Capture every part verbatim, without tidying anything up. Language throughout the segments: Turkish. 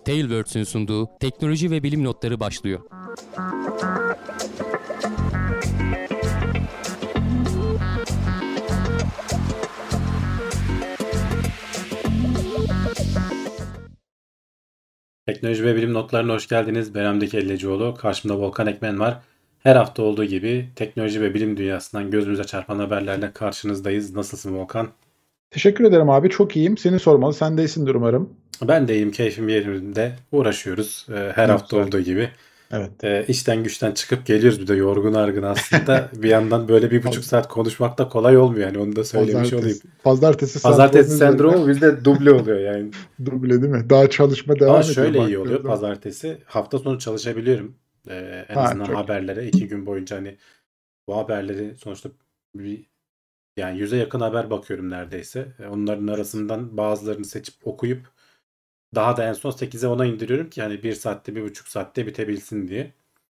Tailwords'ün sunduğu teknoloji ve bilim notları başlıyor. Teknoloji ve bilim notlarına hoş geldiniz. Ben Hamdi Kellecioğlu. Karşımda Volkan Ekmen var. Her hafta olduğu gibi teknoloji ve bilim dünyasından gözümüze çarpan haberlerle karşınızdayız. Nasılsın Volkan? Teşekkür ederim abi. Çok iyiyim. Seni sormalı. Sen de iyisindir umarım. Ben de iyiyim. Keyfim yerinde. Uğraşıyoruz. Her Ne hafta güzel. olduğu gibi. Evet. E, işten güçten çıkıp geliyoruz bir de yorgun argın aslında. Bir yandan böyle bir buçuk saat konuşmak da kolay olmuyor yani. Onu da söylemiş olayım. Pazartesi, pazartesi Pazartesi sendromu üzerine sendromu bizde duble oluyor yani. duble değil mi? Daha çalışma devam Ama ediyor. şöyle iyi baktığın oluyor zaman. pazartesi. Hafta sonu çalışabiliyorum. Ee, en Ha, azından çok iyi. haberlere iki gün boyunca hani bu haberleri sonuçta bir, yani yüze yakın haber bakıyorum neredeyse. E, Onların arasından bazılarını seçip okuyup daha da en son sekize ona indiriyorum ki hani bir saatte bir buçuk saatte bitebilsin diye.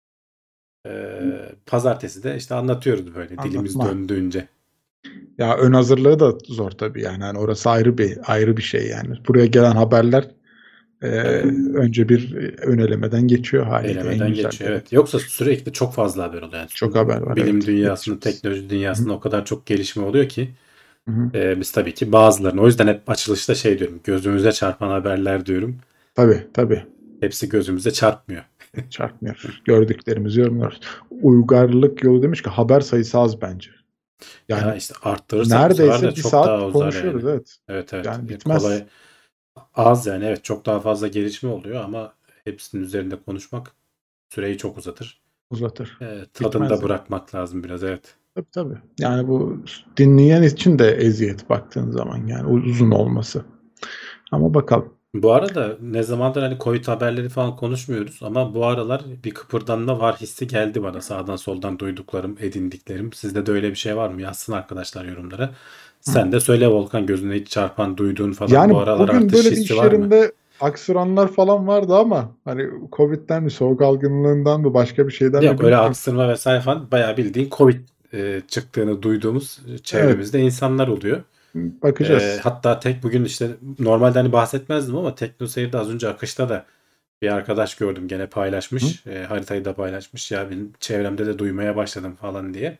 Ee, pazartesi de işte anlatıyoruz böyle dilimiz Anlatma. döndüğünce. Ya ön hazırlığı da zor tabii yani. Hani orası ayrı bir ayrı bir şey yani. Buraya gelen haberler e, Evet. önce bir e, ön elemeden geçiyor haliyle. En Elemeden güzel. geçiyor Evet. evet. Yoksa sürekli çok fazla haber oluyor. Yani Çok haber var. bilim Evet. dünyasında, Yetişmez. teknoloji Hı hı. dünyasında o kadar çok gelişme oluyor ki. Hı hı. Ee, biz tabii ki bazılarını o yüzden hep açılışta şey diyorum. Gözümüze çarpan haberler diyorum. Tabii tabii. Hepsi gözümüze çarpmıyor. Çarpmıyor. Gördüklerimizi yorumluyoruz. Uygarlık yolu demiş ki haber sayısı az bence. Ya Yani işte arttırırsak bu sefer de neredeyse bir çok daha saat uzar yani. konuşuyoruz, evet. Evet evet. Yani E, bitmez. Kolay az yani evet çok daha fazla gelişme oluyor ama hepsinin üzerinde konuşmak süreyi çok uzatır. Uzatır. E, tadını Bitmez da yani. bırakmak lazım biraz evet. Tabii tabii. Yani bu dinleyen için de eziyet baktığın zaman yani uzun olması. Ama bakalım. Bu arada ne zamandır hani Covid haberleri falan konuşmuyoruz ama bu aralar bir kıpırdanma var hissi geldi bana sağdan soldan duyduklarım, edindiklerim. Sizde de öyle bir şey var mı? Yazsın arkadaşlar yorumlara. Hı. Sen de söyle Volkan gözüne hiç çarpan, duyduğun falan bu Yani aralar bugün artış böyle bir hissi iş var mı? yerinde aksıranlar falan vardı ama hani Covid'den mi, soğuk algınlığından mı, başka bir şeyden mi Yok öyle bilmiyorum. aksırma vesaire falan bayağı bildiğin Covid e, çıktığını duyduğumuz Evet, çevremizde insanlar oluyor. E, bakacağız. hatta tek bugün işte normalde hani bahsetmezdim ama TeknoSeyir'de az önce akışta da bir arkadaş gördüm gene Hı? paylaşmış. E, haritayı da paylaşmış. Ya benim çevremde de duymaya başladım falan diye.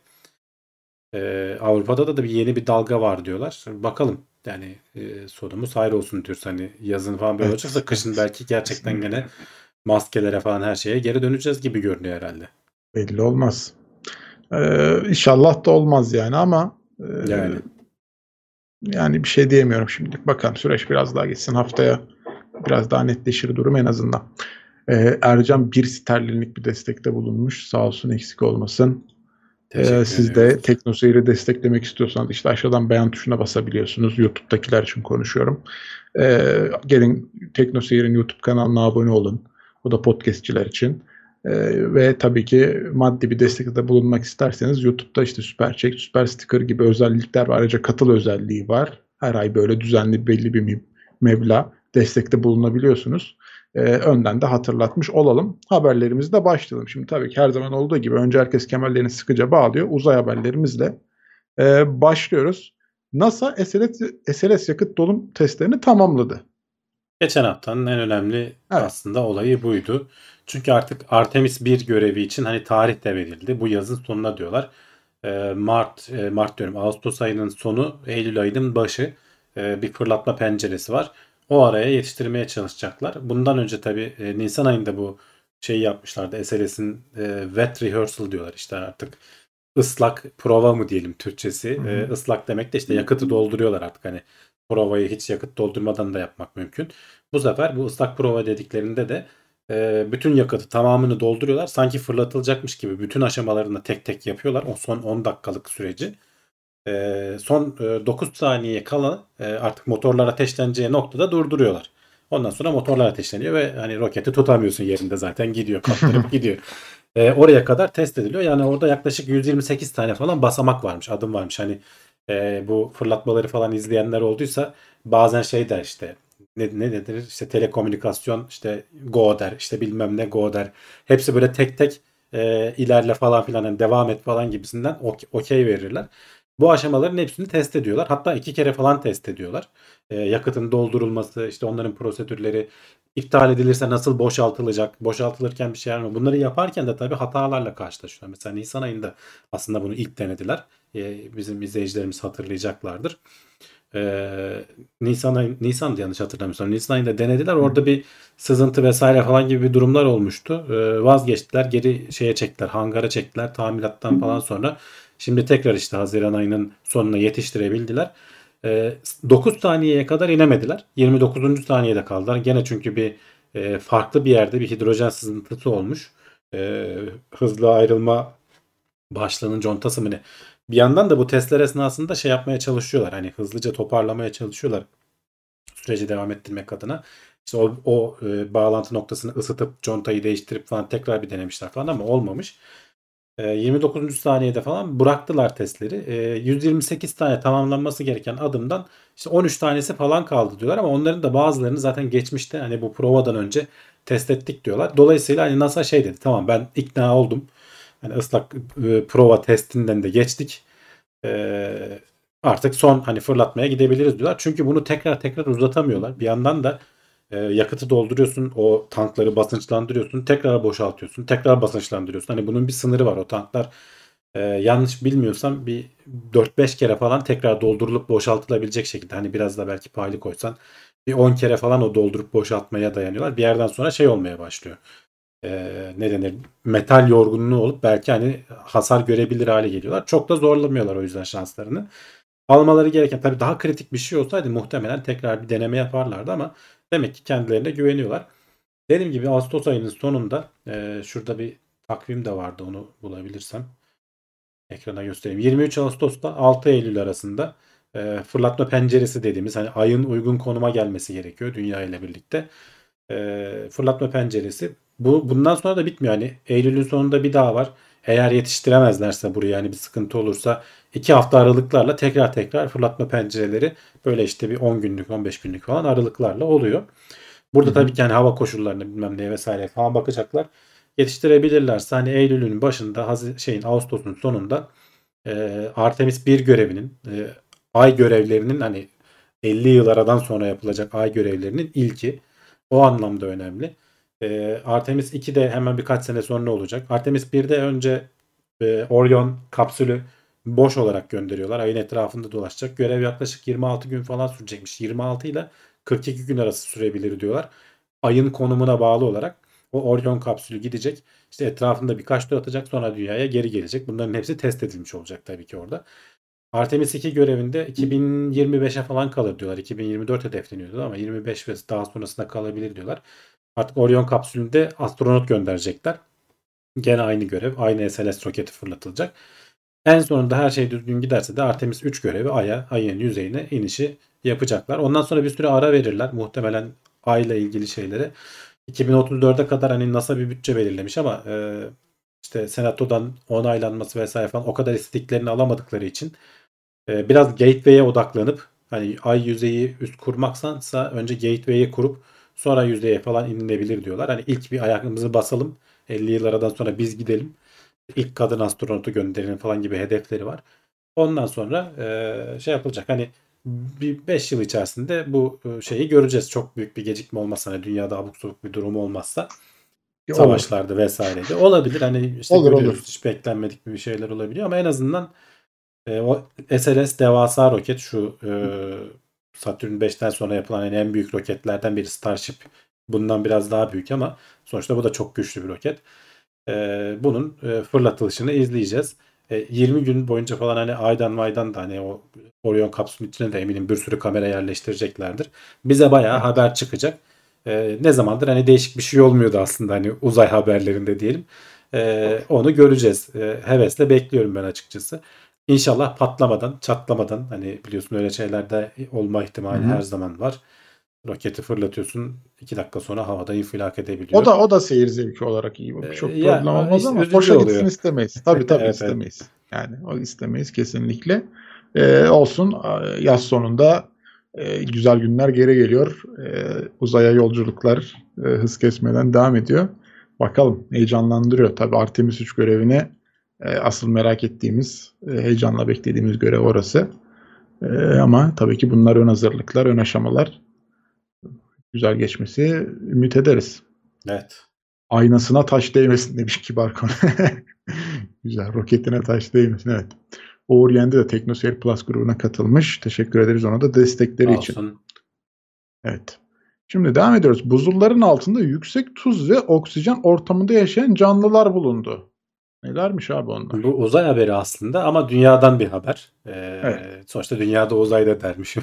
E, Avrupa'da da, da bir yeni bir dalga var diyorlar. Bakalım. Yani e, sonumuz hayır olsun diyoruz. Hani yazın falan böyle Evet, olacaksa kışın evet. belki gerçekten Kesinlikle. gene maskelere falan her şeye geri döneceğiz gibi görünüyor herhalde. Belli olmaz. Ee, inşallah da olmaz yani ama e, Yani. yani bir şey diyemiyorum şimdilik. Bakalım süreç biraz daha geçsin. Haftaya biraz daha netleşir durum en azından. Ee, Ercan bir sterlinlik bir destekte bulunmuş. Sağ olsun, eksik olmasın. Ee, Teşekkür siz de ediyoruz. TeknoSeyir'i desteklemek istiyorsanız işte aşağıdan beğen tuşuna basabiliyorsunuz. YouTube'dakiler için konuşuyorum. Ee, gelin TeknoSeyir'in YouTube kanalına abone olun. O da podcastçiler için. Ee, ve tabii ki maddi bir destekte bulunmak isterseniz YouTube'da işte Süper Çek, Süper Sticker gibi özellikler var. Ayrıca katıl özelliği var. Her ay böyle düzenli belli bir meblağ destekte bulunabiliyorsunuz. Ee, önden de hatırlatmış olalım. Haberlerimizle başlayalım. Şimdi tabii ki her zaman olduğu gibi önce herkes kemerlerini sıkıca bağlıyor. Uzay haberlerimizle e, başlıyoruz. NASA S L S, S L S yakıt dolum testlerini tamamladı. Geçen haftanın en önemli Evet. aslında olayı buydu. Çünkü artık Artemis bir görevi için hani tarih de verildi. Bu yazın sonuna diyorlar. Ee, Mart, e, Mart diyorum Ağustos ayının sonu, Eylül ayının başı e, bir fırlatma penceresi var. O araya yetiştirmeye çalışacaklar. Bundan önce tabii e, Nisan ayında bu şeyi yapmışlardı. S L S'in e, wet rehearsal diyorlar işte artık ıslak prova mı diyelim Türkçesi. Hı hı. E, ıslak demek de işte yakıtı dolduruyorlar artık hani provayı hiç yakıt doldurmadan da yapmak mümkün. Bu sefer bu ıslak prova dediklerinde de e, bütün yakıtı tamamını dolduruyorlar. Sanki fırlatılacakmış gibi bütün aşamalarını tek tek yapıyorlar. O son on dakikalık süreci. E, son e, dokuz saniye kala e, artık motorlar ateşleneceği noktada durduruyorlar. Ondan sonra motorlar ateşleniyor ve hani roketi tutamıyorsun yerinde zaten gidiyor kaptırıp gidiyor. E, oraya kadar test ediliyor. Yani orada yaklaşık yüz yirmi sekiz tane falan basamak varmış, adım varmış. Hani e, bu fırlatmaları falan izleyenler olduysa bazen şey der işte ne, ne nedir işte telekomünikasyon işte go der işte bilmem ne go der. Hepsi böyle tek tek e, ilerle falan filan hani devam et falan gibisinden ok- okey verirler. Bu aşamaların hepsini test ediyorlar. Hatta iki kere falan test ediyorlar. e, yakıtın doldurulması, işte onların prosedürleri, iptal edilirse nasıl boşaltılacak, boşaltılırken bir şeyler mi? Bunları yaparken de tabii hatalarla karşılaşıyor. Mesela Nisan ayında aslında bunu ilk denediler. E, bizim izleyicilerimiz hatırlayacaklardır. Ee, Nisan ay, Nisan'dı yanlış hatırlamıyorsam. Nisan ayında denediler. Orada bir sızıntı vesaire falan gibi bir durumlar olmuştu. Ee, vazgeçtiler. Geri şeye çektiler. Hangara çektiler. Tamirattan falan sonra. Şimdi tekrar işte Haziran ayının sonuna yetiştirebildiler. Ee, dokuz saniyeye kadar inemediler. yirmi dokuzuncu saniyede kaldılar. Gene çünkü bir e, farklı bir yerde bir hidrojen sızıntısı olmuş. Ee, hızlı ayrılma başlığının contası mı ne? Bir yandan da bu testler esnasında şey yapmaya çalışıyorlar. Hani hızlıca toparlamaya çalışıyorlar. Süreci devam ettirmek adına. İşte o, o e, bağlantı noktasını ısıtıp contayı değiştirip falan tekrar bir denemişler falan ama olmamış. E, yirmi dokuzuncu saniyede falan bıraktılar testleri. E, yüz yirmi sekiz tane tamamlanması gereken adımdan işte on üç tanesi falan kaldı diyorlar ama onların da bazılarını zaten geçmişte hani bu provadan önce test ettik diyorlar. Dolayısıyla hani NASA şey dedi, tamam ben ikna oldum. Hani ıslak e, prova testinden de geçtik. E, artık son hani fırlatmaya gidebiliriz diyorlar. Çünkü bunu tekrar tekrar uzatamıyorlar. Bir yandan da e, yakıtı dolduruyorsun, o tankları basınçlandırıyorsun, tekrar boşaltıyorsun, tekrar basınçlandırıyorsun. Hani bunun bir sınırı var. O tanklar e, yanlış bilmiyorsam bir dört beş kere falan tekrar doldurulup boşaltılabilecek şekilde. Hani biraz da belki paylı koysan bir on kere falan o doldurup boşaltmaya dayanıyorlar. Bir yerden sonra şey olmaya başlıyor. Ee, ne denir, metal yorgunluğu olup belki hani hasar görebilir hale geliyorlar. Çok da zorlamıyorlar o yüzden şanslarını. Almaları gereken tabii daha kritik bir şey olsaydı muhtemelen tekrar bir deneme yaparlardı ama demek ki kendilerine güveniyorlar. Dediğim gibi Ağustos ayının sonunda e, şurada bir takvim de vardı, onu bulabilirsem ekrana göstereyim. yirmi üç Ağustos'ta altı Eylül arasında e, fırlatma penceresi dediğimiz hani ayın uygun konuma gelmesi gerekiyor dünya ile birlikte. E, fırlatma penceresi. Bu bundan sonra da bitmiyor. Hani Eylül'ün sonunda bir daha var. Eğer yetiştiremezlerse buraya yani bir sıkıntı olursa iki hafta aralıklarla tekrar tekrar fırlatma pencereleri böyle işte bir on günlük on beş günlük falan aralıklarla oluyor. Burada Hı hı. tabii ki hani hava koşullarına bilmem neye vesaire falan bakacaklar. Yetiştirebilirlerse hani Eylül'ün başında Hazi- şeyin Ağustos'un sonunda e, Artemis bir görevinin e, ay görevlerinin hani elli yıl aradan sonra yapılacak ay görevlerinin ilki. O anlamda önemli. E, Artemis iki de hemen birkaç sene sonra olacak. Artemis birde önce e, Orion kapsülü boş olarak gönderiyorlar. Ayın etrafında dolaşacak. Görev yaklaşık yirmi altı gün falan sürecekmiş. yirmi altı ile kırk iki gün arası sürebilir diyorlar. Ayın konumuna bağlı olarak o Orion kapsülü gidecek. İşte etrafında birkaç tur atacak, sonra dünyaya geri gelecek. Bunların hepsi test edilmiş olacak tabii ki orada. Artemis iki görevinde iki bin yirmi beşe falan kalır diyorlar. iki bin yirmi dört hedefleniyordu ama yirmi beş ve daha sonrasında kalabilir diyorlar. Artık Orion kapsülünde astronot gönderecekler. Gene aynı görev. Aynı S L S roketi fırlatılacak. En sonunda her şey düzgün giderse de Artemis üç görevi Ay'a, Ay'ın yüzeyine inişi yapacaklar. Ondan sonra bir süre ara verirler. Muhtemelen Ay'la ilgili şeyleri. iki bin otuz dörde kadar hani NASA bir bütçe belirlemiş ama e, işte Senato'dan onaylanması vesaire falan o kadar istediklerini alamadıkları için e, biraz gateway'e odaklanıp hani Ay yüzeyi üst kurmaksansa önce gateway'i kurup sonra yüzeye falan inilebilir diyorlar. Hani ilk bir ayakımızı basalım. elli yıl aradan sonra biz gidelim. İlk kadın astronotu gönderelim falan gibi hedefleri var. Ondan sonra e, şey yapılacak. Hani bir beş yıl içerisinde bu e, şeyi göreceğiz. Çok büyük bir gecikme olmazsa, hani dünyada abuk sabuk bir durum olmazsa, Olur. savaşlarda vesairede olabilir. Hani işte Olur, görüyoruz olur. hiç beklenmedik bir şeyler olabiliyor ama en azından e, o S L S devasa roket, şu e, Satürn beşten sonra yapılan yani en büyük roketlerden biri Starship. Bundan biraz daha büyük ama sonuçta bu da çok güçlü bir roket. E, bunun e, fırlatılışını izleyeceğiz. E, yirmi gün boyunca falan hani Ay'dan May'dan da hani o Orion kapsülün içine de eminim bir sürü kamera yerleştireceklerdir. Bize bayağı Evet. haber çıkacak. E, ne zamandır hani değişik bir şey olmuyordu aslında hani uzay haberlerinde diyelim. E, onu göreceğiz. E, hevesle bekliyorum ben açıkçası. İnşallah patlamadan, çatlamadan, hani biliyorsun öyle şeylerde olma Hı ihtimali her hı. zaman var. Roketi fırlatıyorsun, iki dakika sonra havada infilak O edebiliyor. da o da seyir zevki olarak iyi. E, Çok problem ya olmaz ama üzücü boşa gitsin oluyor. istemeyiz. Tabii tabii Evet, evet. istemeyiz. Yani o istemeyiz kesinlikle. Ee, olsun. Yaz sonunda e, güzel günler geri geliyor. E, uzaya yolculuklar e, hız kesmeden devam ediyor. Bakalım, heyecanlandırıyor. Tabii Artemis üç görevini e, asıl merak ettiğimiz, e, heyecanla beklediğimiz görev orası. E, ama tabii ki bunlar ön hazırlıklar, ön aşamalar. Güzel geçmesi ümit ederiz. Evet. Aynasına taş değmesin demiş kibar konu. Güzel. Roketine taş değmesin. Evet. Uğur Yendi de TeknoSeyir Plus grubuna katılmış. Teşekkür ederiz ona da destekleri Sağ için. olsun. Evet. Şimdi devam ediyoruz. Buzulların altında yüksek tuz ve oksijen ortamında yaşayan canlılar bulundu. Nelermiş abi onlar? Bu uzay haberi aslında ama dünyadan bir haber. Ee, Evet. sonuçta dünyada uzayda dermişim.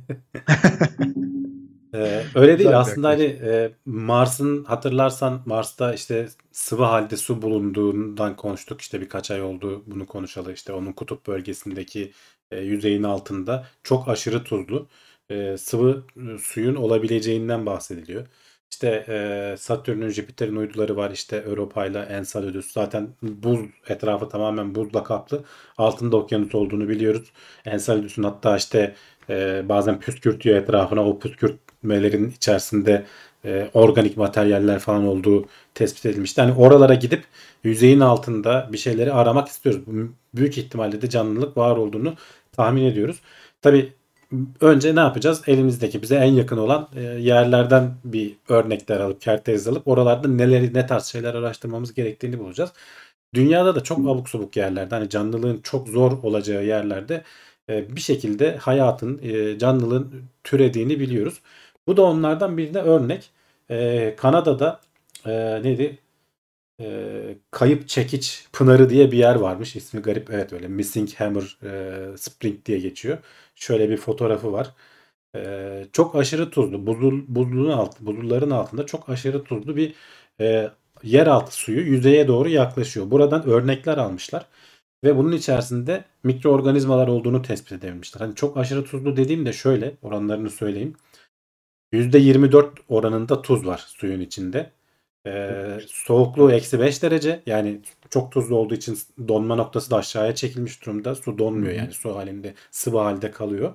Ee, öyle Güzel değil bir aslında hani yaklaşım. e, Mars'ın hatırlarsan Mars'ta işte sıvı halde su bulunduğundan konuştuk işte birkaç ay oldu bunu konuşalı işte onun kutup bölgesindeki e, yüzeyin altında çok aşırı tuzlu e, sıvı e, suyun olabileceğinden bahsediliyor. İşte e, Satürn'ün Jüpiter'in uyduları var işte Europa ile Enceladus zaten buz etrafı tamamen buzla kaplı altında okyanus olduğunu biliyoruz. Enceladus'un hatta işte e, bazen püskürtüyor etrafına o püskürtmelerin içerisinde e, organik materyaller falan olduğu tespit edilmişti. Hani oralara gidip yüzeyin altında bir şeyleri aramak istiyoruz. Büyük ihtimalle de canlılık var olduğunu tahmin ediyoruz. Tabii önce ne yapacağız? Elimizdeki bize en yakın olan e, yerlerden bir örnekler alıp kertez alıp oralarda neleri ne tarz şeyler araştırmamız gerektiğini bulacağız. Dünyada da çok abuk subuk yerlerde hani canlılığın çok zor olacağı yerlerde e, bir şekilde hayatın, e, canlılığın türediğini biliyoruz. Bu da onlardan birine örnek. E, Kanada'da e, neydi? E, Kayıp Çekiç Pınarı diye bir yer varmış. İsmi garip. Evet öyle Missing Hammer e, Spring diye geçiyor. Şöyle bir fotoğrafı var. E, çok aşırı tuzlu. Buzul, buzluğun alt, buzulların altında çok aşırı tuzlu bir e, yeraltı suyu yüzeye doğru yaklaşıyor. Buradan örnekler almışlar. Ve bunun içerisinde mikroorganizmalar olduğunu tespit edebilmişler. Hani çok aşırı tuzlu dediğimde şöyle oranlarını söyleyeyim. yüzde yirmi dört oranında tuz var suyun içinde. Ee, soğukluğu eksi beş derece. Yani çok tuzlu olduğu için donma noktası da aşağıya çekilmiş durumda. Su Hı donmuyor hı. yani su halinde sıvı halde kalıyor.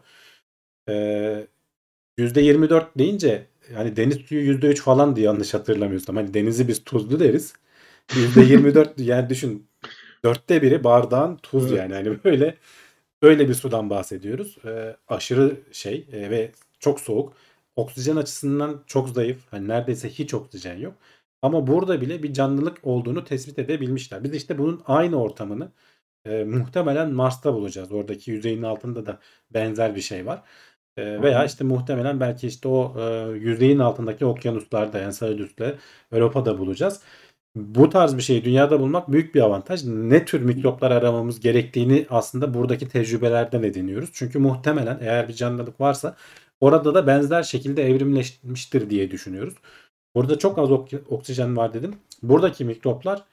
Ee, yüzde yirmi dört deyince hani deniz suyu yüzde üç falan diye yanlış hatırlamıyorsam. Hani denizi biz tuzlu deriz. yüzde yirmi dört yani düşün dörtte biri bardağın tuz Evet. yani. Hani böyle öyle bir sudan bahsediyoruz. Ee, aşırı şey e, ve çok soğuk. Oksijen açısından çok zayıf. Hani neredeyse hiç oksijen yok. Ama burada bile bir canlılık olduğunu tespit edebilmişler. Biz işte bunun aynı ortamını e, muhtemelen Mars'ta bulacağız. Oradaki yüzeyin altında da benzer bir şey var. E, veya işte muhtemelen belki işte o e, yüzeyin altındaki okyanuslarda Enceladus'la Europa'da bulacağız. Bu tarz bir şeyi dünyada bulmak büyük bir avantaj. Ne tür mikroplar aramamız gerektiğini aslında buradaki tecrübelerden ediniyoruz. Çünkü muhtemelen eğer bir canlılık varsa orada da benzer şekilde evrimleşmiştir diye düşünüyoruz. Burada çok az ok- oksijen var dedim. Buradaki mikroplar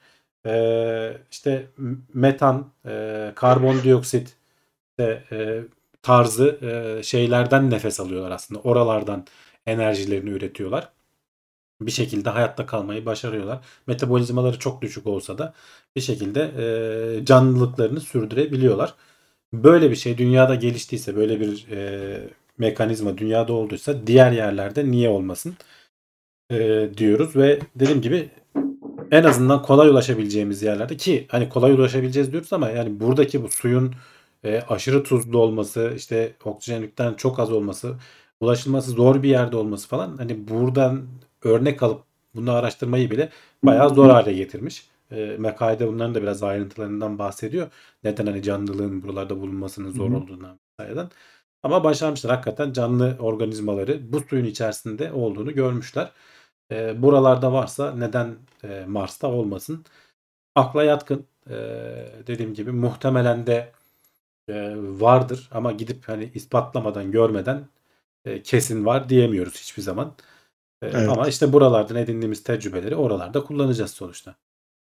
e, işte metan, e, karbondioksit işte, e, tarzı e, şeylerden nefes alıyorlar aslında. Oralardan enerjilerini üretiyorlar. Bir şekilde hayatta kalmayı başarıyorlar. Metabolizmaları çok düşük olsa da bir şekilde e, canlılıklarını sürdürebiliyorlar. Böyle bir şey dünyada geliştiyse, böyle bir e, mekanizma dünyada olduysa diğer yerlerde niye olmasın e, diyoruz ve dediğim gibi en azından kolay ulaşabileceğimiz yerlerde ki hani kolay ulaşabileceğiz diyoruz ama yani buradaki bu suyun e, aşırı tuzlu olması, işte oksijenlikten çok az olması, ulaşılması zor bir yerde olması falan hani buradan örnek alıp bunu araştırmayı bile bayağı zor hale getirmiş. E, makalede bunların da biraz ayrıntılarından bahsediyor. Neden hani canlılığın buralarda bulunmasının Hı zor hı. olduğundan vesaireden. Ama başarmışlar hakikaten canlı organizmaları bu suyun içerisinde olduğunu görmüşler. E, buralarda varsa neden e, Mars'ta olmasın? Akla yatkın. E, dediğim gibi muhtemelen de e, vardır ama gidip hani ispatlamadan görmeden e, kesin var diyemiyoruz hiçbir zaman. E, ama Evet. işte buralardan edindiğimiz tecrübeleri oralarda kullanacağız sonuçta.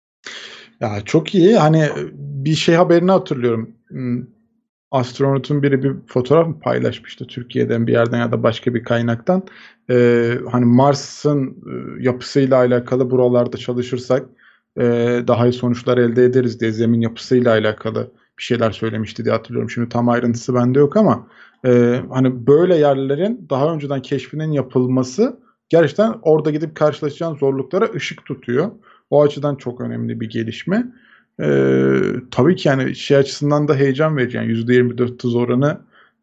Ya çok iyi. Hani bir şey haberini hatırlıyorum. Hmm, Astronotun biri bir fotoğraf mı paylaşmıştı Türkiye'den bir yerden ya da başka bir kaynaktan. Ee, hani Mars'ın e, yapısıyla alakalı buralarda çalışırsak e, daha iyi sonuçlar elde ederiz diye zemin yapısıyla alakalı bir şeyler söylemişti diye hatırlıyorum. Şimdi tam ayrıntısı bende yok ama e, hani böyle yerlerin daha önceden keşfinin yapılması gerçekten orada gidip karşılaşacağın zorluklara ışık tutuyor. O açıdan çok önemli bir gelişme. Ee, tabii ki yani şey açısından da heyecan verici. Yani yüzde yirmi dört tuz oranı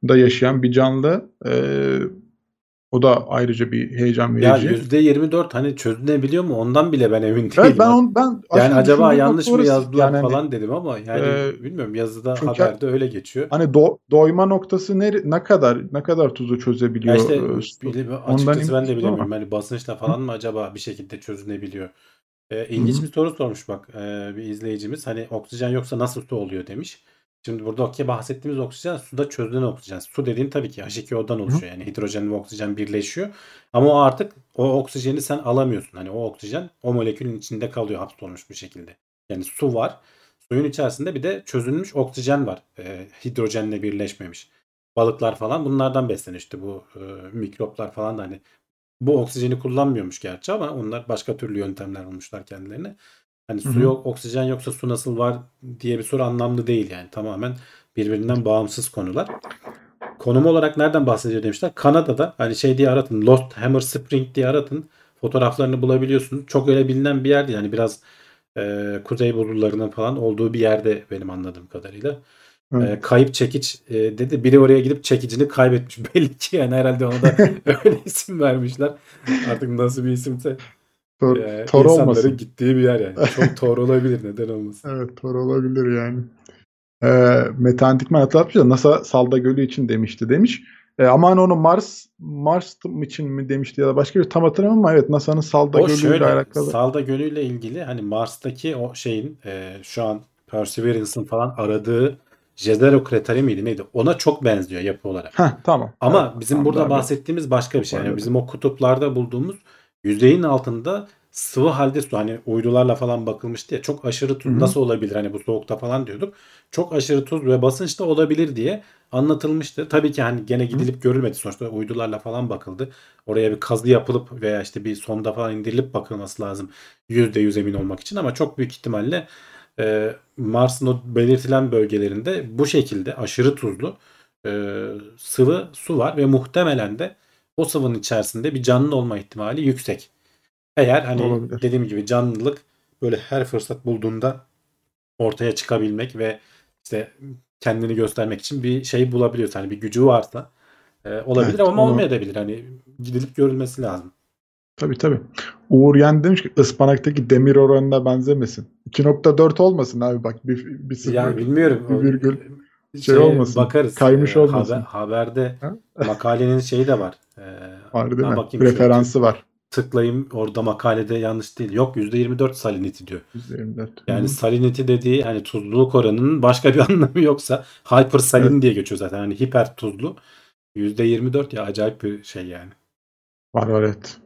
da yaşayan bir canlı. Ee, o da ayrıca bir heyecan Ya verici. yüzde yirmi dört hani çözülebiliyor mu? Ondan bile ben emin Evet değilim. ben on, ben Yani aşırı acaba düşündüğüm yanlış nokta mı orası. yazdılar Yani hani falan dedim ama yani e, bilmiyorum, yazıda çünkü haberde öyle geçiyor. hani do- doyma noktası ne, ne kadar ne kadar tuzu Ya işte çözebiliyor e, su? bile- Ondan açıkçası emin ben de değilim bilemiyorum. ama. Hani basınçla Hı falan mı acaba bir şekilde çözülebiliyor? E, hı. ilginç bir soru sormuş bak e, bir izleyicimiz. Hani oksijen yoksa nasıl su oluyor demiş. Şimdi buradaki bahsettiğimiz oksijen suda çözülen oksijen. Su dediğin tabii ki H iki O'dan Hı oluşuyor. Yani hidrojen ve oksijen birleşiyor. Ama o artık o oksijeni sen alamıyorsun. Hani o oksijen o molekülün içinde kalıyor hapsolmuş bir şekilde. Yani su var. Suyun içerisinde bir de çözülmüş oksijen var. E, hidrojenle birleşmemiş. Balıklar falan bunlardan besleniyor işte bu e, mikroplar falan da hani bu oksijeni kullanmıyormuş gerçi ama onlar başka türlü yöntemler bulmuşlar kendilerine. Hani hı. su Hı. yok, oksijen yoksa su nasıl var diye bir soru anlamlı değil yani. Tamamen birbirinden bağımsız konular. Konum olarak nereden bahsediyor demişler. Kanada'da hani şey diye aratın. Lost Hammer Spring diye aratın. Fotoğraflarını bulabiliyorsunuz. Çok öyle bilinen bir yer değil. Yani biraz e, kuzey buzullarının falan olduğu bir yerde benim anladığım kadarıyla. E, Evet. kayıp çekiç e, dedi. Biri oraya gidip çekicini kaybetmiş. Belli ki yani herhalde ona da öyle isim vermişler. Artık nasıl bir isimse Tor, e, tor insanların olmasın. gittiği bir yer yani. Çok doğru olabilir. Neden olmasın? Evet, tor olabilir yani. Ee, Metehan Dikmen hatırlatmış ya NASA Salda Gölü için demişti demiş. Ee, ama hani onu Mars Mars için mi demişti ya da başka bir tam hatırlamıyorum ama evet NASA'nın Salda O Gölü ile şöyle alakalı. Salda Gölü ile ilgili hani Mars'taki o şeyin e, şu an Perseverance'ın falan aradığı Jezero krateri miydi neydi? Ona çok benziyor yapı olarak. Heh, tamam. Evet, Ama bizim tamam burada daha bir bahsettiğimiz başka bir şey. Yani toparladım. bizim o kutuplarda bulduğumuz yüzeyin altında sıvı halde su. Hani uydularla falan bakılmıştı ya, çok aşırı Hı tuz hı. nasıl olabilir hani bu soğukta falan diyorduk. Çok aşırı tuz ve basınçta olabilir diye anlatılmıştı. Tabii ki hani gene Hı. gidilip görülmedi. Sonuçta uydularla falan bakıldı. Oraya bir kazı yapılıp veya işte bir sonda falan indirilip bakılması lazım. yüzde yüz emin olmak için ama çok büyük ihtimalle e, Mars'ın o belirtilen bölgelerinde bu şekilde aşırı tuzlu e, sıvı su var ve muhtemelen de o sıvının içerisinde bir canlı olma ihtimali yüksek. Eğer hani Olabilir. dediğim gibi canlılık böyle her fırsat bulduğunda ortaya çıkabilmek ve işte kendini göstermek için bir şey bulabiliyorsa hani bir gücü varsa e, olabilir Evet, ama onu olmayabilir. Hani gidilip görülmesi lazım. tabii tabii. Uğur Yen demiş ki ıspanaktaki demir oranına benzemesin. iki nokta dört olmasın abi bak bir, bir Ya sıfır bilmiyorum. bir virgül O, şey şey olmasın. bakarız. Kaymış E, haber, olmasın. haberde Ha? makalenin şeyi de var. E, Var değil ben mi? bakayım şöyle tık, Referansı var. tıklayayım orada makalede yanlış değil. Yok yüzde yirmi dört saliniti diyor. yüzde yirmi dört. Hı Yani hı. saliniti dediği hani tuzluluk oranının başka bir anlamı yoksa hypersalin Evet. diye geçiyor zaten. Hani hiper tuzlu. yüzde yirmi dört ya acayip bir şey yani. Var var evet.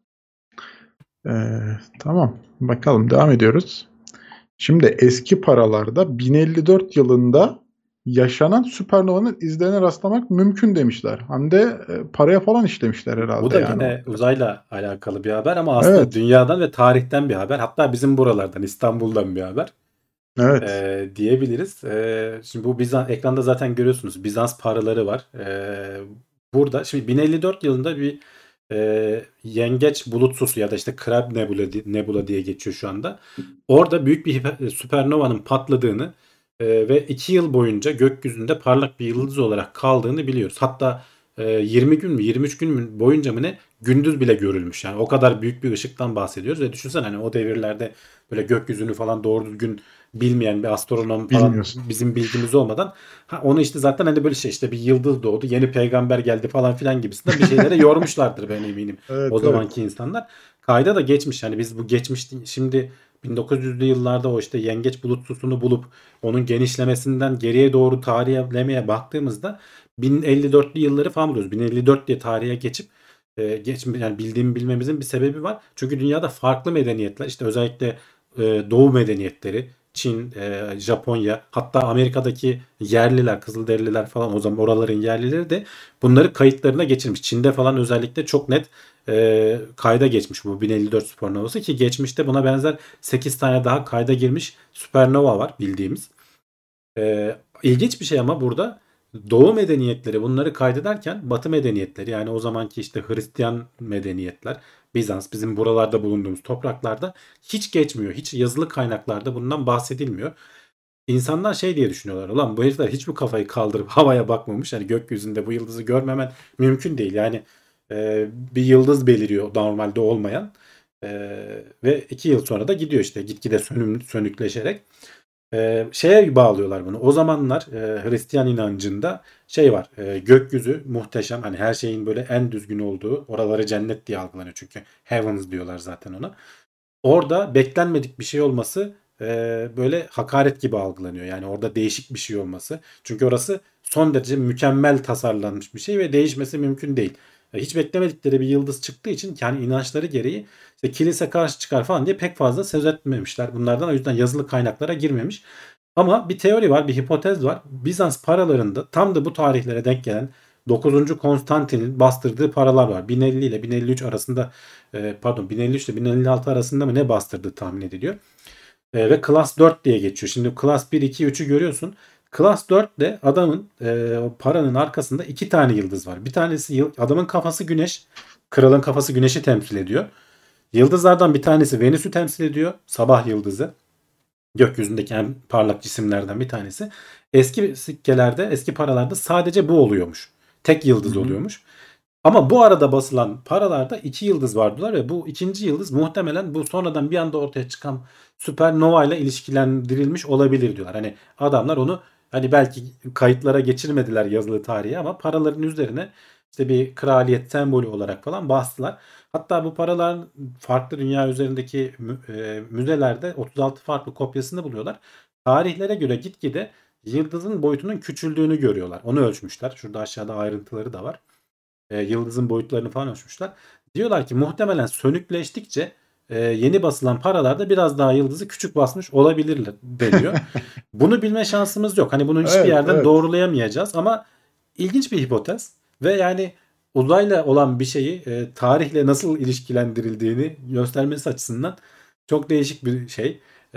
Ee, tamam. Bakalım devam ediyoruz. Şimdi eski paralarda bin elli dört yılında yaşanan süpernovanın izlerine rastlamak mümkün demişler. Hem de e, paraya falan işlemişler Bu herhalde da yani gene orada. uzayla alakalı bir haber ama aslında Evet. dünyadan ve tarihten bir haber. Hatta bizim buralardan İstanbul'dan bir haber. Evet. Ee, diyebiliriz. Ee, şimdi bu Bizans ekranda zaten görüyorsunuz. Bizans paraları var. Ee, burada şimdi bin elli dört yılında bir e, yengeç bulutsusu ya da işte Crab Nebula, di- Nebula diye geçiyor şu anda. Orada büyük bir hiper- süpernovanın patladığını e, ve iki yıl boyunca gökyüzünde parlak bir yıldız olarak kaldığını biliyoruz. Hatta e, yirmi gün mü yirmi üç gün mü boyunca mı ne gündüz bile görülmüş. Yani o kadar büyük bir ışıktan bahsediyoruz ve düşünsene hani o devirlerde böyle gökyüzünü falan doğru düzgün bilmeyen bir astronom falan Bilmiyorsun. bizim bilgimiz olmadan ha, onu işte zaten hani böyle şey işte bir yıldız doğdu yeni peygamber geldi falan filan gibisinden bir şeylere yormuşlardır ben eminim o Evet evet. zamanki insanlar. Kayda da geçmiş yani biz bu geçmiş şimdi bin dokuz yüzlü yıllarda o işte yengeç bulutsusunu bulup onun genişlemesinden geriye doğru tarihlemeye baktığımızda bin elli dörtlü yılları falan buluyoruz. bin elli dört diye tarihe geçip e, geç, yani bildiğimi bilmemizin bir sebebi var. Çünkü dünyada farklı medeniyetler işte özellikle e, doğu medeniyetleri Çin, e, Japonya hatta Amerika'daki yerliler, Kızılderililer falan o zaman oraların yerlileri de bunları kayıtlarına geçirmiş. Çin'de falan özellikle çok net e, kayda geçmiş bu bin elli dört süpernovası ki geçmişte buna benzer sekiz tane daha kayda girmiş süpernova var bildiğimiz. E, ilginç bir şey ama burada Doğu medeniyetleri bunları kaydederken Batı medeniyetleri yani o zamanki işte Hristiyan medeniyetler Bizans bizim buralarda bulunduğumuz topraklarda hiç geçmiyor. Hiç yazılı kaynaklarda bundan bahsedilmiyor. insanlar şey diye düşünüyorlar. Ulan bu herifler hiç mi kafayı kaldırıp havaya bakmamış? Hani gökyüzünde bu yıldızı görmemen mümkün değil. Yani e, bir yıldız beliriyor normalde olmayan. E, ve iki yıl sonra da gidiyor işte gitgide sönüm, sönükleşerek. E, şeye bağlıyorlar bunu. O zamanlar e, Hristiyan inancında şey var. E, gökyüzü muhteşem. Hani her şeyin böyle en düzgün olduğu. Oraları cennet diye algılanıyor. Çünkü heavens diyorlar zaten ona. Orada beklenmedik bir şey olması e, böyle hakaret gibi algılanıyor. Yani orada değişik bir şey olması. Çünkü orası son derece mükemmel tasarlanmış bir şey ve değişmesi mümkün değil. E, hiç beklemedikleri bir yıldız çıktığı için yani inançları gereği işte kilise karşı çıkar falan diye pek fazla söz etmemişler. Bunlardan o yüzden yazılı kaynaklara girmemiş. Ama bir teori var, bir hipotez var. Bizans paralarında tam da bu tarihlere denk gelen dokuzuncu Konstantin'in bastırdığı paralar var. bin elli ile bin elli üç arasında e, pardon bin elli üç ile bin elli altı arasında mı ne bastırdığı tahmin ediliyor. E, ve Class dört diye geçiyor. Şimdi Class bir, iki, üçü görüyorsun. Class dörtte adamın e, paranın arkasında iki tane yıldız var. Bir tanesi adamın kafası güneş. Kralın kafası güneşi temsil ediyor. Yıldızlardan bir tanesi Venüs'ü temsil ediyor. Sabah yıldızı. Gökyüzündeki en parlak cisimlerden bir tanesi. Eski sikkelerde, eski paralarda sadece bu oluyormuş. Tek yıldız oluyormuş. Ama bu arada basılan paralarda iki yıldız vardılar ve bu ikinci yıldız muhtemelen bu sonradan bir anda ortaya çıkan süpernova ile ilişkilendirilmiş olabilir diyorlar. Hani adamlar onu hani belki kayıtlara geçirmediler yazılı tarihe ama paraların üzerine işte bir kraliyet sembolü olarak falan bastılar. Hatta bu paraların farklı dünya üzerindeki e, müzelerde otuz altı farklı kopyasını buluyorlar. Tarihlere göre gitgide yıldızın boyutunun küçüldüğünü görüyorlar. Onu ölçmüşler. Şurada aşağıda ayrıntıları da var. E, yıldızın boyutlarını falan ölçmüşler. Diyorlar ki muhtemelen sönükleştikçe e, yeni basılan paralarda biraz daha yıldızı küçük basmış olabilirler deniyor. Bunu bilme şansımız yok. Hani bunu hiçbir Evet, yerden evet. doğrulayamayacağız ama ilginç bir hipotez ve yani uzayla olan bir şeyi e, tarihle nasıl ilişkilendirildiğini göstermesi açısından çok değişik bir şey.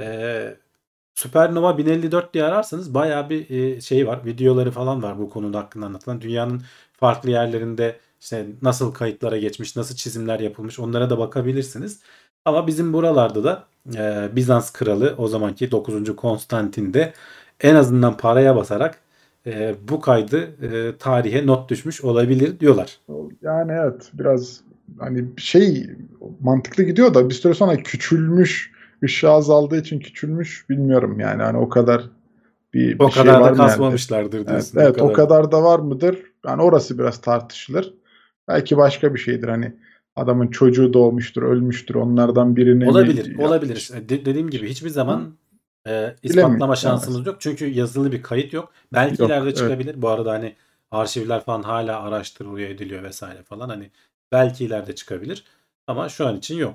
E, Supernova bin elli dört diye ararsanız bayağı bir e, şey var. Videoları falan var bu konuda hakkında anlatılan. Dünyanın farklı yerlerinde işte nasıl kayıtlara geçmiş, nasıl çizimler yapılmış onlara da bakabilirsiniz. Ama bizim buralarda da e, Bizans kralı o zamanki dokuzuncu Konstantin de en azından paraya basarak e, bu kaydı e, tarihe not düşmüş olabilir diyorlar. Yani evet biraz hani şey mantıklı gidiyor da bir süre sonra küçülmüş, ışığı azaldığı için küçülmüş bilmiyorum yani hani o kadar bir, O bir şey kadar var da mı yani? kasmamışlardır Evet, diyorsun. evet o kadar. kadar da var mıdır? Yani orası biraz tartışılır. Belki başka bir şeydir hani adamın çocuğu doğmuştur, ölmüştür onlardan birini Olabilir, mi olabilir. yapmış? İşte de- dediğim gibi hiçbir zaman e, Bilemiyorum. ispatlama Bilemez. şansımız yok. Çünkü yazılı bir kayıt yok. Belki Yok, ileride evet. çıkabilir. Bu arada hani arşivler falan hala araştırılıyor, ediliyor vesaire falan. Hani belki ileride çıkabilir. Ama şu an için yok.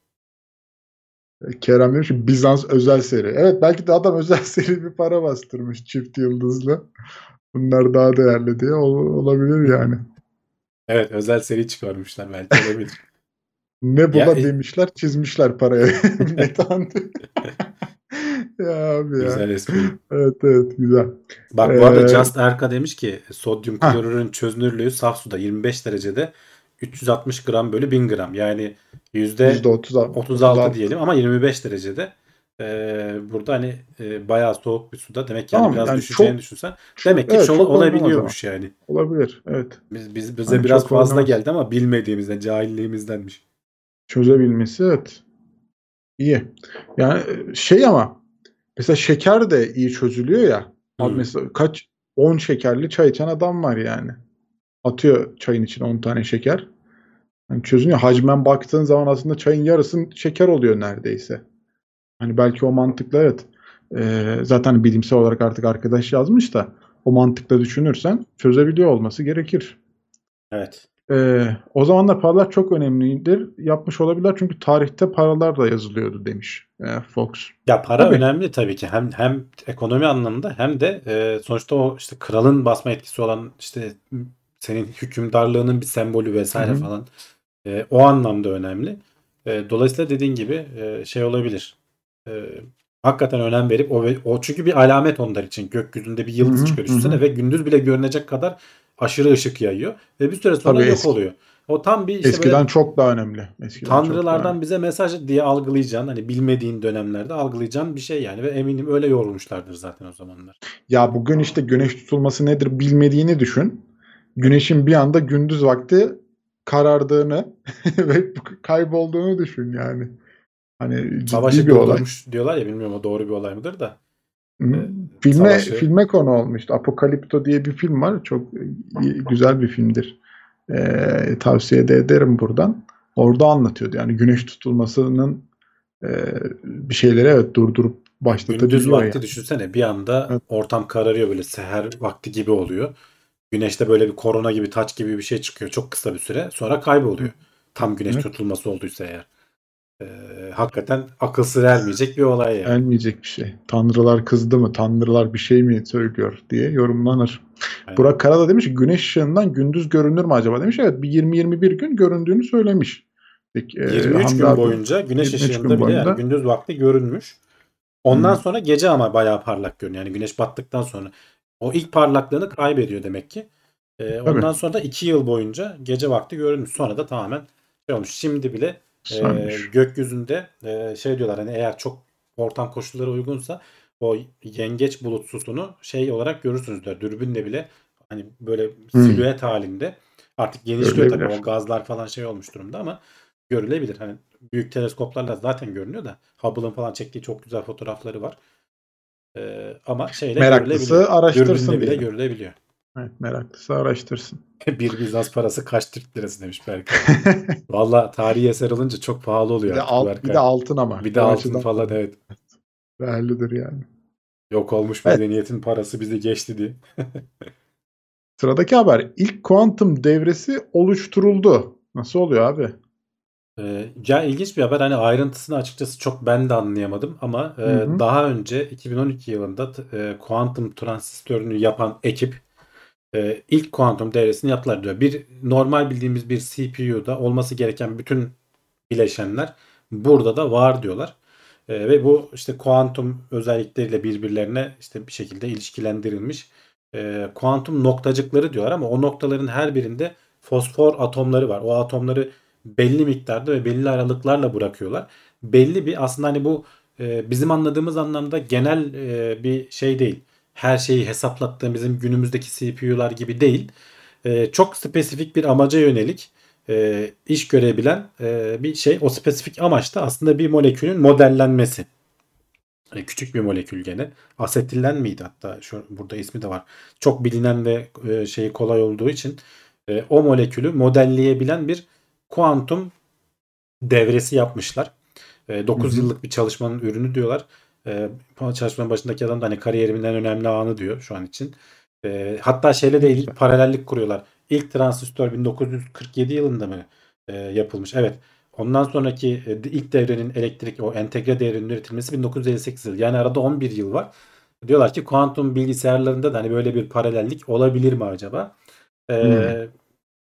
Kerem demiş ki Bizans özel seri. Evet belki de adam özel seri bir para bastırmış çift yıldızlı. Bunlar daha değerli diye ol- olabilir yani. Evet, özel seri çıkarmışlar. Belki olabilir. Ne Ya bula e, demişler çizmişler paraya. Metan. Ya abi ya. güzel espri. Evet evet güzel. Bak bu arada Ee, Just Erka demiş ki sodyum ha, klorürün çözünürlüğü saf suda yirmi beş derecede üç yüz altmış gram bölü bin gram. Yani yüzde yüzde otuz otuz otuz altı altı. diyelim ama yirmi beş derecede. Ee, burada hani e, bayağı soğuk bir suda. Demek ki yani Tamam biraz yani düşeceğini çok, düşünsen. çok Demek ki evet çol çok oynamaz ama. olabiliyormuş yani. Olabilir evet. Biz, biz bize Hani biraz çok fazla oynamaz. geldi ama bilmediğimizden, cahilliğimizdenmiş. Çözebilmesi evet. İyi. Yani şey ama mesela şeker de iyi çözülüyor ya. Abi Hı. mesela kaç on şekerli çay içen adam var yani. Atıyor çayın içine on tane şeker. Hani çözünüyor. Hacmen baktığın zaman aslında çayın yarısı şeker oluyor neredeyse. Hani belki o mantıkla evet. Ee, zaten bilimsel olarak artık arkadaş yazmış da o mantıkla düşünürsen çözebiliyor olması gerekir. Evet. Ee, o zamanlar paralar çok önemlidir. Yapmış olabilirler çünkü tarihte paralar da yazılıyordu demiş e, Fox. Ya para Tabii. önemli tabii ki hem hem ekonomi anlamında hem de e, sonuçta o işte kralın basma etkisi olan işte senin hükümdarlığının bir sembolü Hı vesaire hı. falan e, o anlamda önemli. E, dolayısıyla dediğin gibi e, şey olabilir. E, hakikaten önem verip o o çünkü bir alamet onlar için gökyüzünde bir Hı yıldız hı. çıkıyor Hı hı. düşünsene ve gündüz bile görünecek kadar aşırı ışık yayıyor ve bir süre sonra Tabii yok eski oluyor. O tam bir işte Eskiden böyle çok daha önemli. Eskiden çok daha tanrılardan önemli. bize mesaj diye algılayacağın, hani bilmediğin dönemlerde algılayacağın bir şey yani ve eminim öyle yorulmuşlardır zaten o zamanlar. Ya bugün işte güneş tutulması nedir bilmediğini düşün. Güneşin bir anda gündüz vakti karardığını ve kaybolduğunu düşün yani. Hani ciddi Savaşı bir olay. durdurmuş diyorlar ya, bilmiyorum o doğru bir olay mıdır da. Hı. E, Filme savaşı filme konu olmuştu. Apokalipto diye bir film var. Çok iyi- güzel bir filmdir. Ee, tavsiye de ederim buradan. Orada anlatıyordu. Yani güneş tutulmasının e, bir şeyleri evet durdurup gündüz başlatabiliyor vakti yani. düşünsene, bir anda Evet. ortam kararıyor, böyle seher vakti gibi oluyor. Güneşte böyle bir korona gibi, taç gibi bir şey çıkıyor çok kısa bir süre sonra kayboluyor. Tam güneş Evet. tutulması olduysa eğer. E, hakikaten akıl sır ermeyecek bir olay yani. Gelmeyecek bir şey. Tanrılar kızdı mı? Tanrılar bir şey mi söylüyor diye yorumlanır. Aynen. Burak Kara da demiş ki güneş ışığından gündüz görünür mü acaba demiş. Evet bir yirmi yirmi bir gün göründüğünü söylemiş. Peki, e, yirmi üç Hamdi gün abi boyunca güneş yirmi üç ışığında gün bile yani boyunca gündüz vakti görünmüş. Ondan hmm, sonra gece ama bayağı parlak görünüyor. Yani güneş battıktan sonra o ilk parlaklığını kaybediyor demek ki. Ee, tabii ondan sonra da iki yıl boyunca gece vakti görünmüş. Sonra da tamamen şey olmuş. Şimdi bile e, sönmüş. gökyüzünde e, şey diyorlar, hani eğer çok ortam koşulları uygunsa o yengeç bulutsusunu şey olarak görürsünüz diyor. Dürbünle bile hani böyle Hmm, silüet halinde, artık genişliyor tabii, o görülebilir. gazlar falan şey olmuş durumda ama görülebilir. Hani büyük teleskoplarla zaten görünüyor da Hubble'ın falan çektiği çok güzel fotoğrafları var. Ee, ama şeyle görülebiliyor. Meraklısı Dürbünle araştırsın bile diyelim. görülebiliyor. Evet, meraklısı araştırsın. Bir Bizans parası kaç Türk lirası demiş Berkay. Valla tarihi eser olunca çok pahalı Bir oluyor de artık alt, bir de Berkay. altın ama Bir de o altın açıdan falan, da evet. değerlidir yani. Yok olmuş Evet, medeniyetin parası bizi geçti diye. sıradaki haber. İlk kuantum devresi oluşturuldu. Nasıl oluyor abi? Ee, ya ilginç bir haber. Hani ayrıntısını açıkçası çok ben de anlayamadım ama e, Hı hı. daha önce iki bin on iki yılında e, kuantum transistörünü yapan ekip e, ilk kuantum devresini yaptılar diyor. Bir normal bildiğimiz bir C P U'da olması gereken bütün bileşenler burada da var diyorlar. E, ve bu işte kuantum özellikleriyle birbirlerine işte bir şekilde ilişkilendirilmiş e, kuantum noktacıkları diyorlar ama o noktaların her birinde fosfor atomları var. O atomları belli miktarda ve belli aralıklarla bırakıyorlar. Belli bir, aslında hani bu e, bizim anladığımız anlamda genel e, bir şey değil. Her şeyi hesaplattığım bizim günümüzdeki C P U'lar gibi değil. E, çok spesifik bir amaca yönelik e, iş görebilen e, bir şey. O spesifik amaç da aslında bir molekülün modellenmesi. E, küçük bir molekül gene. Asetillen miydi hatta? Şu burada ismi de var. Çok bilinen ve e, şeyi kolay olduğu için e, o molekülü modelleyebilen bir kuantum devresi yapmışlar. E, Hı dokuz hı. yıllık bir çalışmanın ürünü diyorlar. E, çalışmanın başındaki adam da hani kariyerimin en önemli anı diyor şu an için. E, hatta şeyle Ne de güzel. ilk paralellik kuruyorlar. İlk transistör bin dokuz yüz kırk yedi yılında mı e, yapılmış? Evet. Ondan sonraki e, ilk devrenin elektrik, o entegre devrinin üretilmesi bin dokuz yüz elli sekiz yıl. Yani arada on bir yıl var. Diyorlar ki kuantum bilgisayarlarında da hani böyle bir paralellik olabilir mi acaba? Hmm. E,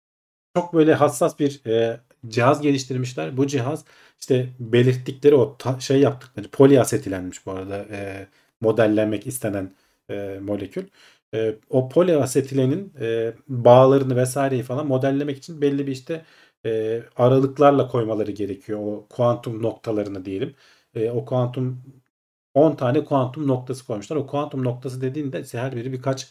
çok böyle hassas bir e, cihaz geliştirmişler. Bu cihaz işte belirttikleri o ta- şey yaptıkları poliasetilenmiş bu arada e, modellenmek istenen e, molekül. E, o poliasetilenin e, bağlarını vesaireyi falan modellemek için belli bir işte e, aralıklarla koymaları gerekiyor. O kuantum noktalarını diyelim. E, o kuantum on tane kuantum noktası koymuşlar. O kuantum noktası dediğinde ise her biri birkaç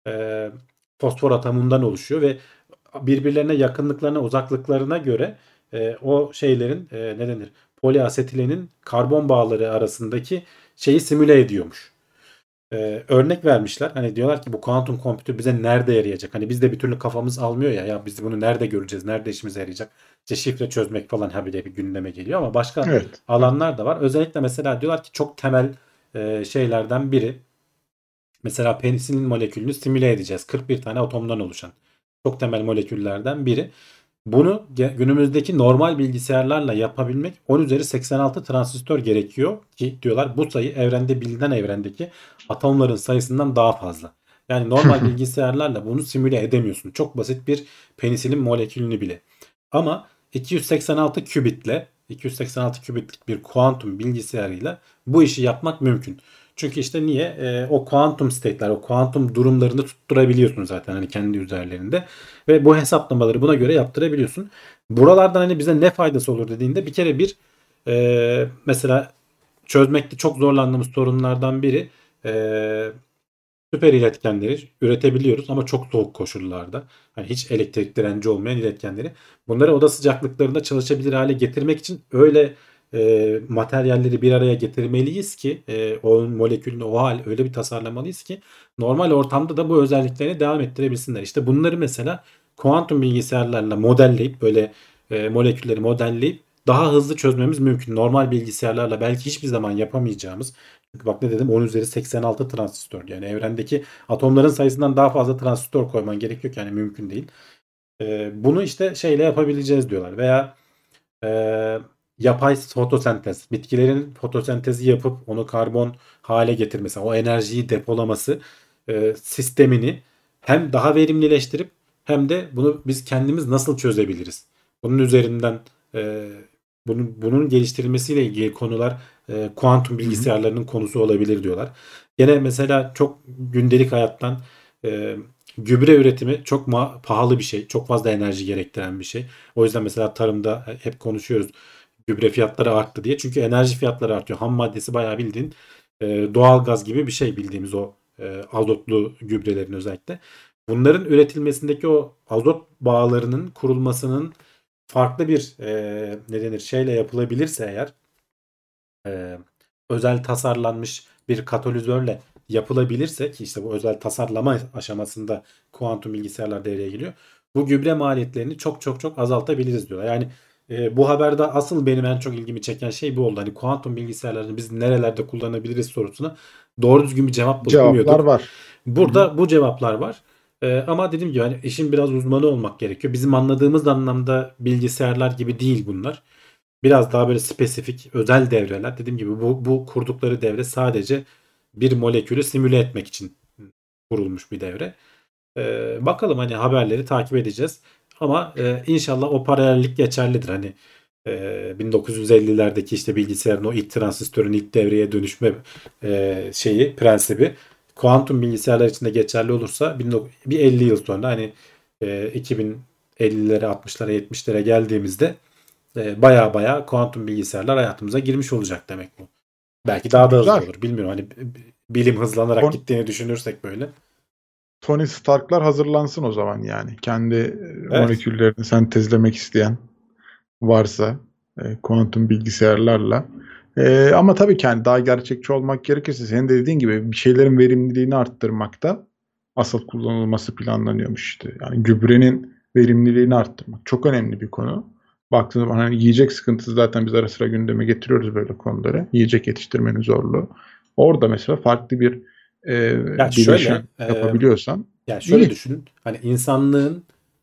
e, fosfor atomundan oluşuyor ve birbirlerine yakınlıklarına, uzaklıklarına göre e, o şeylerin e, ne denir? Poliasetilenin karbon bağları arasındaki şeyi simüle ediyormuş. E, örnek vermişler. Hani diyorlar ki bu kuantum kompütür bize nerede yarayacak? Hani biz de bir türlü kafamız almıyor ya. Ya biz bunu nerede göreceğiz? Nerede işimize yarayacak? İşte şifre çözmek falan habire bir gündeme geliyor ama başka Evet. Evet. alanlar da var. Özellikle mesela diyorlar ki çok temel e, şeylerden biri. Mesela penisilin molekülünü simüle edeceğiz. kırk bir tane atomdan oluşan. Çok temel moleküllerden biri. Bunu günümüzdeki normal bilgisayarlarla yapabilmek on üzeri seksen altı transistör gerekiyor ki diyorlar bu sayı evrende, bilinen evrendeki atomların sayısından daha fazla. Yani normal bilgisayarlarla bunu simüle edemiyorsun. Çok basit bir penisilin molekülünü bile. Ama iki yüz seksen altı kübitle iki yüz seksen altı kübitlik bir kuantum bilgisayarıyla bu işi yapmak mümkün. Çünkü işte niye? E, o kuantum state'ler, o kuantum durumlarını tutturabiliyorsun zaten hani kendi üzerlerinde. Ve bu hesaplamaları buna göre yaptırabiliyorsun. Buralardan hani bize ne faydası olur dediğinde bir kere bir e, mesela çözmekte çok zorlandığımız sorunlardan biri e, süper iletkenleri üretebiliyoruz ama çok soğuk koşullarda. Hani hiç elektrik direnci olmayan iletkenleri. Bunları oda sıcaklıklarında çalışabilir hale getirmek için öyle e, materyalleri bir araya getirmeliyiz ki e, o molekülün o hal öyle bir tasarlamalıyız ki normal ortamda da bu özelliklerini devam ettirebilsinler. İşte bunları mesela kuantum bilgisayarlarla modelleyip böyle e, molekülleri modelleyip daha hızlı çözmemiz mümkün. Normal bilgisayarlarla belki hiçbir zaman yapamayacağımız. Çünkü bak ne dedim on üzeri seksen altı transistör. Yani evrendeki atomların sayısından daha fazla transistör koyman gerekiyor ki yani mümkün değil. Ee, bunu işte şeyle yapabileceğiz diyorlar. Veya e, yapay fotosentez. Bitkilerin fotosentezi yapıp onu karbon hale getirmesi, o enerjiyi depolaması e, sistemini hem daha verimlileştirip hem de bunu biz kendimiz nasıl çözebiliriz? Bunun üzerinden e, bunun, bunun geliştirilmesiyle ilgili konular e, kuantum bilgisayarlarının konusu olabilir diyorlar. Gene mesela çok gündelik hayattan e, gübre üretimi çok ma- pahalı bir şey. Çok fazla enerji gerektiren bir şey. O yüzden mesela tarımda hep konuşuyoruz. Gübre fiyatları arttı diye. Çünkü enerji fiyatları artıyor. Ham maddesi bayağı bildiğin e, doğal gaz gibi bir şey bildiğimiz o e, azotlu gübrelerin özellikle. Bunların üretilmesindeki o azot bağlarının kurulmasının farklı bir e, ne denir şeyle yapılabilirse eğer e, özel tasarlanmış bir katalizörle yapılabilirse ki işte bu özel tasarlama aşamasında kuantum bilgisayarlar devreye giriyor. Bu gübre maliyetlerini çok çok çok azaltabiliriz diyorlar. Yani e, bu haberde asıl benim en çok ilgimi çeken şey bu oldu. Hani kuantum bilgisayarlarını biz nerelerde kullanabiliriz sorusuna doğru düzgün bir cevap Cevaplar bulamıyorduk. var. Burada Hı-hı. bu cevaplar var. Ee, ama dediğim gibi hani işin biraz uzmanı olmak gerekiyor. Bizim anladığımız anlamda bilgisayarlar gibi değil bunlar. Biraz daha böyle spesifik özel devreler. Dediğim gibi bu, bu kurdukları devre sadece bir molekülü simüle etmek için kurulmuş bir devre. Ee, bakalım hani haberleri takip edeceğiz. Ama e, inşallah o paralellik geçerlidir. Hani e, bin dokuz yüz ellilerdeki işte bilgisayarın o ilk transistörün ilk devreye dönüşme e, şeyi prensibi kuantum bilgisayarlar için de geçerli olursa bir elli yıl sonra hani e, iki bin ellilere altmışlara yetmişlere geldiğimizde e, baya baya kuantum bilgisayarlar hayatımıza girmiş olacak demek bu. Belki daha da hızlı Güzel. olur. Bilmiyorum hani bilim hızlanarak Kon- gittiğini düşünürsek böyle. Tony Stark'lar hazırlansın o zaman yani. Kendi e, Evet. moleküllerini sentezlemek isteyen varsa e, kuantum bilgisayarlarla. E, ama tabii ki yani daha gerçekçi olmak gerekirse senin de dediğin gibi bir şeylerin verimliliğini arttırmakta asıl kullanılması planlanıyormuş işte. Yani gübrenin verimliliğini arttırmak çok önemli bir konu. Baktığınız zaman hani yiyecek sıkıntısı zaten biz ara sıra gündeme getiriyoruz böyle konuları. Yiyecek yetiştirmenin zorluğu. Orada mesela farklı bir e, Ya bileşen şöyle, e, yapabiliyorsan yani şöyle iyi. düşün. Hani insanlığın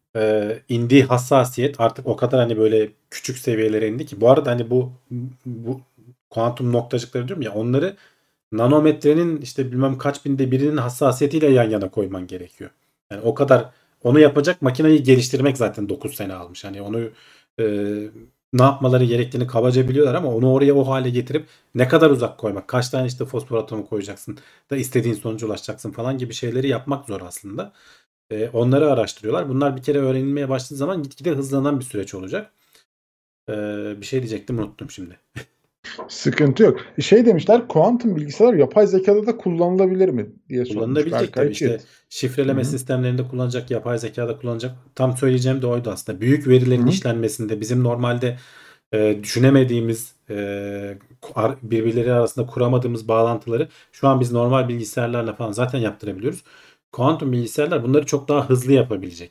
e, indiği hassasiyet artık o kadar hani böyle küçük seviyelere indi ki. Bu arada hani bu bu kuantum noktacıkları diyorum ya onları nanometrenin işte bilmem kaç binde birinin hassasiyetiyle yan yana koyman gerekiyor. Yani o kadar onu yapacak makineyi geliştirmek zaten dokuz sene almış. Hani onu e, ne yapmaları gerektiğini kabaca biliyorlar ama onu oraya o hale getirip ne kadar uzak koymak, kaç tane işte fosfor atomu koyacaksın da istediğin sonuca ulaşacaksın falan gibi şeyleri yapmak zor aslında. E, onları araştırıyorlar. Bunlar bir kere öğrenilmeye başladığı zaman gitgide hızlanan bir süreç olacak. E, bir şey diyecektim unuttum şimdi. Sıkıntı yok. Şey demişler, kuantum bilgisayar yapay zekada da kullanılabilir mi diye sormuş Kullanılabilecek tabii Berkay işte Çetin. şifreleme Hı-hı. sistemlerinde kullanacak, yapay zekada kullanacak. Tam söyleyeceğim de oydu aslında. Büyük verilerin Hı-hı. işlenmesinde bizim normalde e, düşünemediğimiz e, ar- birbirleri arasında kuramadığımız bağlantıları şu an biz normal bilgisayarlarla falan zaten yaptırabiliyoruz. Kuantum bilgisayarlar bunları çok daha hızlı yapabilecek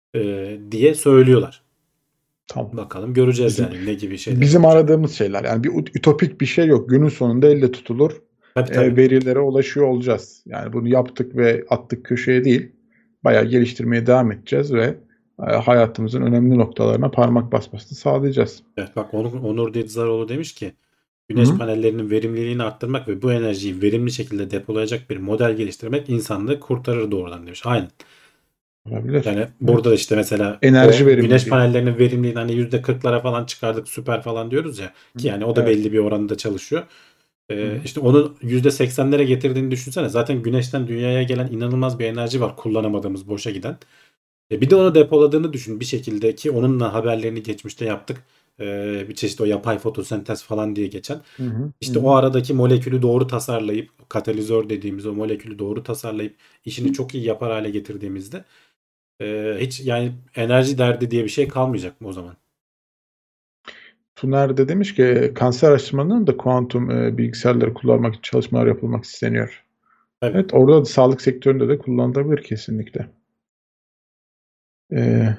e, diye söylüyorlar. Tamam. Bakalım göreceğiz Bizim yani ne gibi şeyler bizim olacak. aradığımız şeyler. Yani bir ut- ütopik bir şey yok. Günün sonunda elle tutulur Tabii e, tabii. verilere ulaşıyor olacağız. Yani bunu yaptık ve attık köşeye değil. Bayağı geliştirmeye devam edeceğiz ve e, hayatımızın önemli noktalarına parmak basmasını sağlayacağız. Evet bak Onur, Onur Dedizaroğlu demiş ki güneş Hı-hı. panellerinin verimliliğini arttırmak ve bu enerjiyi verimli şekilde depolayacak bir model geliştirmek insanlığı kurtarır doğrudan demiş. Aynen. Olabilir. Yani burada Evet. da işte mesela Enerji o güneş verimliliği. panellerinin verimliliğini hani yüzde kırklara falan çıkardık süper falan diyoruz ya ki yani o da Evet. belli bir oranda çalışıyor. Ee, hı. işte onu yüzde seksenlere getirdiğini düşünsene. Zaten güneşten dünyaya gelen inanılmaz bir enerji var kullanamadığımız, boşa giden. E bir de onu depoladığını düşün bir şekilde ki onunla haberlerini geçmişte yaptık. Ee, bir çeşit o yapay fotosentez falan diye geçen. Hı hı. İşte Hı o hı. aradaki molekülü doğru tasarlayıp katalizör dediğimiz o molekülü doğru tasarlayıp işini çok iyi yapar hale getirdiğimizde e, hiç yani enerji derdi diye bir şey kalmayacak mı o zaman? Tuner de demiş ki kanser araştırmalarının da kuantum e, bilgisayarları kullanmak için çalışmalar yapılmak isteniyor. Tabii. Evet, orada da sağlık sektöründe de kullanılabilir kesinlikle. Ee,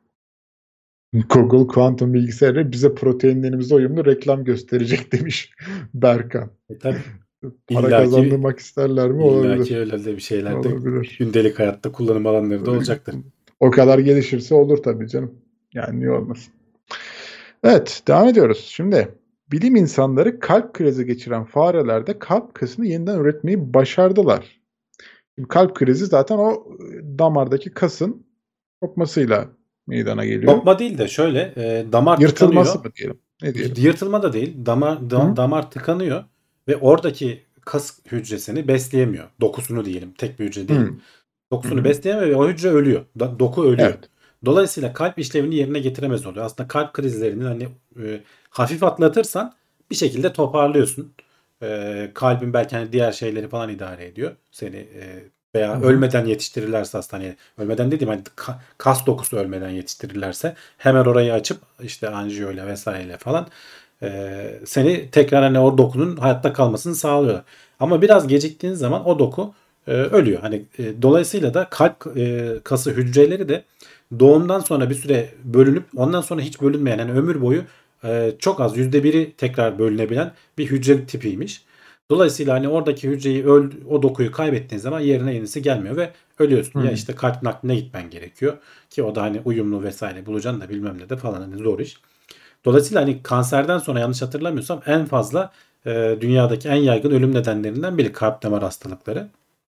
Google kuantum bilgisayarı bize proteinlerimize uyumlu reklam gösterecek demiş Berkan. E, tabii. Para İllaki kazandırmak isterler mi? illaki Olabilir. öyle de bir şeyler de Olabilir. gündelik hayatta kullanım alanları da olacaktır. O kadar gelişirse olur tabii canım. Yani niye olmasın? Evet, devam ediyoruz. Şimdi bilim insanları kalp krizi geçiren farelerde kalp kasını yeniden üretmeyi başardılar. Şimdi kalp krizi zaten o e, damardaki kasın kopmasıyla meydana geliyor. Kopma değil de şöyle e, damar Yırtılması tıkanıyor. mı diyelim? Ne diyelim? Yırtılma da değil. Damar da- Hı? damar tıkanıyor ve oradaki kas hücresini besleyemiyor. Dokusunu diyelim. Tek bir hücre değil. Hı. Hı Dokusunu hı. besleyemiyor ve o hücre ölüyor. Da- doku ölüyor. Evet. Dolayısıyla kalp işlevini yerine getiremez oluyor. Aslında kalp krizlerini hani e, hafif atlatırsan bir şekilde toparlıyorsun. E, kalbin belki hani diğer şeyleri falan idare ediyor. Seni e, Hı veya hı. ölmeden yetiştirirlerse hastaneye. Ölmeden dediğim hani ka- kas dokusu ölmeden yetiştirirlerse hemen orayı açıp işte anjiyoyla vesaireyle falan e, seni tekrar hani o dokunun hayatta kalmasını sağlıyorlar. Ama biraz geciktiğin zaman o doku e, ölüyor. Hani e, dolayısıyla da kalp e, kası hücreleri de doğumdan sonra bir süre bölünüp ondan sonra hiç bölünmeyen yani ömür boyu e, çok az yüzde biri tekrar bölünebilen bir hücre tipiymiş. Dolayısıyla hani oradaki hücreyi öl, o dokuyu kaybettiğin zaman yerine yenisi gelmiyor ve ölüyorsun. Ya Hı. işte kalp nakline gitmen gerekiyor ki o da hani uyumlu vesaire bulacaksın da bilmem ne de falan hani zor iş. Dolayısıyla hani kanserden sonra yanlış hatırlamıyorsam en fazla e, dünyadaki en yaygın ölüm nedenlerinden biri kalp damar hastalıkları.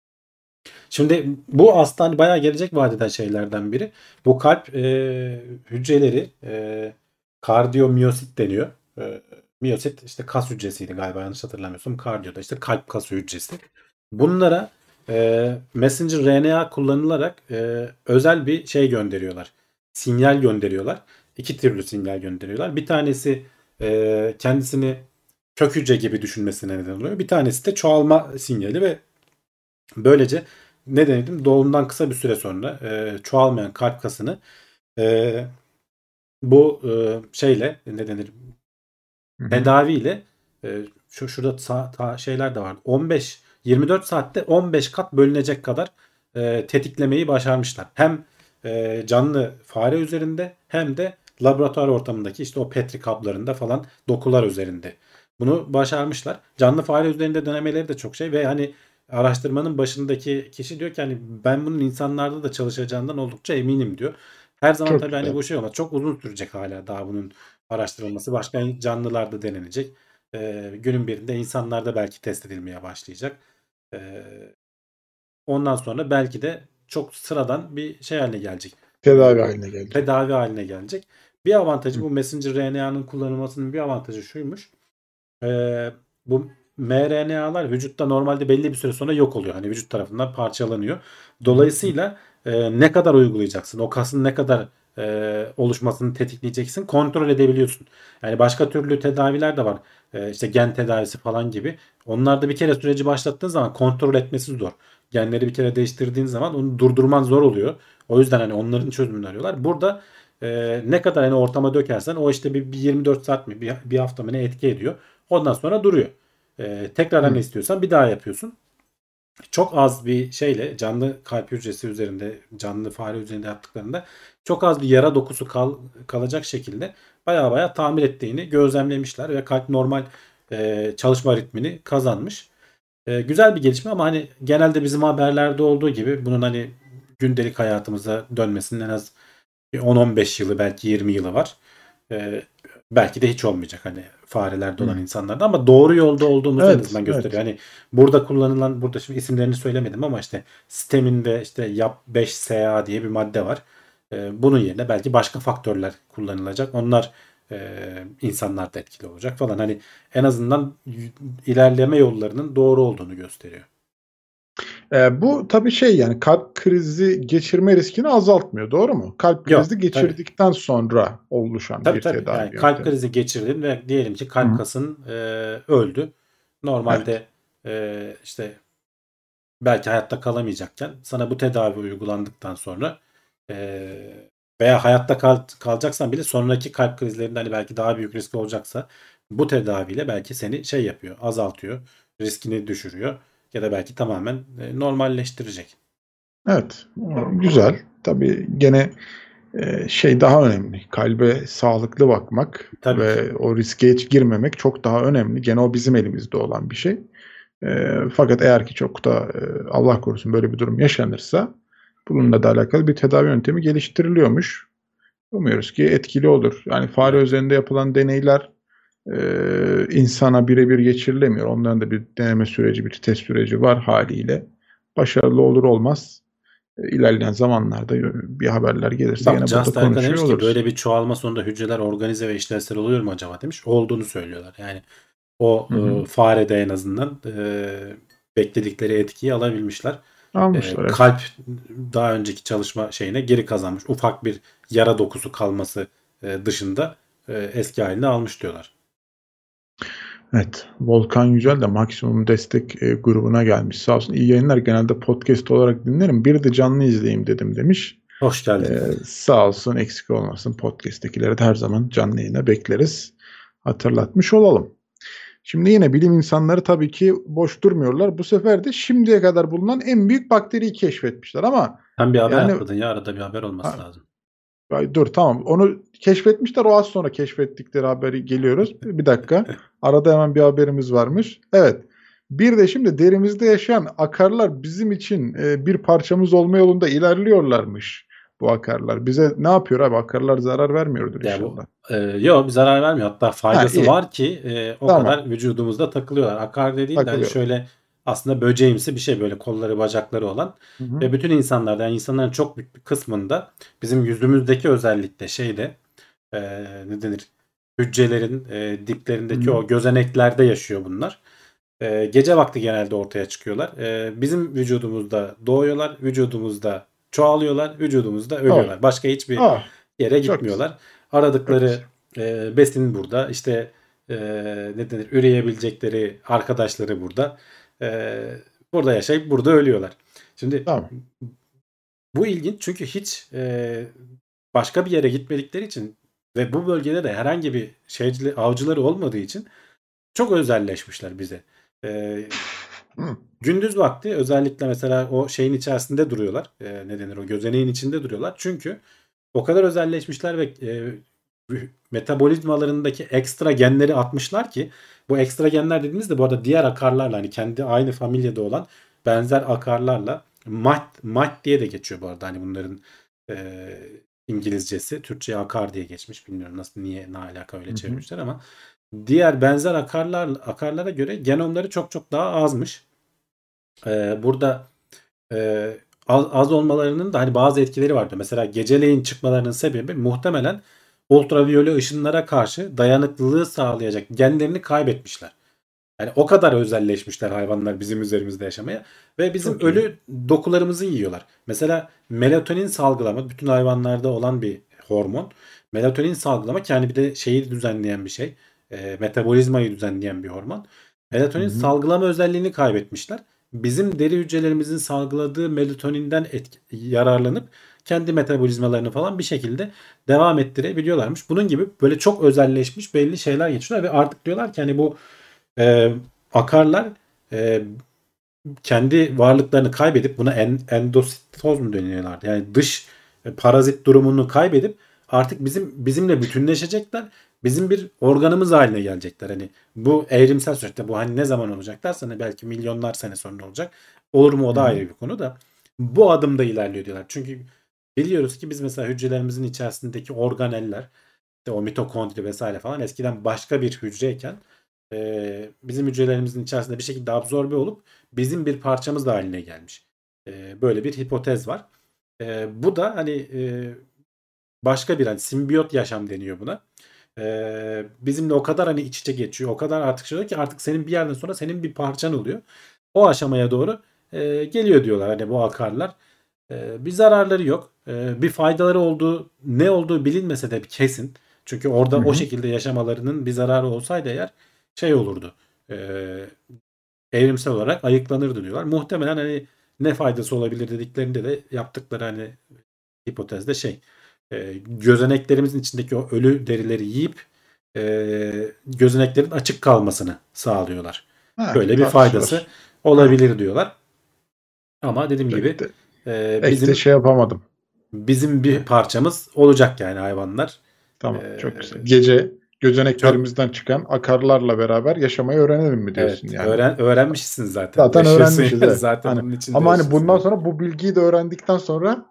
Şimdi bu aslında hani bayağı gelecek vadeden şeylerden biri. Bu kalp e, hücreleri e, kardiyomyosit deniyor. E, miyosit işte kas hücresiydi galiba yanlış hatırlamıyorsam. Kardiyo da işte kalp kası hücresi. Bunlara e, messenger R N A kullanılarak e, özel bir şey gönderiyorlar. Sinyal gönderiyorlar. İki türlü sinyal gönderiyorlar. Bir tanesi e, kendisini kök hücre gibi düşünmesine neden oluyor. Bir tanesi de çoğalma sinyali ve böylece ne denedim? Doğumdan kısa bir süre sonra e, çoğalmayan kalp kasını e, bu e, şeyle ne denir? Hı hı. Tedaviyle e, şu şurada sa- ta- şeyler de var. on beş yirmi dört saatte on beş kat bölünecek kadar e, tetiklemeyi başarmışlar. Hem e, canlı fare üzerinde hem de laboratuvar ortamındaki işte o Petri kaplarında falan dokular üzerinde. Bunu başarmışlar. Canlı fare üzerinde denemeleri de çok şey ve hani araştırmanın başındaki kişi diyor ki hani ben bunun insanlarda da çalışacağından oldukça eminim diyor. Her zaman Çok tabii hani güzel. bu şey olmaz. Çok uzun sürecek hala daha bunun araştırılması. Başka canlılarda denenecek. Ee, günün birinde insanlarda belki test edilmeye başlayacak. Ee, ondan sonra belki de çok sıradan bir şey haline gelecek. Ee, Tedavi bu haline gelecek. tedavi haline gelecek. Bir avantajı Hı. bu messenger R N A'nın kullanılmasının bir avantajı şuymuş. Ee, bu mRNA'lar vücutta normalde belli bir süre sonra yok oluyor. Hani vücut tarafından parçalanıyor. Hı hı. Dolayısıyla e, ne kadar uygulayacaksın, o kasın ne kadar e, oluşmasını tetikleyeceksin, kontrol edebiliyorsun. Yani başka türlü tedaviler de var. E, işte gen tedavisi falan gibi. Onlarda bir kere süreci başlattığın zaman kontrol etmesi zor. Genleri bir kere değiştirdiğin zaman onu durdurman zor oluyor. O yüzden hani onların çözümünü arıyorlar. Burada e, ne kadar hani ortama dökersen o işte bir, bir yirmi dört saat mi bir, bir hafta mı ne etki ediyor. Ondan sonra duruyor. Ee, tekrar hani Hı. istiyorsan bir daha yapıyorsun. Çok az bir şeyle canlı kalp hücresi üzerinde, canlı fare üzerinde yaptıklarında çok az bir yara dokusu kal, kalacak şekilde baya baya tamir ettiğini gözlemlemişler ve kalp normal e, çalışma ritmini kazanmış. E, güzel bir gelişme ama hani genelde bizim haberlerde olduğu gibi bunun hani gündelik hayatımıza dönmesinin en az on on beş yılı belki yirmi yılı var. Ee, belki de hiç olmayacak hani farelerde olan Hı. insanlarda ama doğru yolda olduğumuzu en Evet, azından gösteriyor. evet. Hani burada kullanılan burada şimdi isimlerini söylemedim ama işte stamin ve işte yap beş S A diye bir madde var. Ee, bunun yerine belki başka faktörler kullanılacak. Onlar Ee, insanlar da etkili olacak falan. Hani en azından y- ilerleme yollarının doğru olduğunu gösteriyor. E, bu tabii şey yani kalp krizi geçirme riskini azaltmıyor. Doğru mu? Kalp Yok, krizi tabii. geçirdikten sonra oluşan Tabii bir tabii. tedavi Yani kalp yöntemi. krizi geçirdin ve diyelim ki kalp Hı. kasın e, öldü. Evet. Normalde e, işte belki hayatta kalamayacakken sana bu tedavi uygulandıktan sonra e, veya hayatta kal, kalacaksan bile sonraki kalp krizlerinde hani belki daha büyük risk olacaksa bu tedaviyle belki seni şey yapıyor, azaltıyor, riskini düşürüyor ya da belki tamamen e, normalleştirecek. Evet. Güzel. Tabii gene e, şey daha önemli. Kalbe sağlıklı bakmak Tabii ki. ve o riske hiç girmemek çok daha önemli. Gene o bizim elimizde olan bir şey. E, fakat eğer ki çok da e, Allah korusun böyle bir durum yaşanırsa bununla da alakalı bir tedavi yöntemi geliştiriliyormuş. Umuyoruz ki etkili olur. Yani fare Evet. üzerinde yapılan deneyler e, insana birebir geçirilemiyor. Onların da bir deneme süreci, bir test süreci var haliyle. Başarılı olur olmaz. E, ilerleyen zamanlarda bir haberler gelirse Bak gene burada Just Erkan konuşuyor demiş ki oluruz. böyle bir çoğalma sonunda hücreler organize ve işlevsel oluyor mu acaba demiş. Olduğunu söylüyorlar. Yani o Hı hı. e, farede en azından e, bekledikleri etkiyi alabilmişler. E, Almışlar evet. kalp daha önceki çalışma şeyine geri kazanmış. Ufak bir yara dokusu kalması e, dışında e, eski halini almış diyorlar. Evet. Volkan Yücel de maksimum destek e, grubuna gelmiş. Sağ olsun. İyi yayınlar. Genelde podcast olarak dinlerim. Bir de canlı izleyeyim dedim demiş. Hoş geldin. Ee, sağ olsun eksik olmasın. Podcast'tekileri de her zaman canlı yayına bekleriz. Hatırlatmış olalım. Şimdi yine bilim insanları tabii ki boş durmuyorlar. Bu sefer de şimdiye kadar bulunan en büyük bakteriyi keşfetmişler ama Sen bir haber yani atladın ya, arada bir haber olması ha, lazım. ay dur tamam onu keşfetmişler, o az sonra keşfettikleri haberi geliyoruz. Bir dakika, arada hemen bir haberimiz varmış. Evet, bir de şimdi derimizde yaşayan akarlar bizim için e, bir parçamız olma yolunda ilerliyorlarmış. Bu akarlar bize ne yapıyor abi? Akarlar zarar vermiyordur Ya bu inşallah. e, yok, bir zarar vermiyor. Hatta Ha faydası iyi, var ki e, o tamam, kadar vücudumuzda takılıyorlar. Akar dediğin de hani takılıyor. şöyle aslında böceğimsi bir şey, böyle kolları bacakları olan Hı hı. ve bütün insanlarda, yani insanların çok büyük bir kısmında bizim yüzümüzdeki özellikle şeyde e, ne denir, hücrelerin e, Hı diplerindeki hı. o gözeneklerde yaşıyor bunlar. E, gece vakti genelde ortaya çıkıyorlar. E, bizim vücudumuzda doğuyorlar, vücudumuzda çoğalıyorlar, vücudumuzda Oh, ölüyorlar. Başka hiçbir ah, yere çok güzel, gitmiyorlar. çok Aradıkları güzel. e, besin burada. İşte e, ne denir, üreyebilecekleri arkadaşları burada. E, burada yaşayıp burada ölüyorlar. Şimdi Tamam. bu ilginç çünkü hiç e, başka bir yere gitmedikleri için ve bu bölgede de herhangi bir şeycili, avcıları olmadığı için çok özelleşmişler bize. E, Hı. gündüz vakti özellikle mesela o şeyin içerisinde duruyorlar. E, ne denir, o gözeneğin içinde duruyorlar. Çünkü o kadar özelleşmişler ve e, metabolizmalarındaki ekstra genleri atmışlar ki, bu ekstra genler dediğimizde bu arada diğer akarlarla, hani kendi aynı familyada olan benzer akarlarla mat, mat diye de geçiyor bu arada, hani bunların e, İngilizcesi, Türkçe'ye akar diye geçmiş, bilmiyorum nasıl, niye, ne alaka öyle Hı hı. çevirmişler ama diğer benzer akarlar akarlara göre genomları çok çok daha azmış. E, burada e, az, az olmalarının da hani bazı etkileri vardı. Mesela geceleyin çıkmalarının sebebi muhtemelen ultraviyole ışınlara karşı dayanıklılığı sağlayacak genlerini kaybetmişler. Yani o kadar özelleşmişler hayvanlar bizim üzerimizde yaşamaya ve bizim Çok iyi. ölü dokularımızı yiyorlar. Mesela melatonin salgılama bütün hayvanlarda olan bir hormon. Melatonin salgılama yani bir de şeyi düzenleyen bir şey. E, metabolizmayı düzenleyen bir hormon. Hı Melatonin hı. salgılama özelliğini kaybetmişler. Bizim deri hücrelerimizin salgıladığı melatoninden etki, yararlanıp kendi metabolizmalarını falan bir şekilde devam ettirebiliyorlarmış. Bunun gibi böyle çok özelleşmiş belli şeyler geçiyorlar ve artık diyorlar ki hani bu e, akarlar e, kendi varlıklarını kaybedip, buna en, endositoz mu deniyorlardı? Yani dış e, parazit durumunu kaybedip artık bizim bizimle bütünleşecekler. Bizim bir organımız haline gelecekler. Hani bu evrimsel süreçte, bu hani ne zaman olacak dersen hani belki milyonlar sene sonra olacak. Olur mu, o Hı da hı. ayrı bir konu da. Bu adımda ilerliyor diyorlar. Çünkü biliyoruz ki biz mesela hücrelerimizin içerisindeki organeller, işte o mitokondri vesaire falan eskiden başka bir hücreyken e, bizim hücrelerimizin içerisinde bir şekilde absorbe olup bizim bir parçamız da haline gelmiş. E, böyle bir hipotez var. E, bu da hani e, başka bir, hani simbiyot yaşam deniyor buna. Ee, bizimle o kadar hani iç içe geçiyor. O kadar artık şey oluyor ki artık senin bir yerden sonra senin bir parçan oluyor. O aşamaya doğru e, geliyor diyorlar hani bu akarlar. E, bir zararları yok. E, bir faydaları olduğu, ne olduğu bilinmese de kesin. Çünkü orada Hı hı. o şekilde yaşamalarının bir zararı olsaydı eğer şey olurdu. E, evrimsel olarak ayıklanırdı diyorlar. Muhtemelen hani ne faydası olabilir dediklerinde de yaptıkları hani hipotezde şey, e, gözeneklerimizin içindeki o ölü derileri yiyip e, gözeneklerin açık kalmasını sağlıyorlar. Ha, Böyle bir faydası tartışılır. olabilir diyorlar. Ama dediğim gibi Pek de, e, pek de bizim şey yapamadım. bizim bir parçamız olacak yani hayvanlar. Tamam, E, çok güzel. Gece çok gözeneklerimizden çıkan akarlarla beraber yaşamayı öğrenelim mi diyorsun evet, yani? öğren öğrenmişsin zaten. Zaten Yaşıyorsun öğrenmişiz, ya, evet. zaten Hani, onun içinde ama hani yaşıyorsun. bundan sonra bu bilgiyi de öğrendikten sonra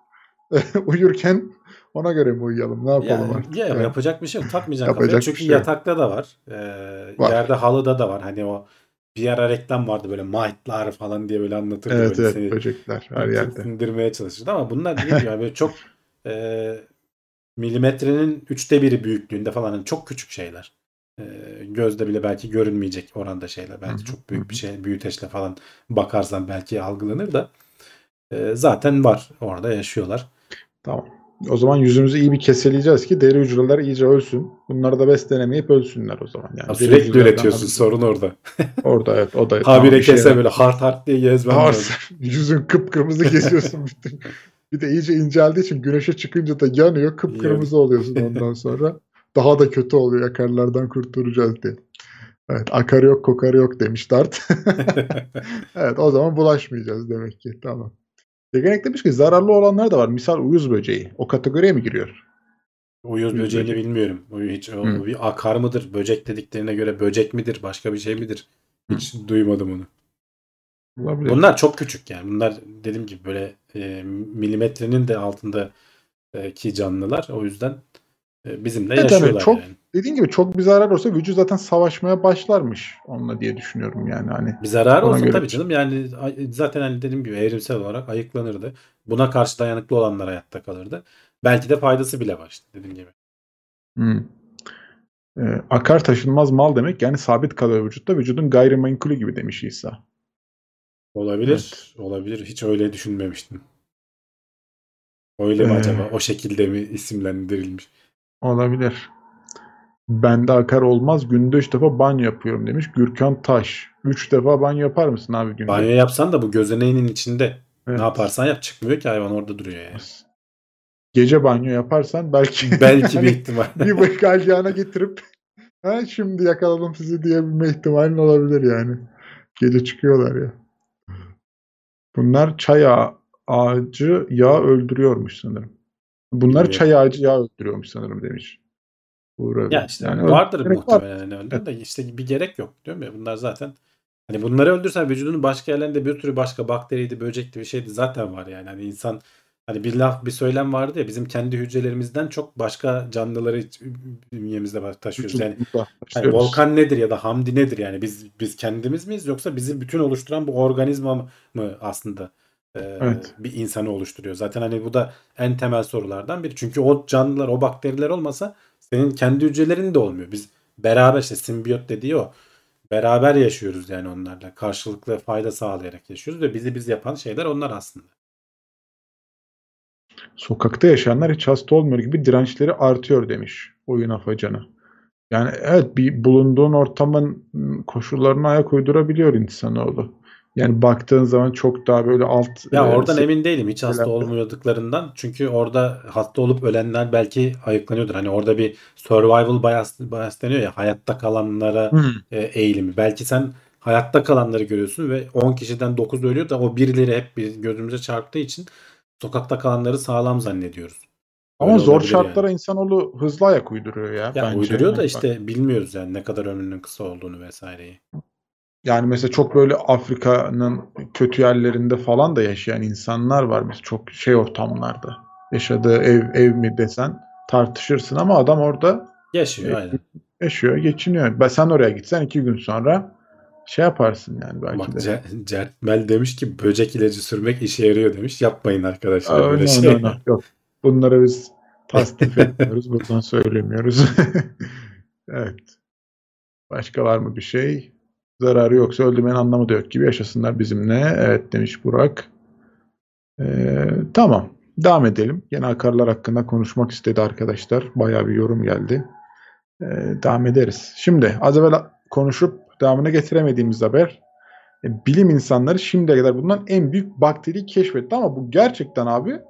uyurken ona göre mi uyuyalım? Ne yapalım Ya, artık? ya Yani yapacak bir şey yok. Takmayacaksın kafaya. yapacak bir Çünkü şey yok. yatakta da var. E, Var. yerde halıda da var. Hani o bir ara reklam vardı böyle Might'lar falan diye böyle anlatırdı Evet böyle evet, seni böcekler her yerde. tiksindirmeye çalışırdı ama bunlar dediğim gibi böyle çok e, milimetrenin üçte biri büyüklüğünde falan hani çok küçük şeyler. E, gözde bile belki görünmeyecek oranda şeyler. Hı Belki hı, çok hı büyük bir hı. şey büyüteçle falan bakarsan belki algılanır da e, zaten var. Orada yaşıyorlar. Tamam. O zaman yüzümüzü iyi bir keseleyeceğiz ki deri hücreler iyice ölsün. Bunları da beslenemeyip ölsünler o zaman. Ya Yani deri sürekli hücrelerden üretiyorsun, alabildiğim. sorun orada. Orada evet, o da tamam, Habire işe kese yarar. böyle hart hart diye gezmen Arsa, lazım. yüzün kıpkırmızı geziyorsun bütün. Bir de iyice inceldiği için güneşe çıkınca da yanıyor, Yani. kıpkırmızı oluyorsun ondan sonra. Daha da kötü oluyor, akarlardan kurtulacağız diye. Evet, akar yok kokar yok demiş Dart. Evet, o zaman bulaşmayacağız demek ki, tamam. Yegenek demiş ki zararlı olanlar da var. Misal uyuz böceği. O kategoriye mi giriyor? Uyuz Uyuz böceğini böceği. bilmiyorum. O hiç o Hı. bir akar mıdır? Böcek dediklerine göre böcek midir? Başka bir şey midir? Hı. Hiç duymadım onu. Olabilir. Bunlar çok küçük yani. Bunlar dediğim gibi böyle e, milimetrenin de altındaki canlılar. O yüzden e, bizimle Evet, hani yaşıyorlar çok yani. dediğin gibi çok bir zarar olsa vücut zaten savaşmaya başlarmış onunla diye düşünüyorum yani, hani Bir zararı ona olsa göre tabii bir şey. canım yani a- zaten hani dediğim gibi evrimsel olarak ayıklanırdı. Buna karşı dayanıklı olanlar hayatta kalırdı. Belki de faydası bile var işte dediğim gibi. Hı. Ee, akar taşınmaz mal demek yani sabit kalıyor vücutta, vücudun gayrimenkulü gibi demiş İsa. Evet. Olabilir. Olabilir. Hiç öyle düşünmemiştim. Öyle mi Ee, acaba? O şekilde mi isimlendirilmiş? olabilir. Bende akar olmaz. Günde üç defa banyo yapıyorum demiş. Gürkan Taş. Üç defa banyo yapar mısın abi Banyo günde? yapsan da bu gözeneğinin içinde ne Evet. yaparsan yap çıkmıyor ki hayvan orada duruyor yani. Gece banyo yaparsan belki Belki bir hani ihtimal. bir bak galyana getirip ha, şimdi yakaladım sizi diyebilme ihtimalin olabilir yani. Gece çıkıyorlar ya. Bunlar çay ağa- ağacı yağı öldürüyormuş sanırım. Bunlar Bilmiyorum. çay ağacı yağı öldürüyormuş sanırım demiş. Uğur Ya abi. işte Yani vardır öldürmek var. muhtemelen hani Evet. öldüren de işte bir gerek yok diyorum ya. Bunlar zaten hani bunları öldürsen vücudunun başka yerlerinde bir sürü başka bakteriydi, böcekti bir şeydi zaten var yani. Hani insan hani bir laf bir söylem vardı ya bizim kendi hücrelerimizden çok başka canlıları iç- bünyemizde var- taşıyoruz. Yani Vücudumuzda hani taşıyoruz. Volkan nedir ya da Hamdi nedir yani biz biz kendimiz miyiz yoksa bizi bütün oluşturan bu organizma mı mı aslında e, Evet. bir insanı oluşturuyor? Zaten hani bu da en temel sorulardan biri. Çünkü o canlılar, o bakteriler olmasa senin kendi hücrelerin de olmuyor. Biz beraber işte simbiyot dediği o. Beraber yaşıyoruz yani onlarla. Karşılıklı fayda sağlayarak yaşıyoruz ve bizi biz yapan şeyler onlar aslında. Sokakta yaşayanlar hiç hasta olmuyor gibi dirençleri artıyor demiş oyun afacanı. Yani evet, bir bulunduğun ortamın ım, koşullarına ayak uydurabiliyor insanoğlu. Yani baktığın zaman çok daha böyle alt Ya e, oradan emin değilim hiç hasta seviyelerde. olmadıklarından. Çünkü orada hasta olup ölenler belki ayıklanıyordur. Hani orada bir survival bias, bias deniyor ya hayatta kalanlara Hmm. e, eğilimi. Belki sen hayatta kalanları görüyorsun ve on kişiden dokuz ölüyor da o birileri hep bir gözümüze çarptığı için sokakta kalanları sağlam zannediyoruz. Ama Öyle zor olabilir yani. şartlara insanoğlu hızlı ayak uyduruyor ya Ya bence. uyduruyor da Hani bak, işte bilmiyoruz yani ne kadar ömrünün kısa olduğunu vesaireyi. yani mesela çok böyle Afrika'nın kötü yerlerinde falan da yaşayan insanlar var. Mesela çok şey ortamlarda. Yaşadığı ev ev mi desen tartışırsın ama adam orada Yaşıyor e, aynen. yaşıyor, geçiniyor. Ben sen oraya gitsen iki gün sonra şey yaparsın yani Bak belki de. Ce- Certmel demiş ki böcek ilacı sürmek işe yarıyor demiş. Yapmayın arkadaşlar Aa, böyle no no no şeyler. yok. Bunları biz tasnif etmiyoruz. Buradan söylemiyoruz. Evet. Başka var mı bir şey? Zararı yoksa öldürmenin anlamı da yok gibi yaşasınlar bizimle. Evet demiş Burak. Ee, tamam. Devam edelim. Yine akarlar hakkında konuşmak istedi arkadaşlar. Bayağı bir yorum geldi. Ee, devam ederiz. Şimdi az evvel konuşup devamını getiremediğimiz haber. E, bilim insanları şimdiye kadar bulunan en büyük bakteriyi keşfetti ama bu gerçekten abi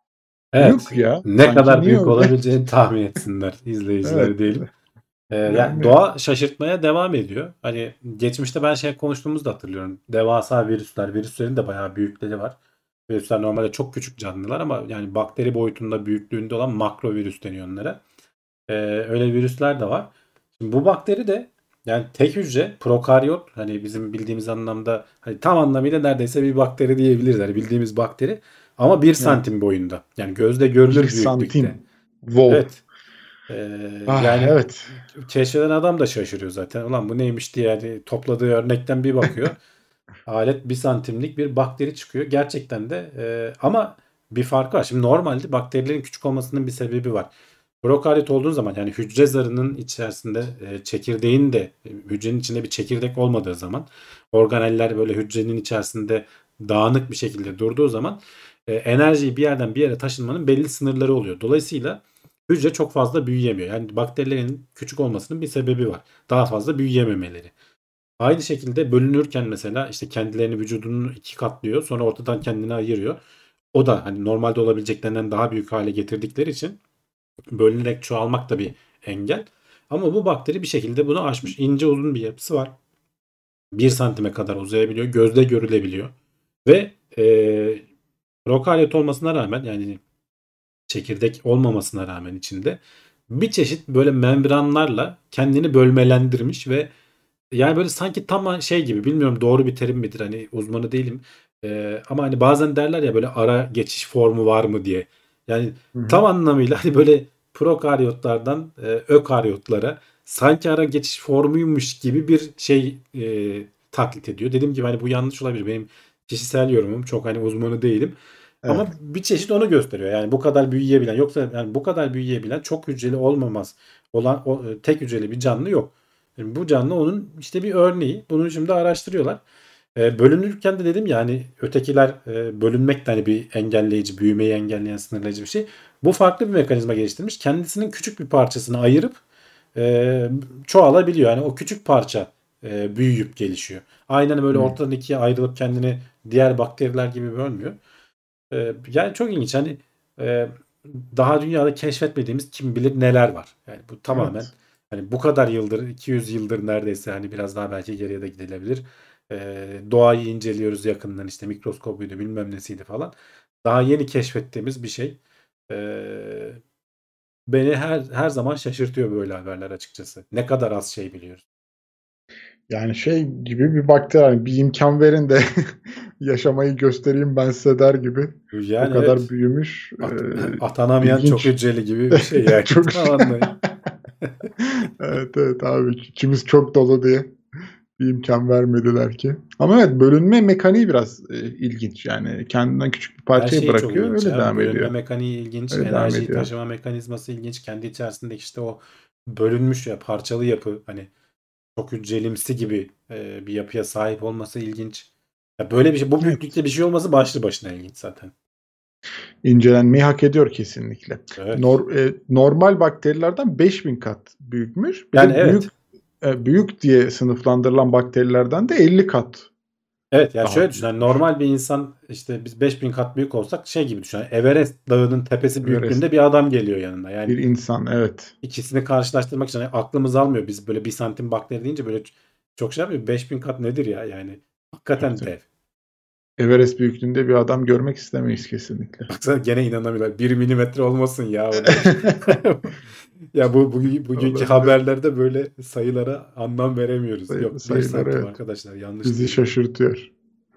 Evet. büyük ya. Ne Sanki kadar niye büyük öyle? olabileceğini tahmin etsinler izleyiciler Evet. diyelim. Ee, yani Yani doğa şaşırtmaya devam ediyor. Hani geçmişte ben şey konuştuğumuzu da hatırlıyorum. Devasa virüsler, virüslerin de bayağı büyükleri var. Virüsler normalde çok küçük canlılar ama yani bakteri boyutunda, büyüklüğünde olan makro virüs deniyor onlara. Ee, öyle virüsler de var. Şimdi bu bakteri de yani tek hücre, prokaryot, hani bizim bildiğimiz anlamda hani tam anlamıyla neredeyse bir bakteri diyebiliriz. Hani bildiğimiz bakteri ama bir evet. santim boyunda. Yani gözde Bir görülür büyüklükte. santim. Wow. Evet. Ee, Ah, yani evet. keşfeden adam da şaşırıyor zaten. Ulan bu neymiş diye yani topladığı örnekten bir bakıyor. Alet bir santimlik bir bakteri çıkıyor. Gerçekten de e, ama bir farkı var. Şimdi normalde bakterilerin küçük olmasının bir sebebi var. Prokaryot olduğun zaman yani hücre zarının içerisinde e, çekirdeğin de e, hücrenin içinde bir çekirdek olmadığı zaman organeller böyle hücrenin içerisinde dağınık bir şekilde durduğu zaman e, enerjiyi bir yerden bir yere taşınmanın belli sınırları oluyor. Dolayısıyla hücre çok fazla büyüyemiyor. Yani bakterilerin küçük olmasının bir sebebi var. Daha fazla büyüyememeleri. Aynı şekilde bölünürken mesela işte kendilerini vücudunun iki katlıyor. Sonra ortadan kendini ayırıyor. O da hani normalde olabileceklerinden daha büyük hale getirdikleri için bölünerek çoğalmak da bir engel. Ama bu bakteri bir şekilde bunu aşmış. İnce uzun bir yapısı var. Bir santime kadar uzayabiliyor. Gözle görülebiliyor. Ve e, prokaryot olmasına rağmen yani çekirdek olmamasına rağmen içinde bir çeşit böyle membranlarla kendini bölmelendirmiş ve yani böyle sanki tam şey gibi, bilmiyorum doğru bir terim midir, hani uzmanı değilim. Ee, ama hani bazen derler ya böyle ara geçiş formu var mı diye. Yani Hı hı. tam anlamıyla hani böyle prokaryotlardan e, ökaryotlara sanki ara geçiş formuymuş gibi bir şey e, taklit ediyor. Dediğim gibi hani bu yanlış olabilir. Benim kişisel yorumum, çok hani uzmanı değilim. Evet. Ama bir çeşit onu gösteriyor. Yani bu kadar büyüyebilen, yoksa yani bu kadar büyüyebilen çok hücreli olmamaz olan o, e, tek hücreli bir canlı yok. Yani bu canlı onun işte bir örneği. Bunu şimdi araştırıyorlar. E, bölünürken de dedim ya hani ötekiler e, bölünmek de hani bir engelleyici, büyümeyi engelleyen, sınırlayıcı bir şey. Bu farklı bir mekanizma geliştirmiş. Kendisinin küçük bir parçasını ayırıp e, çoğalabiliyor. Yani o küçük parça e, büyüyüp gelişiyor. Aynen böyle Hı. ortadan ikiye ayrılıp kendini diğer bakteriler gibi bölmüyor. E, yani çok ilginç. Hani e, daha dünyada keşfetmediğimiz kim bilir neler var. Yani bu tamamen Evet. hani bu kadar yıldır, iki yüz yıldır neredeyse, hani biraz daha belki geriye de gidilebilir. Ee, doğayı inceliyoruz yakından, işte mikroskopuydu bilmem nesiydi falan. Daha yeni keşfettiğimiz bir şey. Ee, beni her her zaman şaşırtıyor böyle haberler açıkçası. Ne kadar az şey biliyoruz. Yani şey gibi bir bakteri hani bir imkan verin de yaşamayı göstereyim ben size der gibi. O Yani kadar evet, büyümüş. at- Ee, atanamayan çok ilginç. hücreli gibi bir şey yani. Çok Tam anlayın. evet evet abi içimiz çok dolu diye bir imkan vermediler ki. Ama evet bölünme mekaniği biraz e, ilginç yani kendinden küçük bir Her parçayı şeyi çok bırakıyor ilginç öyle ya. devam Bölünme ediyor. mekaniği ilginç. Öyle devam Enerjiyi ediyor. taşıma mekanizması ilginç. Kendi içerisindeki işte o bölünmüş ya parçalı yapı, hani çok hücrelimsi gibi e, bir yapıya sahip olması ilginç. Ya böyle bir şey, bu Evet. büyüklükte bir şey olması başlı başına ilginç zaten. İncelenmeyi hak ediyor kesinlikle. Evet. Nor, e, normal bakterilerden beş bin kat büyükmüş. Bir Yani de büyük evet. e, büyük diye sınıflandırılan bakterilerden de elli kat Evet yani daha şöyle düşün. Yani büyükmüş. normal bir insan, işte biz beş bin kat büyük olsak şey gibi düşün. Yani Everest Dağı'nın tepesi Everest büyüklüğünde bir adam geliyor yanında. Yani bir insan evet. ikisini karşılaştırmak için hani aklımız almıyor. Biz böyle bir santim bakteri deyince böyle çok şey yapmıyor. beş bin kat nedir ya yani. Tabii, Hakikaten tabii. dev. Everest büyüklüğünde bir adam görmek istemeyiz kesinlikle. Baksana gene inanamıyorlar. Bir milimetre olmasın ya o demiş. Ya bu bugün, bugünkü Olabilir. haberlerde böyle sayılara anlam veremiyoruz. Sayı, Yok, bir sayılar santim evet. arkadaşlar, yanlış Bizi duymayın. şaşırtıyor.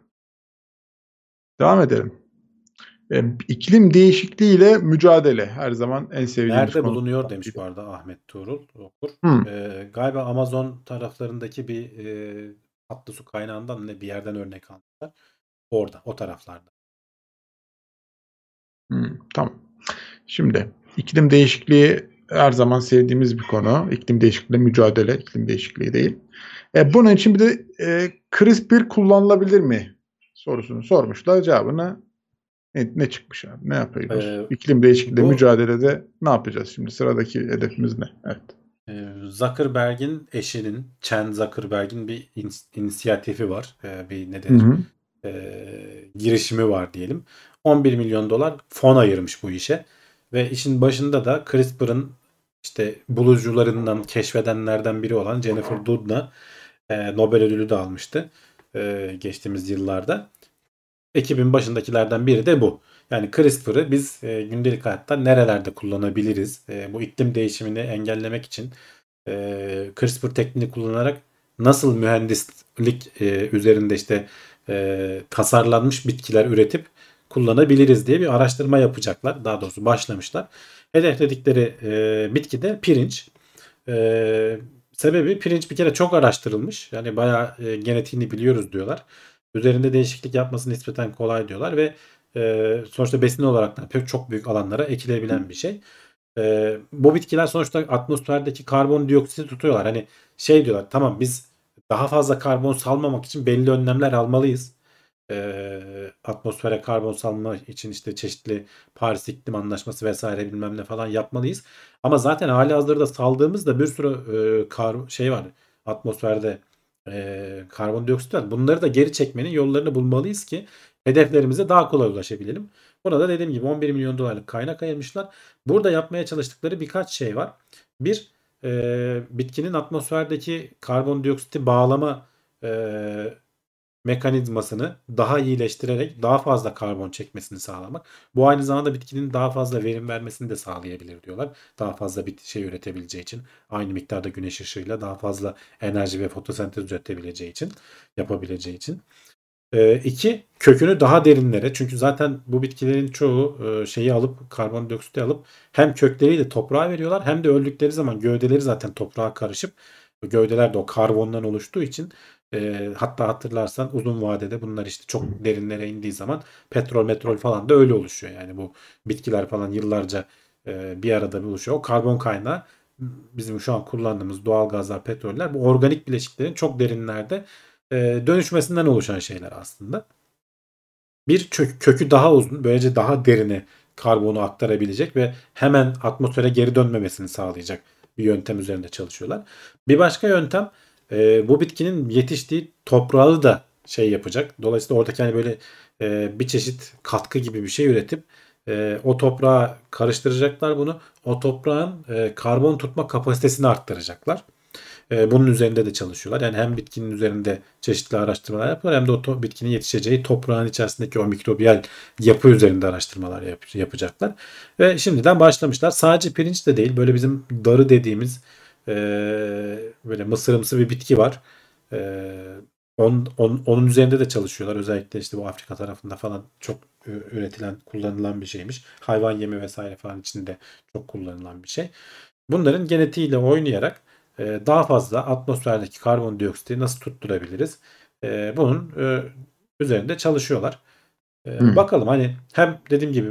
Devam edelim. E, iklim değişikliğiyle mücadele her zaman en sevdiğimiz Nerede bulunuyor konulardan demiş biri. bu arada Ahmet Tuğrul Okur. Hmm, Ee, galiba Amazon taraflarındaki bir e, tatlı su kaynağından ne bir yerden örnek almışlar. Orada, o taraflarda. hmm, tamam. Şimdi iklim değişikliği her zaman sevdiğimiz bir konu. İklim değişikliği mücadele, iklim değişikliği değil. E, bunun için bir de e, CRISPR kullanılabilir mi sorusunu sormuşlar. Cevabına ne, ne çıkmış abi? Ne yapıyoruz? Ee, İklim değişikliği bu mücadelede ne yapacağız şimdi? Sıradaki hedefimiz ne? Evet. e, Zuckerberg'in eşinin, Chan Zuckerberg'in bir ins- inisiyatifi var. Ee, bir ne Hı denir? hı. Ee, girişimi var diyelim. on bir milyon dolar fon ayırmış bu işe. Ve işin başında da CRISPR'ın işte bulucularından, keşfedenlerden biri olan Jennifer Doudna e, Nobel ödülü de almıştı e, geçtiğimiz yıllarda. Ekibin başındakilerden biri de bu. Yani CRISPR'ı biz e, gündelik hayatta nerelerde kullanabiliriz? E, bu iklim değişimini engellemek için e, CRISPR tekniğini kullanarak nasıl mühendislik e, üzerinde işte e, tasarlanmış bitkiler üretip kullanabiliriz diye bir araştırma yapacaklar. Daha doğrusu başlamışlar. Hedefledikleri e, bitki de pirinç. E, sebebi pirinç bir kere çok araştırılmış. Yani bayağı e, genetiğini biliyoruz diyorlar. Üzerinde değişiklik yapması nispeten kolay diyorlar ve e, sonuçta besin olarak da pek çok büyük alanlara ekilebilen bir şey. E, bu bitkiler sonuçta atmosferdeki karbondioksiti tutuyorlar. Hani şey diyorlar, tamam biz daha fazla karbon salmamak için belli önlemler almalıyız. E, atmosfere karbon salma için işte çeşitli Paris İklim Anlaşması vesaire bilmem ne falan yapmalıyız. Ama zaten halihazırda saldığımızda bir sürü e, kar şey var atmosferde, e, karbondioksit var. Bunları da geri çekmenin yollarını bulmalıyız ki hedeflerimize daha kolay ulaşabilelim. Burada dediğim gibi on bir milyon dolarlık kaynak ayırmışlar. Burada yapmaya çalıştıkları birkaç şey var. Bir, e, bitkinin atmosferdeki karbondioksiti bağlama e, mekanizmasını daha iyileştirerek daha fazla karbon çekmesini sağlamak. Bu aynı zamanda bitkinin daha fazla verim vermesini de sağlayabilir diyorlar. Daha fazla bir şey üretebileceği için, aynı miktarda güneş ışığıyla daha fazla enerji ve fotosentez üretebileceği için, yapabileceği için. Ee, iki, kökünü daha derinlere, çünkü zaten bu bitkilerin çoğu e, şeyi alıp karbondioksiti alıp hem kökleriyle toprağa veriyorlar hem de öldükleri zaman gövdeleri zaten toprağa karışıp gövdeler de o karbondan oluştuğu için e, hatta hatırlarsan uzun vadede bunlar işte çok derinlere indiği zaman petrol metrol falan da öyle oluşuyor. Yani bu bitkiler falan yıllarca e, bir arada buluşuyor. O karbon kaynağı bizim şu an kullandığımız doğal gazlar, petroller bu organik bileşiklerin çok derinlerde e, dönüşmesinden oluşan şeyler aslında. Bir kök, kökü daha uzun, böylece daha derine karbonu aktarabilecek ve hemen atmosfere geri dönmemesini sağlayacak bir yöntem üzerinde çalışıyorlar. Bir başka yöntem e, bu bitkinin yetiştiği toprağı da şey yapacak. Dolayısıyla oradaki hani böyle e, bir çeşit katkı gibi bir şey üretip e, o toprağa karıştıracaklar bunu. O toprağın e, karbon tutma kapasitesini arttıracaklar. E, bunun üzerinde de çalışıyorlar. Yani hem bitkinin üzerinde çeşitli araştırmalar yapıyorlar hem de o to- bitkinin yetişeceği toprağın içerisindeki o mikrobiyal yapı üzerinde araştırmalar yap- yapacaklar. Ve şimdiden başlamışlar. Sadece pirinç de değil. Böyle bizim darı dediğimiz e, böyle mısırımsı bir bitki var. E, on, on- onun üzerinde de çalışıyorlar. Özellikle işte bu Afrika tarafında falan çok e, üretilen, kullanılan bir şeymiş. Hayvan yemi vesaire falan içinde çok kullanılan bir şey. Bunların genetiğiyle oynayarak e, daha fazla atmosferdeki karbondioksiti nasıl tutturabiliriz? E, bunun e, üzerinde çalışıyorlar. E, Hı. bakalım hani hem dediğim gibi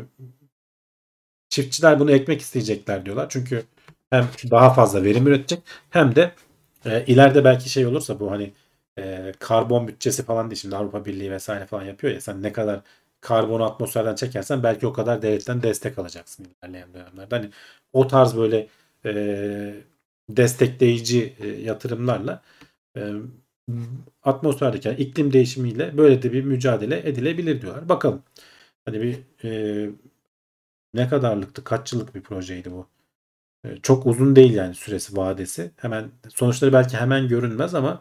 çiftçiler bunu ekmek isteyecekler diyorlar. Çünkü hem daha fazla verim üretecek hem de e, ileride belki şey olursa bu hani e, karbon bütçesi falan değil. Şimdi Avrupa Birliği vesaire falan yapıyor ya, sen ne kadar karbonu atmosferden çekersen belki o kadar devletten destek alacaksın ilerleyen dönemlerde. Hani o tarz böyle e, destekleyici e, yatırımlarla e, atmosferdeki yani iklim değişimiyle böyle de bir mücadele edilebilir diyorlar. Bakalım. Hani bir e, ne kadarlıktı? Kaç yıllık bir projeydi bu? E, Çok uzun değil yani süresi, vadesi. Hemen sonuçları belki hemen görünmez ama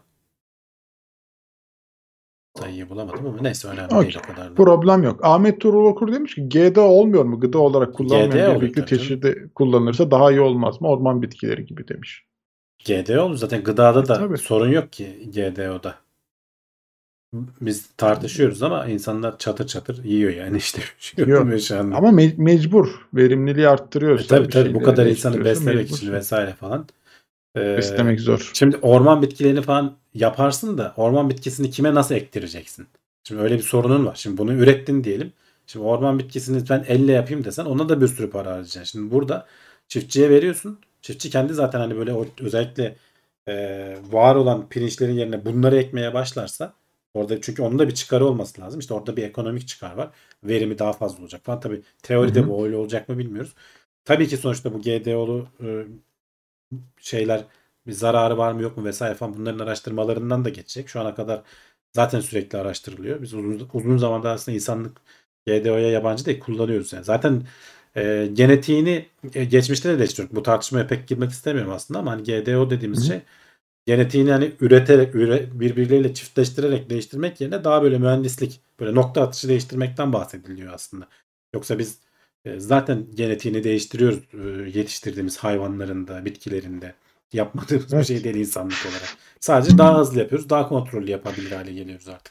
sayıyı bulamadım ama neyse önemli değil Okey. o kadar da. Problem yok. Ahmet Tuğrul Okur demiş ki G D A olmuyor mu? Gıda olarak kullanılmayan G D A bir oluyor bitki tabii canım. çeşidi kullanılırsa daha iyi olmaz mı? Orman bitkileri gibi demiş. G D A olur zaten, gıdada E da tabii. sorun yok ki G D O'da. Biz tartışıyoruz ama insanlar çatır çatır yiyor yani işte şey Yok. olmuyor şu anda. Ama me- mecbur. Verimliliği E arttırıyorsa tabii bir tabii bu şeyleri kadar insanı değiştiriyorsa beslemek için mecbursun. vesaire falan. Ee, Beslemek zor. şimdi orman bitkilerini falan yaparsın da orman bitkisini kime nasıl ektireceksin? Şimdi öyle bir sorunun var. Şimdi bunu ürettin diyelim. Şimdi orman bitkisini ben elle yapayım desen ona da bir sürü para harcayacaksın. Şimdi burada çiftçiye veriyorsun. Çiftçi kendi zaten hani böyle o, özellikle e, var olan pirinçlerin yerine bunları ekmeye başlarsa orada, çünkü onun da bir çıkarı olması lazım. İşte orada bir ekonomik çıkar var. Verimi daha fazla olacak falan. Tabii Hı teoride hı. bu öyle olacak mı bilmiyoruz. Tabii ki sonuçta bu G D O'lu e, şeyler bir zararı var mı yok mu vesaire falan, bunların araştırmalarından da geçecek. Şu ana kadar zaten sürekli araştırılıyor. Biz uzun, uzun zamandır aslında insanlık G D O'ya yabancı değil, kullanıyoruz yani. Zaten e, genetiğini e, geçmişte de değiştirdik. Bu tartışmaya pek girmek istemiyorum aslında ama hani G D O Hı dediğimiz hı. şey genetiğini hani üreterek, üre, birbirleriyle çiftleştirerek değiştirmek yerine daha böyle mühendislik, böyle nokta atışı değiştirmekten bahsediliyor aslında. Yoksa biz e, zaten genetiğini değiştiriyoruz e, yetiştirdiğimiz hayvanların da, bitkilerin de. Yapmadığımız bir şey Evet. değil insanlık olarak. Sadece daha hızlı yapıyoruz. Daha kontrollü yapabilir hale geliyoruz artık.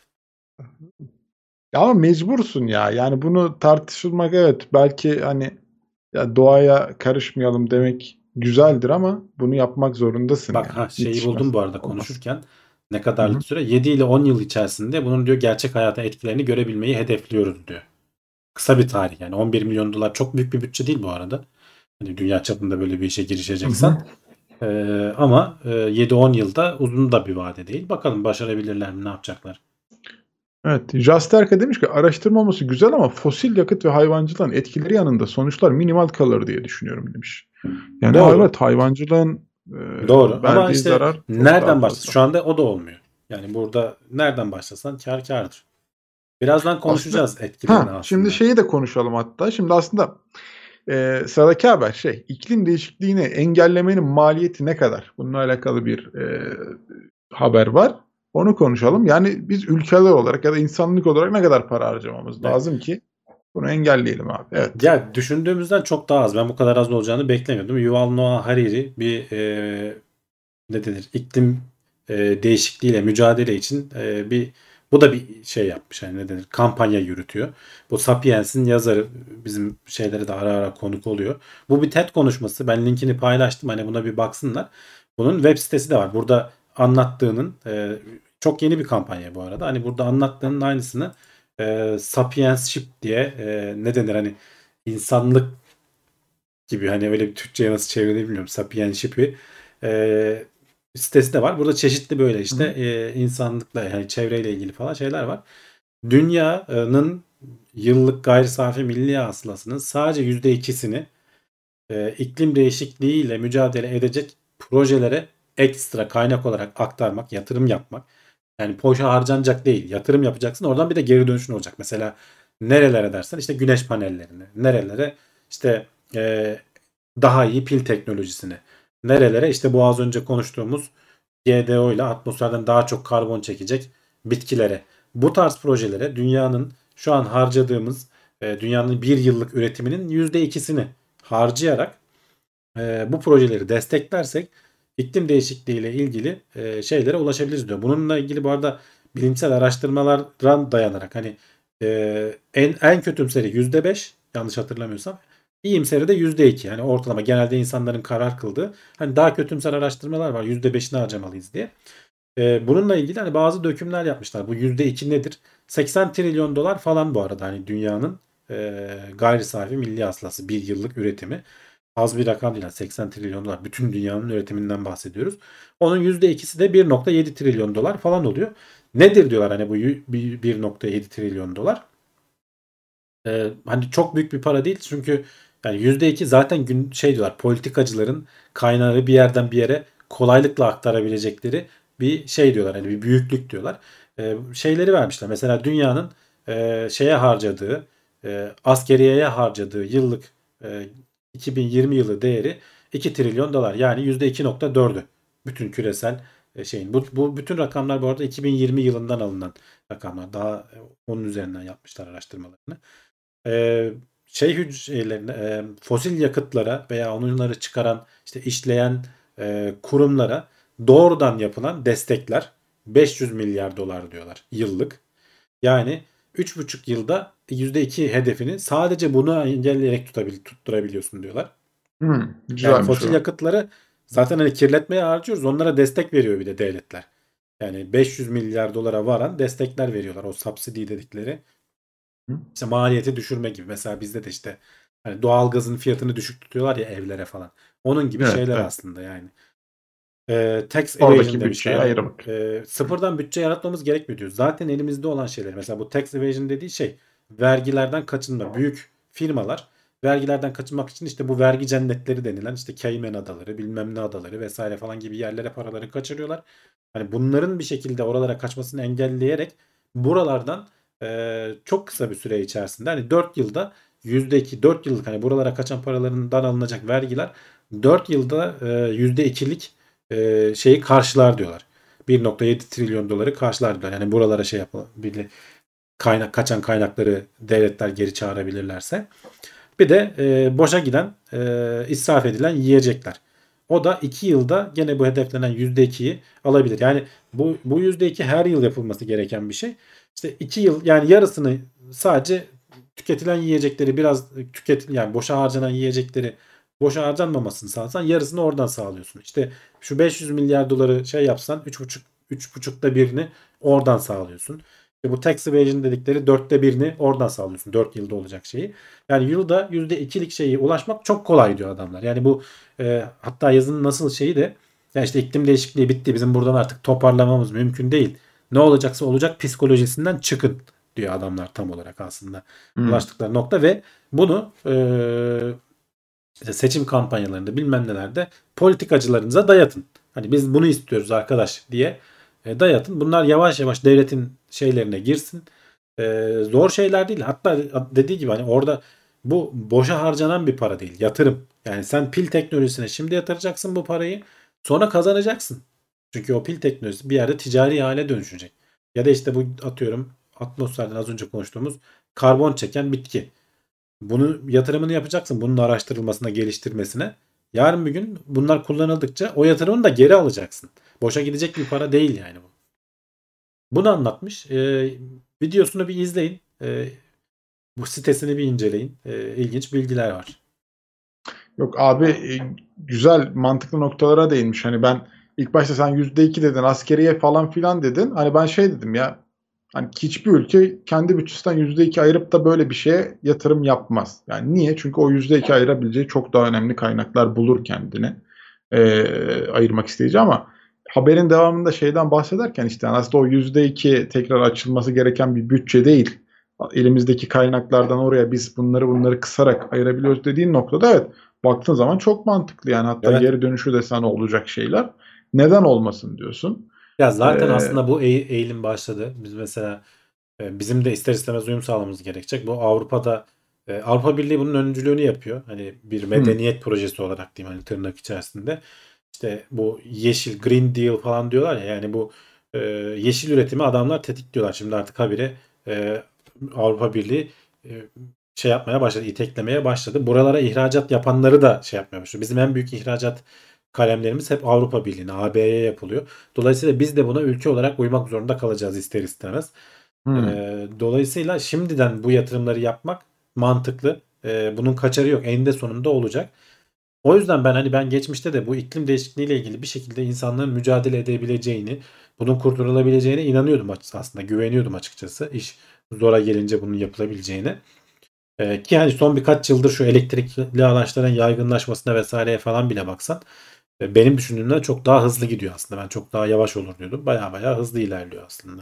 Ya ama mecbursun ya. Yani bunu tartışılmak, evet, belki hani ya doğaya karışmayalım demek güzeldir ama bunu yapmak zorundasın Bak, yani. ha şeyi buldum Yetişmez. bu arada Olmaz. konuşurken. Ne Hı kadarlık hı. süre? yedi ile on yıl içerisinde bunun diyor gerçek hayata etkilerini görebilmeyi hedefliyoruz diyor. Kısa bir tarih yani. on bir milyon dolar çok büyük bir bütçe değil bu arada. Hani dünya çapında böyle bir işe Hı girişeceksen. hı. Ee, ama e, yedi on yılda uzun da bir vade değil. Bakalım başarabilirler mi, ne yapacaklar? Evet. Jasterka demiş ki araştırma olması güzel ama fosil yakıt ve hayvancılığın etkileri yanında sonuçlar minimal kalır diye düşünüyorum demiş. Yani Doğru. evet, hayvancılığın e, Doğru. Ama verdiği işte zarar çok daha nereden başlasın? fazla. Şu anda o da olmuyor. Yani burada nereden başlasan kar kârdır. Birazdan Aslında konuşacağız etkilerini ha şimdi aslında. şeyi de konuşalım hatta. Şimdi aslında e, sıradaki haber şey, iklim değişikliğini engellemenin maliyeti ne kadar? Bununla alakalı bir e, haber var. Onu konuşalım. Yani biz ülkeler olarak ya da insanlık olarak ne kadar para harcamamız Evet. lazım ki bunu engelleyelim abi. Evet. Ya düşündüğümüzden çok daha az. Ben bu kadar az olacağını beklemiyordum. Yuval Noah Harari bir e, ne denir, iklim e, değişikliğiyle mücadele için e, bir, bu da bir şey yapmış. Yani ne denir, kampanya yürütüyor. Bu Sapiens'in yazarı, bizim şeylere de ara ara konuk oluyor. Bu bir TED konuşması. Ben linkini paylaştım. Hani buna bir baksınlar. Bunun web sitesi de var. Burada anlattığının e, çok yeni bir kampanya bu arada. Hani burada anlattığının aynısını e, Sapiensship diye e, ne denir, hani insanlık gibi, hani öyle bir Türkçe'ye nasıl çevrilir bilmiyorum. Sapienship'i e, sitesi de var. Burada çeşitli böyle Hı işte hı. e, insanlıkla, yani çevreyle ilgili falan şeyler var. Dünyanın yıllık gayri safi milli hasılasının sadece yüzde ikisini e, iklim değişikliğiyle mücadele edecek projelere ekstra kaynak olarak aktarmak, yatırım yapmak. Yani boşa harcanacak değil. Yatırım yapacaksın. Oradan bir de geri dönüşün olacak. Mesela nerelere dersen, işte güneş panellerine. Nerelere? İşte e, daha iyi pil teknolojisine. Nerelere? İşte bu az önce konuştuğumuz G D O ile atmosferden daha çok karbon çekecek bitkilere. Bu tarz projelere dünyanın şu an harcadığımız e, dünyanın bir yıllık üretiminin yüzde ikisini harcayarak e, bu projeleri desteklersek iklim değişikliği ile ilgili e, şeylere ulaşabiliriz diyor. Bununla ilgili bu arada bilimsel araştırmalara dayanarak hani e, en en kötümseri yüzde beş, yanlış hatırlamıyorsam. İyimseri de yüzde iki. Yani ortalama, genelde insanların karar kıldığı. Hani daha kötümser araştırmalar var. yüzde beşini harcamalıyız diye. E, bununla ilgili hani bazı dökümler yapmışlar. Bu yüzde iki nedir? seksen trilyon dolar falan bu arada, hani dünyanın e, gayri safi milli hasılası bir yıllık üretimi. Az bir rakam değil. Yani seksen trilyon dolar. Bütün dünyanın üretiminden bahsediyoruz. Onun yüzde ikisi de bir nokta yedi trilyon dolar falan oluyor. Nedir diyorlar hani bu bir nokta yedi trilyon dolar? Ee, hani çok büyük bir para değil. Çünkü yani yüzde iki zaten gün şey diyorlar, politikacıların kaynağı bir yerden bir yere kolaylıkla aktarabilecekleri bir şey diyorlar. Hani bir büyüklük diyorlar. Ee, şeyleri vermişler. Mesela dünyanın e, şeye harcadığı, e, askeriyeye harcadığı yıllık e, iki bin yirmi yılı değeri iki trilyon dolar. Yani yüzde iki nokta dördü bütün küresel e, şeyin. Bu, bu bütün rakamlar bu arada iki bin yirmi yılından alınan rakamlar. Daha e, onun üzerinden yapmışlar araştırmalarını. Ee, şey hücrelerine, e, fosil yakıtlara veya onları çıkaran, işte işleyen e, kurumlara doğrudan yapılan destekler beş yüz milyar dolar diyorlar yıllık. Yani üç buçuk yılda yüzde iki hedefini sadece bunu engelleyerek tutabil, tutturabiliyorsun diyorlar. Hı, Yani güzelmiş fosil o. yakıtları zaten hani kirletmeye harcıyoruz. Onlara destek veriyor bir de devletler. Yani beş yüz milyar dolara varan destekler veriyorlar. O subsidy dedikleri, Hı. İşte maliyeti düşürme gibi. Mesela bizde de işte hani doğalgazın fiyatını düşük tutuyorlar ya evlere falan. Onun gibi Evet, şeyler evet. aslında yani. E, tax evasion Oradaki bütçeyi demişler. ayırmak. E, sıfırdan bütçe yaratmamız gerekmiyor diyor. Zaten elimizde olan şeyler. Mesela bu tax evasion dediği şey vergilerden kaçınma. Büyük firmalar vergilerden kaçınmak için işte bu vergi cennetleri denilen işte Cayman adaları, bilmem ne adaları vesaire falan gibi yerlere paraları kaçırıyorlar. Hani bunların bir şekilde oralara kaçmasını engelleyerek buralardan e, çok kısa bir süre içerisinde hani dört yılda yüzde iki dört yıllık hani buralara kaçan paralarından alınacak vergiler dört yılda e, yüzde ikilik e, şeyi karşılar diyorlar. bir nokta yedi trilyon doları karşılar diyorlar. Yani buralara şey yapabilir, kaynak kaçan kaynakları devletler geri çağırabilirlerse. Bir de e, boşa giden, e, israf edilen yiyecekler. O da iki yılda gene bu hedeflenen yüzde ikiyi alabilir. Yani bu bu yüzde iki her yıl yapılması gereken bir şey. İşte iki yıl yani yarısını sadece tüketilen yiyecekleri biraz tüket yani boşa harcanan yiyecekleri boşa harcanmamasını sağlasan yarısını oradan sağlıyorsun. İşte şu beş yüz milyar doları şey yapsan üç buçuk üç buçukta birini oradan sağlıyorsun. İşte bu tax evasion dedikleri dörtte birini oradan sağlıyorsun. dört yılda olacak şeyi. Yani yılda yüzde ikilik şeyi ulaşmak çok kolay diyor adamlar. Yani bu e, hatta yazının nasıl şeyi de yani işte iklim değişikliği bitti. Bizim buradan artık toparlamamız mümkün değil. Ne olacaksa olacak psikolojisinden çıkın diyor adamlar tam olarak aslında. Hmm. Ulaştıkları nokta ve bunu e, işte seçim kampanyalarında bilmem nelerde politikacılarınıza dayatın. Hani biz bunu istiyoruz arkadaş diye e, dayatın. Bunlar yavaş yavaş devletin şeylerine girsin. E, zor şeyler değil. Hatta dediği gibi hani orada bu boşa harcanan bir para değil. Yatırım. Yani sen pil teknolojisine şimdi yatıracaksın bu parayı. Sonra kazanacaksın. Çünkü o pil teknolojisi bir yerde ticari hale dönüşecek. Ya da işte bu atıyorum atmosferden az önce konuştuğumuz karbon çeken bitki. Bunu yatırımını yapacaksın. Bunun araştırılmasına, geliştirmesine. Yarın bir gün bunlar kullanıldıkça o yatırımını da geri alacaksın. Boşa gidecek bir para değil yani bu. Bunu anlatmış. Ee, videosunu bir izleyin. Ee, bu sitesini bir inceleyin. Ee, ilginç bilgiler var. Yok abi e, güzel mantıklı noktalara değinmiş. Hani ben ilk başta sen yüzde iki dedin askeriye falan filan dedin. Hani ben şey dedim ya hani hiçbir ülke kendi bütçesinden yüzde iki ayırıp da böyle bir şeye yatırım yapmaz. Yani niye? Çünkü o yüzde iki ayırabileceği çok daha önemli kaynaklar bulur kendine e, ayırmak isteyeceği ama haberin devamında şeyden bahsederken işte aslında o yüzde iki tekrar açılması gereken bir bütçe değil. Elimizdeki kaynaklardan oraya biz bunları bunları kısarak ayırabiliyoruz dediğin noktada evet baktığın zaman çok mantıklı yani hatta Evet. geri dönüşü de sana olacak şeyler. Neden olmasın diyorsun? Ya zaten Ee, aslında bu eğ- eğilim başladı. Biz mesela e, bizim de ister istemez uyum sağlamamız gerekecek. Bu Avrupa'da e, Avrupa Birliği bunun öncülüğünü yapıyor. Hani bir medeniyet projesi olarak diyeyim hani tırnak içerisinde. İşte bu yeşil Green Deal falan diyorlar ya yani bu e, yeşil üretimi adamlar tetikliyorlar. Şimdi artık habire e, Avrupa Birliği e, şey yapmaya başladı, iteklemeye başladı. Buralara ihracat yapanları da şey yapmaya başladı. Bizim en büyük ihracat kalemlerimiz hep Avrupa Birliği'ne, A B'ye yapılıyor. Dolayısıyla biz de buna ülke olarak uymak zorunda kalacağız ister istemez. hmm. E, dolayısıyla şimdiden bu yatırımları yapmak mantıklı. E, bunun kaçarı yok. Eninde sonunda olacak. O yüzden ben hani ben geçmişte de bu iklim değişikliğiyle ilgili bir şekilde insanların mücadele edebileceğini, bunun kurtarılabileceğine inanıyordum aslında. Güveniyordum açıkçası. İş zora gelince bunun yapılabileceğine. Ee, ki hani son birkaç yıldır şu elektrikli araçların yaygınlaşmasına vesaireye falan bile baksan e, benim düşündüğümden çok daha hızlı gidiyor aslında. Ben çok daha yavaş olur diyordum. Baya baya hızlı ilerliyor aslında.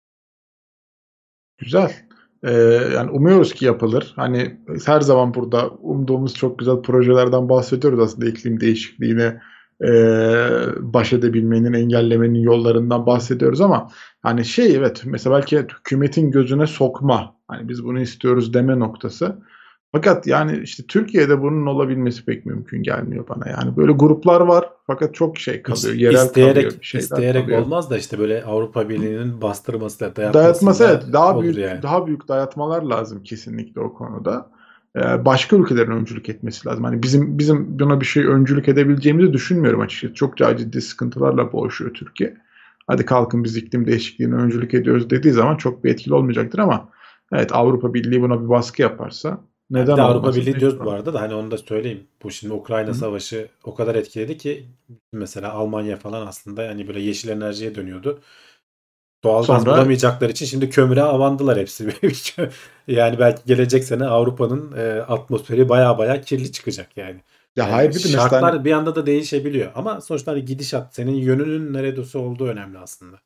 Güzel. Ee, yani umuyoruz ki yapılır. Hani her zaman burada umduğumuz çok güzel projelerden bahsediyoruz aslında iklim değişikliğine e, baş edebilmenin, engellemenin yollarından bahsediyoruz ama hani şey evet mesela belki hükümetin gözüne sokma. Hani biz bunu istiyoruz deme noktası. Fakat yani işte Türkiye'de bunun olabilmesi pek mümkün gelmiyor bana. Yani böyle gruplar var fakat çok şey kalıyor, İs- yerel kalıyor, isteyerek bir şeyler isteyerek kalıyor. olmaz da işte böyle Avrupa Birliği'nin bastırmasıyla Dayatması dayatmasıyla evet daha olur büyük yani. daha büyük dayatmalar lazım kesinlikle o konuda. Ee, başka ülkelerin öncülük etmesi lazım. Hani bizim bizim buna bir şey öncülük edebileceğimizi düşünmüyorum açıkçası. Çok daha ciddi sıkıntılarla boğuşuyor Türkiye. Hadi kalkın biz iklim değişikliğine öncülük ediyoruz dediği zaman çok bir etkili olmayacaktır ama evet Avrupa Birliği buna bir baskı yaparsa Ha, bir neden de Avrupa olmasın? Birliği diyoruz bu Mecbur. arada da hani onu da söyleyeyim. Bu şimdi Ukrayna Hı. Savaşı o kadar etkiledi ki mesela Almanya falan aslında yani böyle yeşil enerjiye dönüyordu. Doğalgaz Sonra bulamayacakları için şimdi kömüre avandılar hepsi. Yani belki gelecek sene Avrupa'nın e, atmosferi baya baya kirli çıkacak yani. Ya Yani hayır bir de mesela şartlar hani bir anda da değişebiliyor. Ama sonuçta hani gidişat, senin yönünün neresi olduğu önemli aslında.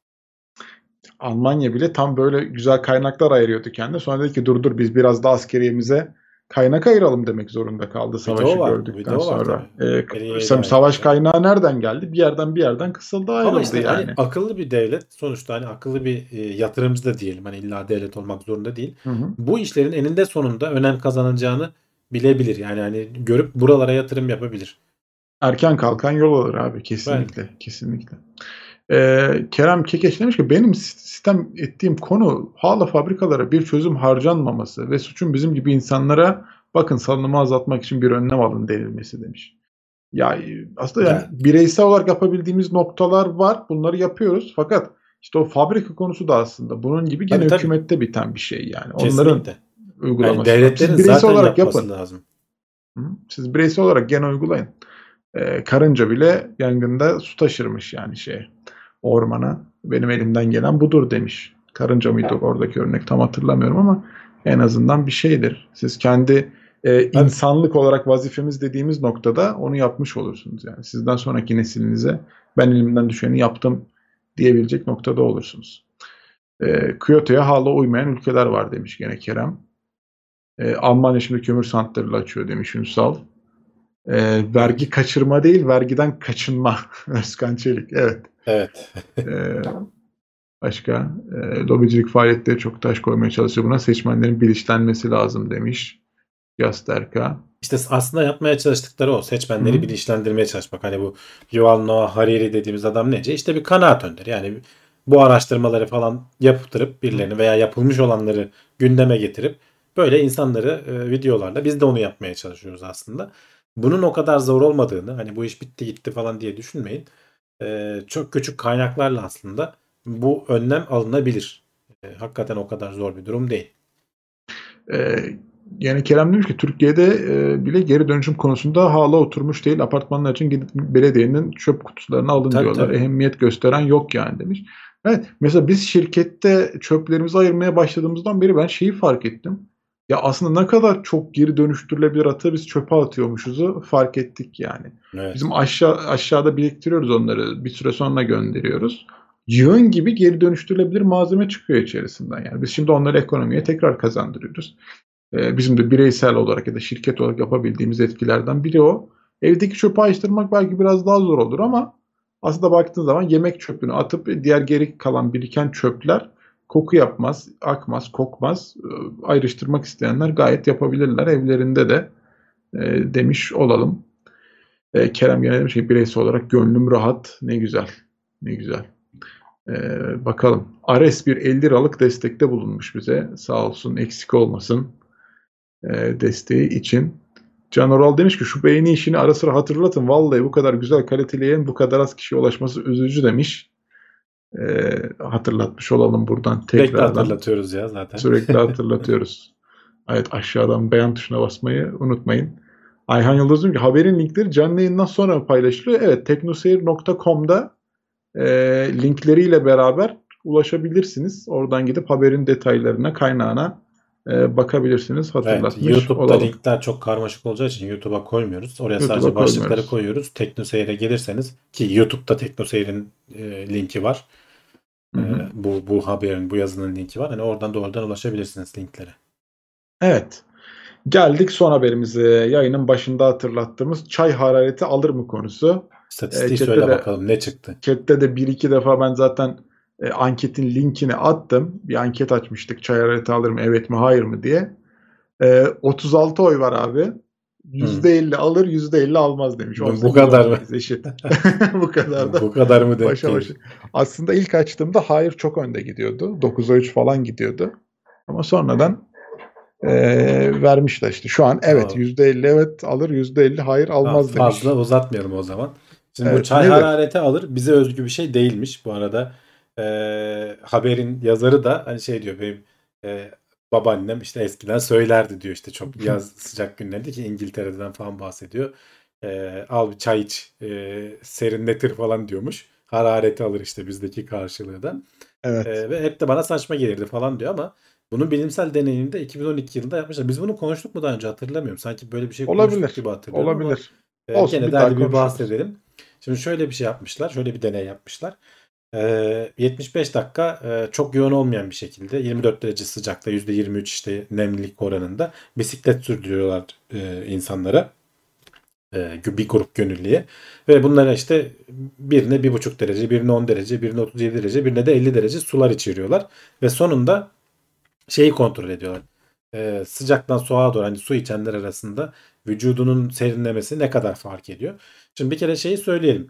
Almanya bile tam böyle güzel kaynaklar ayırıyordu kendine. Sonra dedi ki dur dur biz biraz da askeriyemize kaynak ayıralım demek zorunda kaldı Bir de savaşı o var. Bir de gördükten o var sonra. tabii. Ee, Geriye de sam- savaş ayırınca. kaynağı nereden geldi? Bir yerden bir yerden kısıldı Ama ayrıldı işte hani yani. akıllı bir devlet, sonuçta hani akıllı bir e, yatırımcı da diyelim. Hani illa devlet olmak zorunda değil. Hı hı. Bu işlerin eninde sonunda önem kazanacağını bilebilir. Yani hani görüp buralara yatırım yapabilir. Erken kalkan yol alır abi Ben kesinlikle kesinlikle. Ee, Kerem Kekeç demiş ki benim sistem ettiğim konu hala fabrikalara bir çözüm harcanmaması ve suçun bizim gibi insanlara bakın salınımı azaltmak için bir önlem alın denilmesi demiş. Ya e, aslında yani ya bireysel olarak yapabildiğimiz noktalar var. Bunları yapıyoruz. Fakat işte o fabrika konusu da aslında bunun gibi gene tabii tabii, hükümette biten bir şey yani. Onların kesinlikle. Yani uygulaması lazım. devletlerin Siz bireysel zaten olarak yapması yapın. lazım. Hı? Siz bireysel olarak gene uygulayın. Ee, karınca bile yangında su taşırmış yani şey ormana. Benim elimden gelen budur demiş. Karınca mıydı oradaki örnek tam hatırlamıyorum ama en azından bir şeydir. Siz kendi e, Tabii. insanlık olarak vazifemiz dediğimiz noktada onu yapmış olursunuz. Yani sizden sonraki neslinize ben elimden düşeni yaptım diyebilecek noktada olursunuz. E, Kyoto'ya hala uymayan ülkeler var demiş gene Kerem. E, Almanya şimdi kömür santrali açıyor demiş Ünsal. E, vergi Evet. kaçırma değil, vergiden kaçınma. Özkan Çelik, evet. Evet. E, Başka? E, lobicilik faaliyetleri çok taş koymaya çalışıyor buna. Seçmenlerin bilinçlenmesi lazım demiş. Yasterka. İşte aslında yapmaya çalıştıkları o. Hı Seçmenleri hı. bilinçlendirmeye çalışmak. Hani bu Yuval Noah Harari dediğimiz adam nece? İşte bir kanaat önderi. Yani bu araştırmaları falan yaptırıp Hı. birilerini veya yapılmış olanları gündeme getirip böyle insanları e, videolarla, biz de onu yapmaya çalışıyoruz aslında. Bunun o kadar zor olmadığını, hani bu iş bitti gitti falan diye düşünmeyin. E, çok küçük kaynaklarla aslında bu önlem alınabilir. E, hakikaten o kadar zor bir durum değil. E, Yani Kerem demiş ki Türkiye'de e, bile geri dönüşüm konusunda hala oturmuş değil. Apartmanlar için gidip belediyenin çöp kutularını alın Tabii diyorlar. tabii. Ehemmiyet gösteren yok yani demiş. Evet, mesela biz şirkette çöplerimizi ayırmaya başladığımızdan beri ben şeyi fark ettim. Ya aslında ne kadar çok geri dönüştürülebilir atığı biz çöpe atıyormuşuzu fark ettik yani. Evet. Bizim aşağı aşağıda biriktiriyoruz onları. Bir süre sonra gönderiyoruz. Yığın gibi geri dönüştürülebilir malzeme çıkıyor içerisinden. Yani biz şimdi onları ekonomiye tekrar kazandırıyoruz. Ee, bizim de bireysel olarak ya da şirket olarak yapabildiğimiz etkilerden biri o. Evdeki çöpü ayrıştırmak belki biraz daha zor olur ama aslında baktığın zaman yemek çöpünü atıp diğer geri kalan biriken çöpler koku yapmaz, akmaz, kokmaz. Ee, Ayrıştırmak isteyenler gayet yapabilirler evlerinde de e, demiş olalım. E, Kerem gene demiş ki bireysel olarak gönlüm rahat. Ne güzel. Ne güzel. E, bakalım. Ares bir elli liralık destekte bulunmuş bize. Sağ olsun eksik olmasın e, desteği için. Can Oral demiş ki şu beğeni işini ara sıra hatırlatın. Vallahi bu kadar güzel kaliteli yayın bu kadar az kişiye ulaşması üzücü demiş. E, Hatırlatmış olalım buradan Sürekli tekrardan. hatırlatıyoruz ya zaten. Sürekli hatırlatıyoruz. Evet aşağıdan beğen tuşuna basmayı unutmayın. Ayhan Yıldız diyor ki haberin linkleri canlı yayından sonra paylaşılıyor. Evet teknoseyir nokta com'da e, linkleriyle beraber ulaşabilirsiniz. Oradan gidip haberin detaylarına, kaynağına e, bakabilirsiniz. Evet, Hatırlatmış YouTube'da olalım. linkler çok karmaşık olacağı için YouTube'a koymuyoruz. Oraya YouTube'a sadece başlıkları koymuyoruz. koyuyoruz. TeknoSeyir'e gelirseniz, ki YouTube'da TeknoSeyir'in e, linki var. Hı E, hı. bu bu haberin, bu yazının linki var. Hani oradan doğrudan ulaşabilirsiniz linklere. Evet. Geldik son haberimize. Yayının başında hatırlattığımız çay harareti alır mı konusu. E, İstatistiği chatte söyle de bakalım ne çıktı. chatte de bir iki defa ben zaten e, anketin linkini attım. Bir anket açmıştık. Çay harareti alır mı, evet mi, hayır mı diye. E, otuz altı oy var abi. Hı. yüzde elli alır, yüzde elli almaz demiş. Bu, on bu sekiz kadar on mı? sekiz eşit. Bu kadar da Bu kadar mı denk başa başa. gelir? Aslında ilk açtığımda hayır çok önde gidiyordu. dokuza üç falan gidiyordu. Ama sonradan e, vermişler işte. Şu an evet Tamam. yüzde elli evet alır, yüzde elli hayır Ha, almaz fazla demiş. uzatmayalım o zaman. Şimdi bu Evet çay nedir? harareti alır, bize özgü bir şey değilmiş. Bu arada e, haberin yazarı da hani şey diyor, benim e, babaannem işte eskiden söylerdi diyor, işte çok yaz sıcak günlerinde, ki İngiltere'den falan bahsediyor. E, al bir çay iç, e, serinletir falan diyormuş. Harareti alır işte, bizdeki karşılığı da. Evet. E, ve hep de bana saçma gelirdi falan diyor ama bunun bilimsel deneyini de iki bin on iki yılında yapmışlar. Biz bunu konuştuk mu daha önce, hatırlamıyorum. Sanki böyle bir şey konuştuk Olabilir. gibi hatırlıyorum ama Olabilir. Ee, Olsun, gene bir de daha hadi bir konuşuruz. bahsedelim. Şimdi şöyle bir şey yapmışlar. Şöyle bir deney yapmışlar. Ee, yetmiş beş dakika e, çok yoğun olmayan bir şekilde yirmi dört derece sıcakta yüzde yirmi üç işte nemlilik oranında bisiklet sürdürüyorlar e, insanlara. E, bir grup gönüllüye. Ve bunlara işte birine bir buçuk derece, birine on derece, birine otuz yedi derece, birine de elli derece sular içiriyorlar. Ve sonunda şeyi kontrol ediyorlar. E, sıcaktan soğuğa doğru hani su içenler arasında vücudunun serinlemesi ne kadar fark ediyor. Şimdi bir kere şeyi söyleyelim.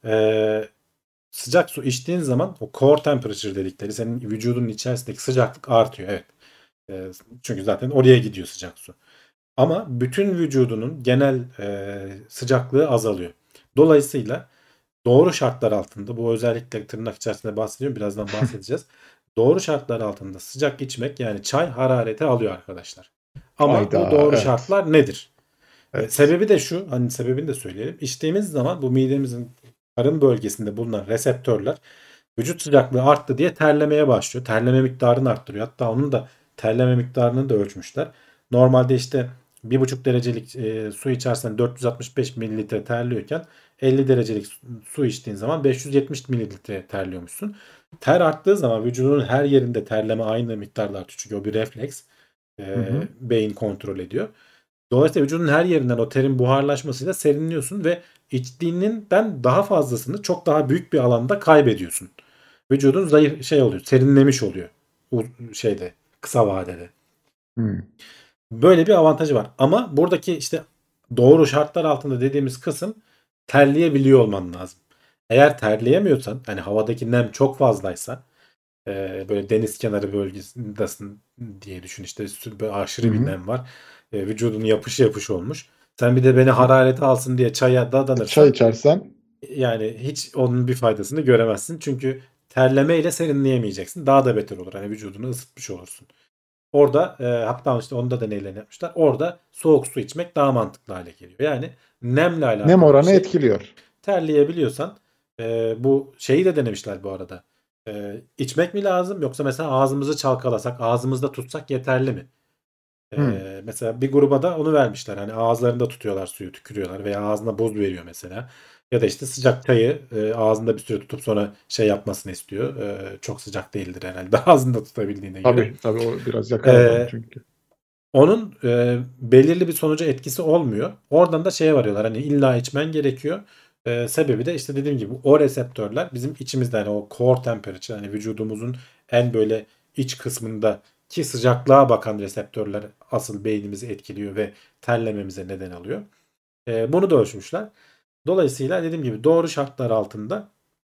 E, Sıcak su içtiğin zaman o core temperature dedikleri senin vücudunun içerisindeki sıcaklık artıyor. Evet. E, çünkü zaten oraya gidiyor sıcak su. Ama bütün vücudunun genel e, sıcaklığı azalıyor. Dolayısıyla doğru şartlar altında bu özellikle tırnak içerisinde bahsediyorum. Birazdan bahsedeceğiz. Doğru şartlar altında sıcak içmek yani çay harareti alıyor arkadaşlar. Ama bu Hayda, doğru evet. şartlar nedir? E, Evet. sebebi de şu, hani sebebini de söyleyelim. İçtiğimiz zaman bu midemizin karın bölgesinde bulunan reseptörler vücut sıcaklığı arttı diye terlemeye başlıyor. Terleme miktarını arttırıyor. Hatta onun da terleme miktarını da ölçmüşler. Normalde işte bir buçuk derecelik e, su içersen dört yüz altmış beş mililitre terliyorken elli derecelik su içtiğin zaman beş yüz yetmiş mililitre terliyormuşsun. Ter arttığı zaman vücudunun her yerinde terleme aynı miktarda artıyor. Çünkü o bir refleks. Hı E, hı. beyin kontrol ediyor. Dolayısıyla vücudun her yerinden o terin buharlaşmasıyla serinliyorsun ve içtiğinden daha fazlasını çok daha büyük bir alanda kaybediyorsun. Vücudun zayıf şey oluyor, serinlemiş oluyor. Bu şeyde kısa vadede. Hı. Böyle bir avantajı var. Ama buradaki işte doğru şartlar altında dediğimiz kısım terleyebiliyor olman lazım. Eğer terleyemiyorsan hani havadaki nem çok fazlaysa e, böyle deniz kenarı bölgesindesin diye düşün işte böyle Hı aşırı bir hı. nem var. E, vücudun yapışı yapış olmuş. Sen bir de beni harareti alsın diye çaya Çay dadanırsan içersen yani hiç onun bir faydasını göremezsin. Çünkü terleme ile serinleyemeyeceksin. Daha da beter olur. Hani vücudunu ısıtmış olursun. Orada e, hatta işte onda deneylerini yapmışlar. Orada soğuk su içmek daha mantıklı hale geliyor. Yani nemle nem alakalı bir oranı şey. etkiliyor. Terleyebiliyorsan e, bu şeyi de denemişler bu arada. E, içmek mi lazım yoksa mesela ağzımızı çalkalasak, ağzımızda tutsak yeterli mi? Hı. E, mesela bir gruba da onu vermişler. Hani ağızlarında tutuyorlar suyu, tükürüyorlar veya ağzına buz veriyor mesela. Ya da işte sıcak çayı e, ağzında bir süre tutup sonra şey yapmasını istiyor. E, çok sıcak değildir herhalde ağzında tutabildiğine göre. Tabii tabii, o biraz yakar adamı E, çünkü. Onun e, belirli bir sonuca etkisi olmuyor. Oradan da şeye varıyorlar. Hani illa içmen gerekiyor. E, sebebi de işte dediğim gibi o reseptörler bizim içimizde hani o core temperature hani vücudumuzun en böyle iç kısmındaki sıcaklığa bakan reseptörler asıl beynimizi etkiliyor ve terlememize neden alıyor. E, bunu da ölçmüşler. Dolayısıyla dediğim gibi doğru şartlar altında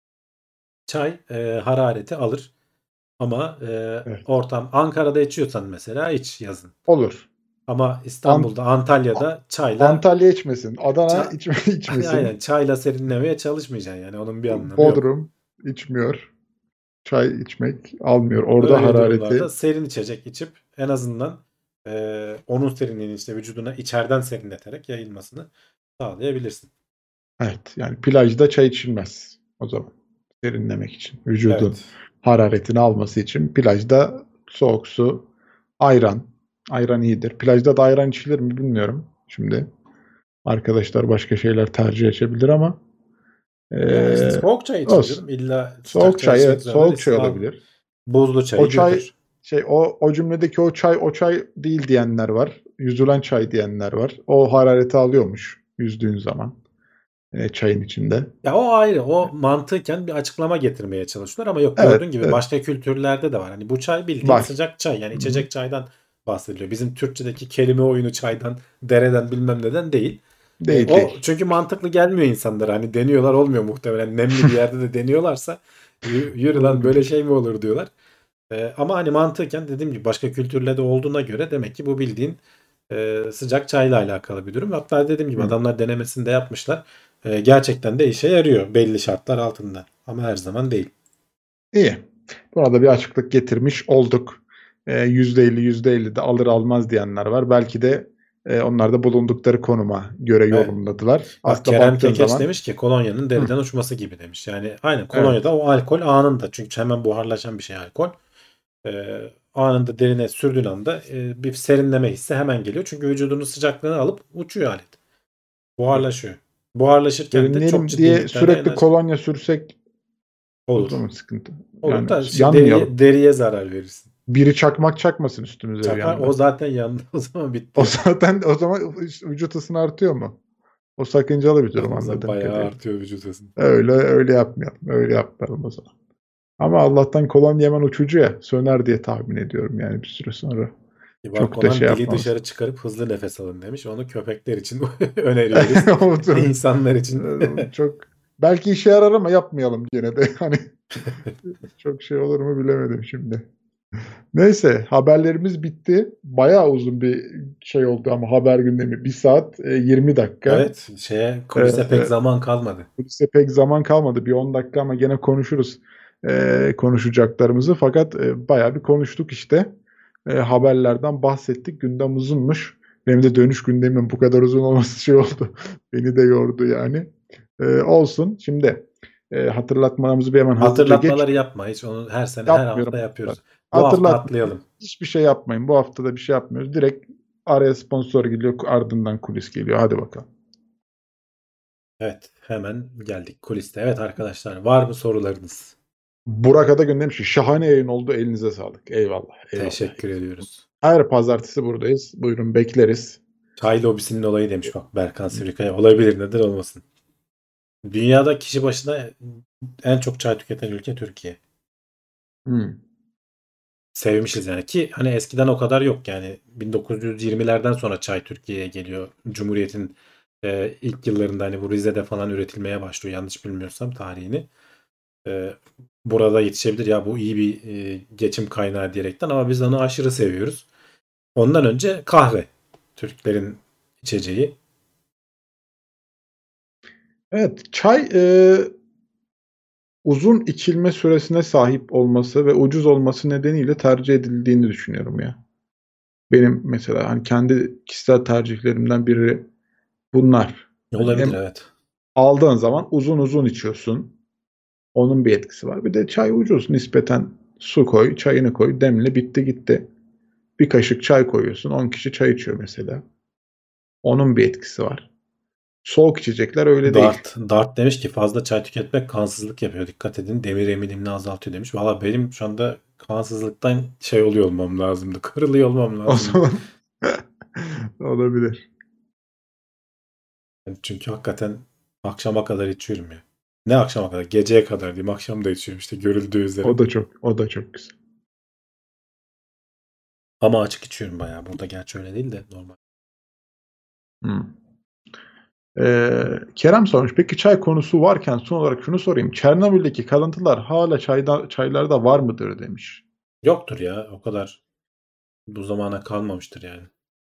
çay e, harareti alır. Ama e, Evet. ortam Ankara'da içiyorsan mesela iç yazın. Olur. Ama Ant İstanbul'da, Antalya'da çayla Antalya içmesin. Adana ça- içme aynen içmesin. çayla serinlemeye çalışmayacaksın yani onun bir anlamı yok. Bodrum içmiyor. Çay içmek almıyor. Orada Öyle durumlarda harareti. serin içecek içip en azından e, onun serinliğini işte vücuduna içeriden serinleterek yayılmasını sağlayabilirsin. Evet. Yani plajda çay içilmez o zaman. Serinlemek için. Vücudun Evet. hararetini alması için. Plajda soğuk su, ayran. Ayran iyidir. Plajda da ayran içilir mi bilmiyorum. Şimdi arkadaşlar başka şeyler tercih edebilir ama Ya işte eee soğuk çay için olsun. canım. İlla sıcak Soğuk çay çay, içmek evet, zorunda soğuk değilsin. çay Al olabilir. buzlu O çayı çay götür. şey o o cümledeki o çay o çay değil diyenler var. Yüzülen çay diyenler var. O harareti alıyormuş yüzdüğün zaman e, çayın içinde. Ya o ayrı. O mantıken bir açıklama getirmeye çalışıyorlar ama yok Evet, gördüğün gibi evet, başka kültürlerde de var. Hani bu çay bildiğin var. sıcak çay yani Hı-hı. içecek çaydan bahsediliyor. Bizim Türkçedeki kelime oyunu çaydan, dereden bilmem neden değil. E, Değil o değil. çünkü mantıklı gelmiyor insanlara. Hani deniyorlar olmuyor muhtemelen. Nemli bir yerde de deniyorlarsa "Yü- yürü lan böyle Olabilir. şey mi olur diyorlar. E, ama hani mantıken dediğim gibi başka kültürlerde olduğuna göre demek ki bu bildiğin e, sıcak çayla alakalı bir durum. Hatta dediğim gibi Hı. adamlar denemesini de yapmışlar. E, gerçekten de işe yarıyor belli şartlar altında. Ama her zaman değil. İyi. Buna da bir açıklık getirmiş olduk. E, yüzde elli yüzde elli de alır almaz diyenler var. Belki de e, onlar da bulundukları konuma göre Evet. yorumladılar. Bak Aslında Kerem baktığın Kekeç zaman demiş ki kolonyanın hı, deriden uçması gibi demiş. Yani aynen kolonyada evet. o alkol anında. Çünkü hemen buharlaşan bir şey alkol. E, anında derine sürdüğün anda e, bir serinleme hissi hemen geliyor. Çünkü vücudunun sıcaklığını alıp uçuyor alet. Buharlaşıyor. Buharlaşırken de çok Serinleyelim ciddi diye miktarda sürekli enerji kolonya sürsek o olur. zaman sıkıntı. Olur Yani da şey, yanmayalım. deriye, deriye zarar verirsin. Biri çakmak çakmasın üstümüze bir Çakar anda. o zaten yandı o zaman bitti. O yani. zaten o zaman vücut ısını artıyor mu? O sakıncalı bir durum O zaman anladığım bayağı kadarıyla. artıyor vücut ısısı. Öyle öyle yapmayalım. Öyle yapmayalım o zaman. Ama Allah'tan kolonya hemen uçucu ya. Söner diye tahmin ediyorum yani bir süre sonra. Kibar Çok da Konan şey dili yapmaz. dışarı çıkarıp hızlı nefes alın demiş. Onu köpekler için öneriyoruz. O çok- İnsanlar için. çok belki işe yarar ama yapmayalım gene de. Hani çok şey olur mu bilemedim şimdi. Neyse haberlerimiz bitti. Bayağı uzun bir şey oldu ama haber gündemi. Bir saat e, yirmi dakika. Evet şeye kulise Ee, pek zaman kalmadı. Kulise pek zaman kalmadı. Bir on dakika ama gene konuşuruz e, konuşacaklarımızı. Fakat e, bayağı bir konuştuk işte. E, haberlerden bahsettik. Gündem uzunmuş. Benim de dönüş gündemimin bu kadar uzun olması şey oldu. Beni de yordu yani. E, olsun. Şimdi e, hatırlatmalarımızı bir hemen hızlıca geç. Hatırlatmaları yapma. Hiç onu her sene her Yapmıyorum. hafta yapıyoruz. Bu hafta Hatırlatma. atlayalım. Hiçbir şey yapmayın. Bu hafta da bir şey yapmıyoruz. Direkt araya sponsor geliyor. Ardından kulis geliyor. Hadi bakalım. Evet hemen geldik kuliste. Evet arkadaşlar var mı sorularınız? Burak Ada göndermiş ki şahane yayın oldu. Elinize sağlık. Eyvallah. eyvallah. Teşekkür ediyoruz. Her pazartesi buradayız. Buyurun bekleriz. Çay lobisinin olayı demiş bak Berkan Sivrikaya. Olabilir neden olmasın. Dünyada kişi başına en çok çay tüketen ülke Türkiye. Hmm. Sevmişiz yani ki hani eskiden o kadar yok yani bin dokuz yüz yirmilerden sonra çay Türkiye'ye geliyor. Cumhuriyet'in e, ilk yıllarında hani bu Rize'de falan üretilmeye başlıyor yanlış bilmiyorsam tarihini. E, burada yetişebilir ya bu iyi bir e, geçim kaynağı diyerekten ama biz onu aşırı seviyoruz. Ondan önce kahve. Türklerin içeceği. Evet. Çay e, uzun içilme süresine sahip olması ve ucuz olması nedeniyle tercih edildiğini düşünüyorum ya. Benim mesela hani kendi kişisel tercihlerimden biri bunlar. Olabilir Hem evet. aldığın zaman uzun uzun içiyorsun. Onun bir etkisi var. Bir de çay ucuz. Nispeten su koy, çayını koy, demle bitti gitti. Bir kaşık çay koyuyorsun. on kişi çay içiyor mesela. Onun bir etkisi var. Soğuk içecekler öyle değil. Dart, Dart demiş ki fazla çay tüketmek kansızlık yapıyor. Dikkat edin. Demir eminimini azaltıyor demiş. Valla benim şu anda kansızlıktan şey oluyor olmam lazımdı. Kırılıyor olmam O lazımdı. zaman olabilir. Yani çünkü hakikaten akşama kadar içiyorum ya. Ne akşama kadar? Geceye kadar diyeyim. Akşam da içiyorum işte görüldüğü üzere. O da çok, o da çok güzel. Ama açık içiyorum bayağı. Burada gerçi öyle değil de normal. Hmm. Ee, Kerem sormuş. Peki çay konusu varken son olarak şunu sorayım. Çernobil'deki kalıntılar hala çayda, çaylarda var mıdır demiş. Yoktur ya. O kadar bu zamana kalmamıştır yani.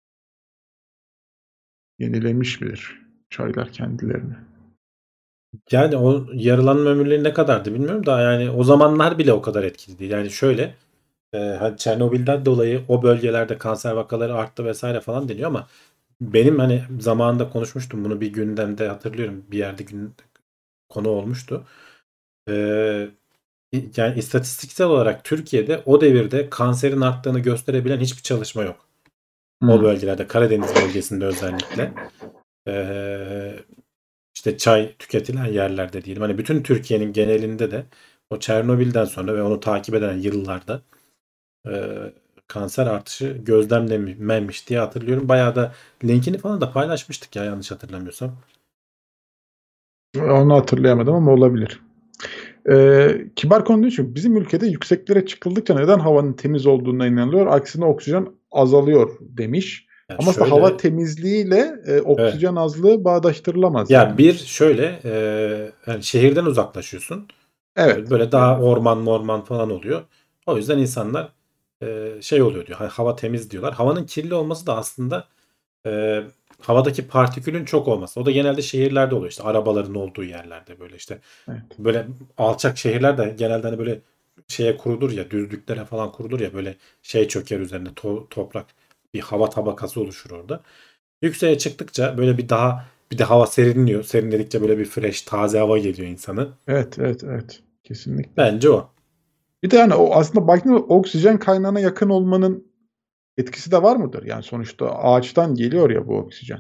Yenilemiş midir çaylar kendilerini? Yani o yaralanma ömürleri ne kadardı bilmiyorum da yani o zamanlar bile o kadar etkili değil. Yani şöyle e, hani Çernobil'den dolayı o bölgelerde kanser vakaları arttı vesaire falan deniyor ama benim hani zamanında konuşmuştum bunu bir gündemde hatırlıyorum bir yerde gün, konu olmuştu. E, yani istatistiksel olarak Türkiye'de o devirde kanserin arttığını gösterebilen hiçbir çalışma yok. Hmm. O bölgelerde Karadeniz bölgesinde özellikle. Eee İşte çay tüketilen yerlerde diyelim. Hani bütün Türkiye'nin genelinde de o Çernobil'den sonra ve onu takip eden yıllarda e, kanser artışı gözlemlenmemiş diye hatırlıyorum. Bayağı da linkini falan da paylaşmıştık ya yanlış hatırlamıyorsam. Onu hatırlayamadım ama olabilir. Ee, kibar konu değil çünkü bizim ülkede yükseklere çıkıldıkça neden havanın temiz olduğuna inanılıyor. Aksine oksijen azalıyor demiş. Yani Ama aslında şöyle, hava temizliğiyle e, oksijen evet. azlığı bağdaştırılamaz. Ya yani. bir şöyle e, yani şehirden uzaklaşıyorsun. Evet. Böyle daha orman morman falan oluyor. O yüzden insanlar e, şey oluyor diyor. Hava temiz diyorlar. Havanın kirli olması da aslında e, havadaki partikülün çok olması. O da genelde şehirlerde oluyor. İşte arabaların olduğu yerlerde böyle işte. Evet. Böyle alçak şehirler de genelde hani böyle şeye kurulur ya düzlüklere falan kurulur ya böyle şey çöker üzerinde to- toprak bir hava tabakası oluşur orada. Yükseğe çıktıkça böyle bir daha bir de hava serinliyor. Serinledikçe böyle bir fresh taze hava geliyor insanın. Evet, evet, evet. Kesinlikle. Bence o. Bir de yani o aslında baktığında oksijen kaynağına yakın olmanın etkisi de var mıdır? Yani sonuçta ağaçtan geliyor ya bu oksijen.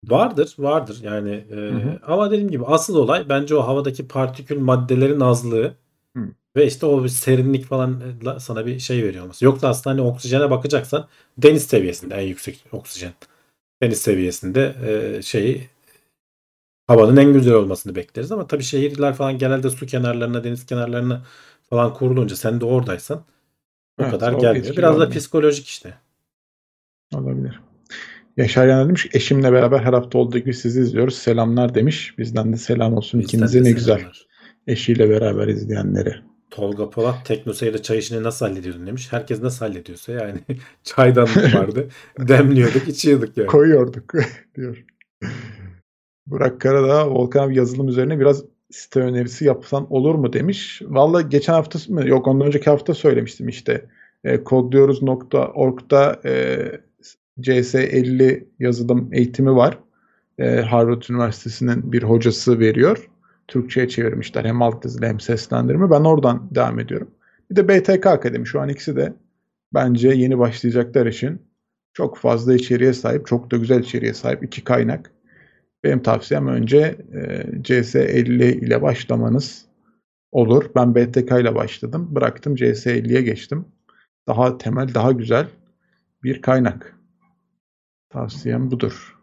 Vardır, vardır yani e, Hı hı. ama dediğim gibi asıl olay bence o havadaki partikül maddelerin azlığı Hı. ve işte o bir serinlik falan sana bir şey veriyor olması. Yoksa aslında hani oksijene bakacaksan deniz seviyesinde en yüksek oksijen. Deniz seviyesinde e, şeyi havanın en güzel olmasını bekleriz ama tabii şehirler falan genelde su kenarlarına, deniz kenarlarına falan kurulunca sen de oradaysan o Evet, kadar o gelmiyor. etkili Biraz da olmuyor. psikolojik işte. Olabilir. Yaşar Yanar demiş ki eşimle beraber her hafta olduğu gibi sizi izliyoruz. Selamlar demiş. Bizden de selam olsun Bizden de ikinize, ne güzel. selamlar. Eşiyle beraber izleyenlere. Tolga Polat TeknoSeyir'de çay işini nasıl hallediyordun demiş. Herkes nasıl hallediyorsa yani çaydanlık vardı. Demliyorduk, içiyorduk yani. Koyuyorduk diyor. Burak Karadağ, Volkan abi yazılım üzerine biraz site önerisi yapsan olur mu demiş. Valla geçen hafta mı? Yok, ondan önceki hafta söylemiştim işte. E, kodluyoruz nokta org'da e, C S elli yazılım eğitimi var. E, Harvard Üniversitesi'nin bir hocası veriyor. Türkçe'ye çevirmişler hem altyazılı hem seslendirme. Ben oradan devam ediyorum. Bir de B T K Akademi. Şu an ikisi de bence yeni başlayacaklar için çok fazla içeriğe sahip, çok da güzel içeriğe sahip iki kaynak. Benim tavsiyem önce e, C S elli ile başlamanız olur. Ben B T K ile başladım. Bıraktım, C S elliye geçtim. Daha temel, daha güzel bir kaynak. Tavsiyem budur.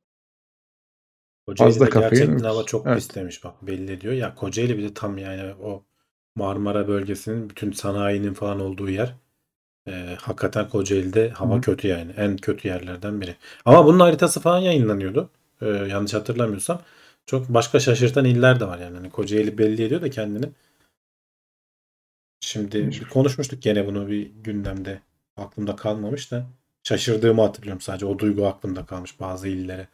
Fazla Kocaeli'de kafein. gerçekten hava çok Evet. pis demiş bak belli ediyor. Ya Kocaeli bir de tam yani o Marmara bölgesinin bütün sanayinin falan olduğu yer. Ee, hakikaten Kocaeli'de hava Hı. kötü yani. En kötü yerlerden biri. Ama bunun haritası falan yayınlanıyordu. Ee, yanlış hatırlamıyorsam. Çok başka şaşırtan iller de var yani. Hani Kocaeli belli ediyor da kendini. Şimdi bir konuşmuştuk gene bunu bir gündemde. Aklımda kalmamış da. Şaşırdığımı hatırlıyorum sadece. O duygu aklımda kalmış bazı illere.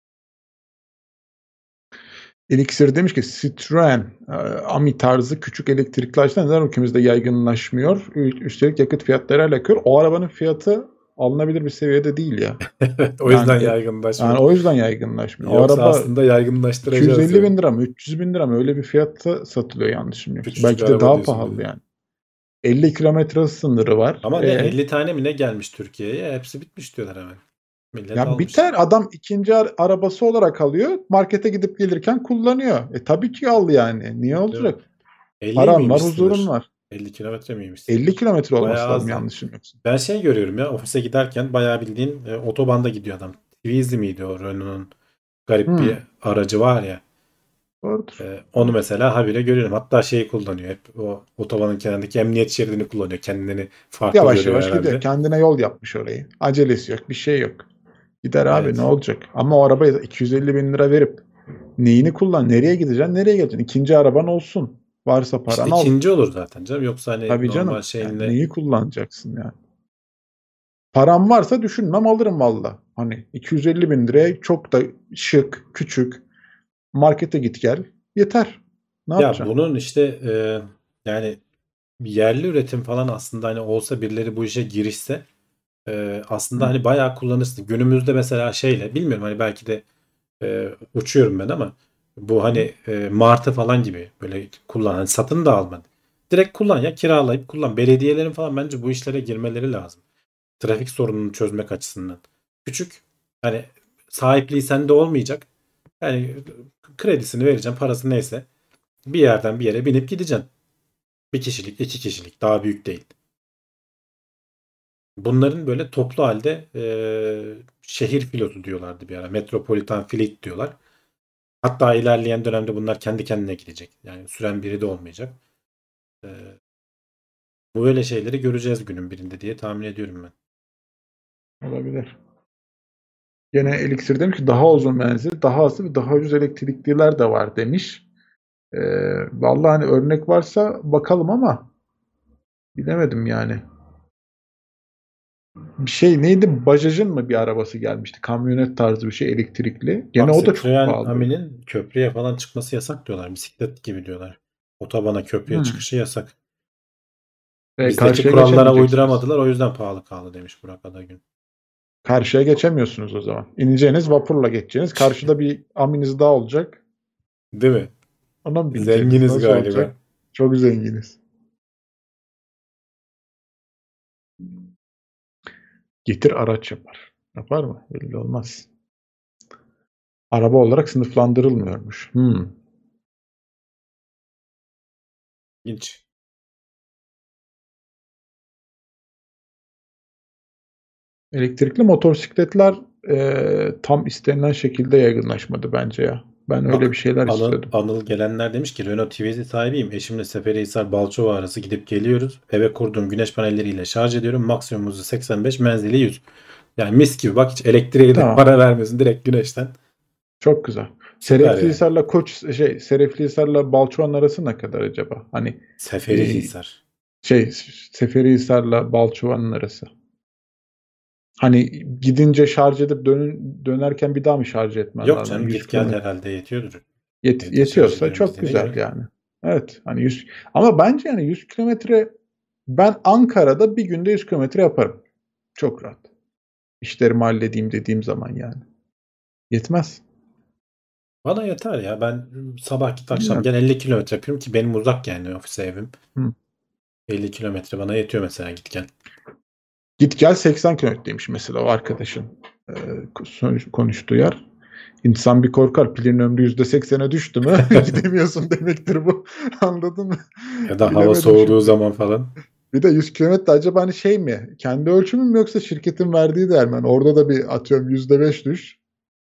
Elixir demiş ki Citroen, e, Ami tarzı küçük elektrikli araçlar neden ülkemizde yaygınlaşmıyor? Ü- Üstelik yakıt fiyatları alakalı. O arabanın fiyatı alınabilir bir seviyede değil ya. Evet, o yüzden Yani e, yani yaygınlaşmıyor. o yüzden yaygınlaşmıyor. O Yoksa araba aslında yaygınlaştıracağız iki yüz elli yani. bin lira mı, üç yüz bin lira mı, öyle bir fiyatta satılıyor yanlış bilmiyorsam. Küçücük Belki de araba daha diyorsun bir pahalı de. yani. elli kilometre hız sınırı var. Ama ne E, elli tane mi ne gelmiş Türkiye'ye? Hepsi bitmiş diyorlar hemen. Millet ya almış. biter, adam ikinci ar- arabası olarak alıyor. Markete gidip gelirken kullanıyor. E tabii ki al yani. Niye Değil mi? olacak? elli Paran var, miymiş huzurun sınır? var. elli kilometre miymiş sınır? elli kilometre Bayağı olması lazım az yani. yanlışım yoksa. Ben şey görüyorum ya ofise giderken bayağı bildiğin e, otobanda gidiyor adam. Twizy miydi o Renault'un garip bir Hmm, aracı var ya. doğrudur. E, onu Doğru. mesela habire görüyorum. Hatta şeyi kullanıyor. Hep o otobanın kenarındaki emniyet şeridini kullanıyor. Kendini farklı Yavaş görüyor yavaş gidiyor. herhalde. Kendine yol yapmış orayı. Acelesi yok, bir şey yok. Gider abi, ne Evet. olacak? Ama o arabaya iki yüz elli bin lira verip neyini kullan? Nereye gideceksin? Nereye geleceksin? İkinci araban olsun. Varsa İşte paran al. ikinci olur zaten canım. Yoksa hani Tabii normal canım. Yani şeyinle neyi kullanacaksın yani? Param varsa düşünmem, alırım valla. Hani iki yüz elli bin liraya çok da şık, küçük, markete git gel. Yeter. Ne ya yapacaksın? bunun işte e, yani yerli üretim falan aslında hani olsa birileri bu işe girişse e, aslında Hı. hani bayağı kullanırsın. Günümüzde mesela şeyle bilmiyorum hani belki de e, uçuyorum ben ama bu Hı. hani e, Martı falan gibi böyle kullan. Hani satın da alma. Direkt kullan ya kiralayıp kullan. Belediyelerin falan bence bu işlere girmeleri lazım. Trafik sorununu çözmek açısından. Küçük hani sahipliği sende olmayacak. Yani kredisini vereceğim parası neyse. Bir yerden bir yere binip gideceksin. Bir kişilik, iki kişilik daha büyük değil. Bunların böyle toplu halde e, şehir filotu diyorlardı bir ara. Metropolitan fleet diyorlar. Hatta ilerleyen dönemde bunlar kendi kendine gidecek. Yani süren biri de olmayacak. E, bu böyle şeyleri göreceğiz günün birinde diye tahmin ediyorum ben. Olabilir. Gene Elixir demiş ki daha uzun menzil, daha hızlı ve daha ucuz elektrikliler de var demiş. Ee, vallahi hani örnek varsa bakalım ama bilemedim yani. Bir şey neydi? Bajaj'ın mı bir arabası gelmişti? Kamyonet tarzı bir şey, elektrikli. Gene Bak o da çok Citroen pahalıydı. Ami'nin köprüye falan çıkması yasak diyorlar. Bisiklet gibi diyorlar. Otobana köprüye Hmm. çıkışı yasak. E, Bizdeki karşıya kurallara geçemeyeceksiniz. uyduramadılar o yüzden pahalı kaldı demiş Burak Adagün. Karşıya geçemiyorsunuz o zaman. İneceğiniz, vapurla geçeceğiniz. Karşıda bir aminiz daha olacak. Değil mi? Ona mı bineceğiniz? Zenginiz Nasıl olacak? galiba. Çok zenginiz. Getir araç yapar. Yapar mı? Belli olmaz. araba olarak sınıflandırılmıyormuş. Hmm. İlginç. Elektrikli motosikletler e, tam istenilen şekilde yaygınlaşmadı bence ya. Ben öyle Bak, bir şeyler Anıl, istiyordum. Anıl Gelenler demiş ki Renault Twizy sahibiyim. Eşimle Seferihisar Balçova arası gidip geliyoruz. Eve kurduğum güneş panelleriyle şarj ediyorum. Maksimum hızı seksen beş, menzili yüz. Yani mis gibi, bak hiç elektriğe de Tamam. para vermiyorsun, direkt güneşten. Çok güzel. Süper yani. Sereflihisar'la Koç şey Sereflihisar'la Balçovan arası ne kadar acaba? Hani Seferihisar. şey Seferihisar'la Balçova'nın arası. Hani gidince şarj edip dönün, dönerken bir daha mı şarj etmen Yok lazım? canım, yüz git gel kilometre. herhalde yetiyordur. Yet, Evde şarj yetiyorsa ederim çok dediğine güzel göre. yani. Evet hani yüz ama bence yani yüz kilometre ben Ankara'da bir günde yüz kilometre yaparım. Çok rahat. İşlerimi halledeyim dediğim zaman yani. Yetmez. Bana yeter ya. Ben sabah git akşam Bilmiyorum. gel elli kilometre yapıyorum ki benim uzak yani ofise evim. Hı. elli kilometre bana yetiyor mesela git gel. Git gel seksen kilometreymiş mesela o arkadaşın e, konuş- konuştuğu yer. İnsan bir korkar. Pilin ömrü yüzde seksene düştü mü gidemiyorsun demektir bu. Anladın mı? Ya da hava Bilemedim soğuduğu şimdi. zaman falan. Bir de yüz kilometre acaba hani şey mi? Kendi ölçümü mü yoksa şirketin verdiği değer mi? Hani orada da bir atıyorum yüzde beş düş.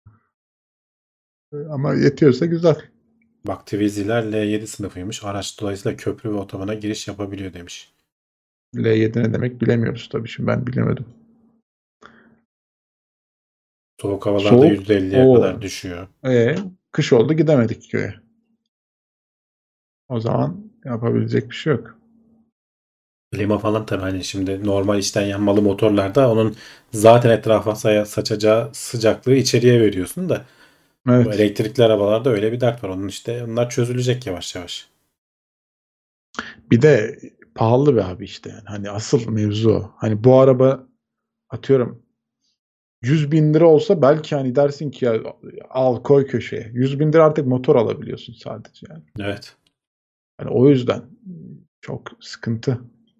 Ama yetiyorsa güzel. Bak Twizy'ler L yedi sınıfıymış. Araç dolayısıyla köprü ve otobana giriş yapabiliyor demiş. L yedi ne demek bilemiyoruz tabii şimdi ben bilemedim. Soğuk havalarda Soğuk. yüzde elliye O. kadar düşüyor. E, kış oldu gidemedik köye. O zaman yapabilecek bir şey yok. Klima falan tabii hani şimdi normal içten yanmalı motorlarda onun zaten etrafa saya- saçacağı sıcaklığı içeriye veriyorsun da bu Evet. elektrikli arabalarda öyle bir dert var. Onun işte onlar çözülecek yavaş yavaş. Bir de pahalı be abi işte yani. Hani asıl mevzu o. Hani bu araba atıyorum yüz bin lira olsa belki hani dersin ki ya al koy köşeye. yüz bin lira artık motor alabiliyorsun sadece yani. Evet. Hani o yüzden çok sıkıntı.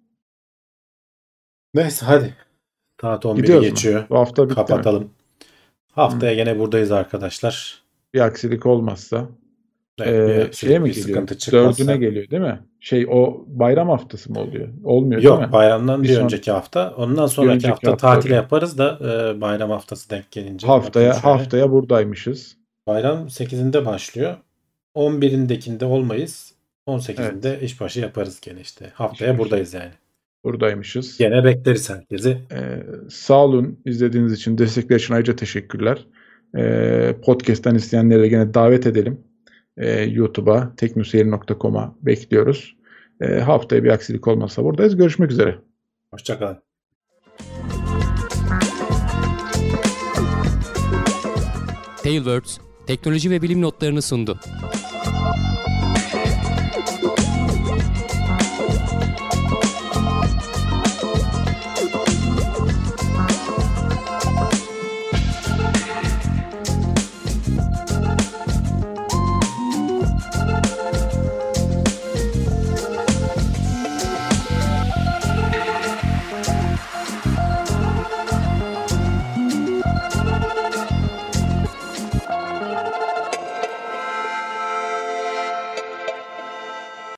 Neyse hadi. Saat on biri Gidiyoruz mu? geçiyor. Bu hafta bitti mi? Kapatalım. Haftaya gene buradayız arkadaşlar. Bir aksilik olmazsa. Evet, bir Ee, aksilik, şeye mi bir geliyor? sıkıntı çıkmazsa. Dördüne geliyor değil mi? Şey o bayram haftası mı oluyor? Olmuyor değil mi? Yok, bayramdan Bir bir son- önceki hafta. Ondan sonraki önceki hafta hafta tatil oluyor. yaparız da e, bayram haftası denk gelince. Bakayım Haftaya şöyle. haftaya buradaymışız. Bayram sekizinde başlıyor. on birindekinde olmayız. on sekizinde işbaşı yaparız gene işte. Haftaya İşbaşı. buradayız yani. Buradaymışız. Gene bekleriz herkesi. Ee, sağ olun izlediğiniz için, destekler için ayrıca teşekkürler. Ee, podcast'ten isteyenleri de gene davet edelim. Ee, YouTube'a, teknoseyir nokta com'a bekliyoruz. Ee, haftaya bir aksilik olmazsa buradayız. Görüşmek üzere. Hoşçakalın. Tailwords, teknoloji ve bilim notlarını sundu.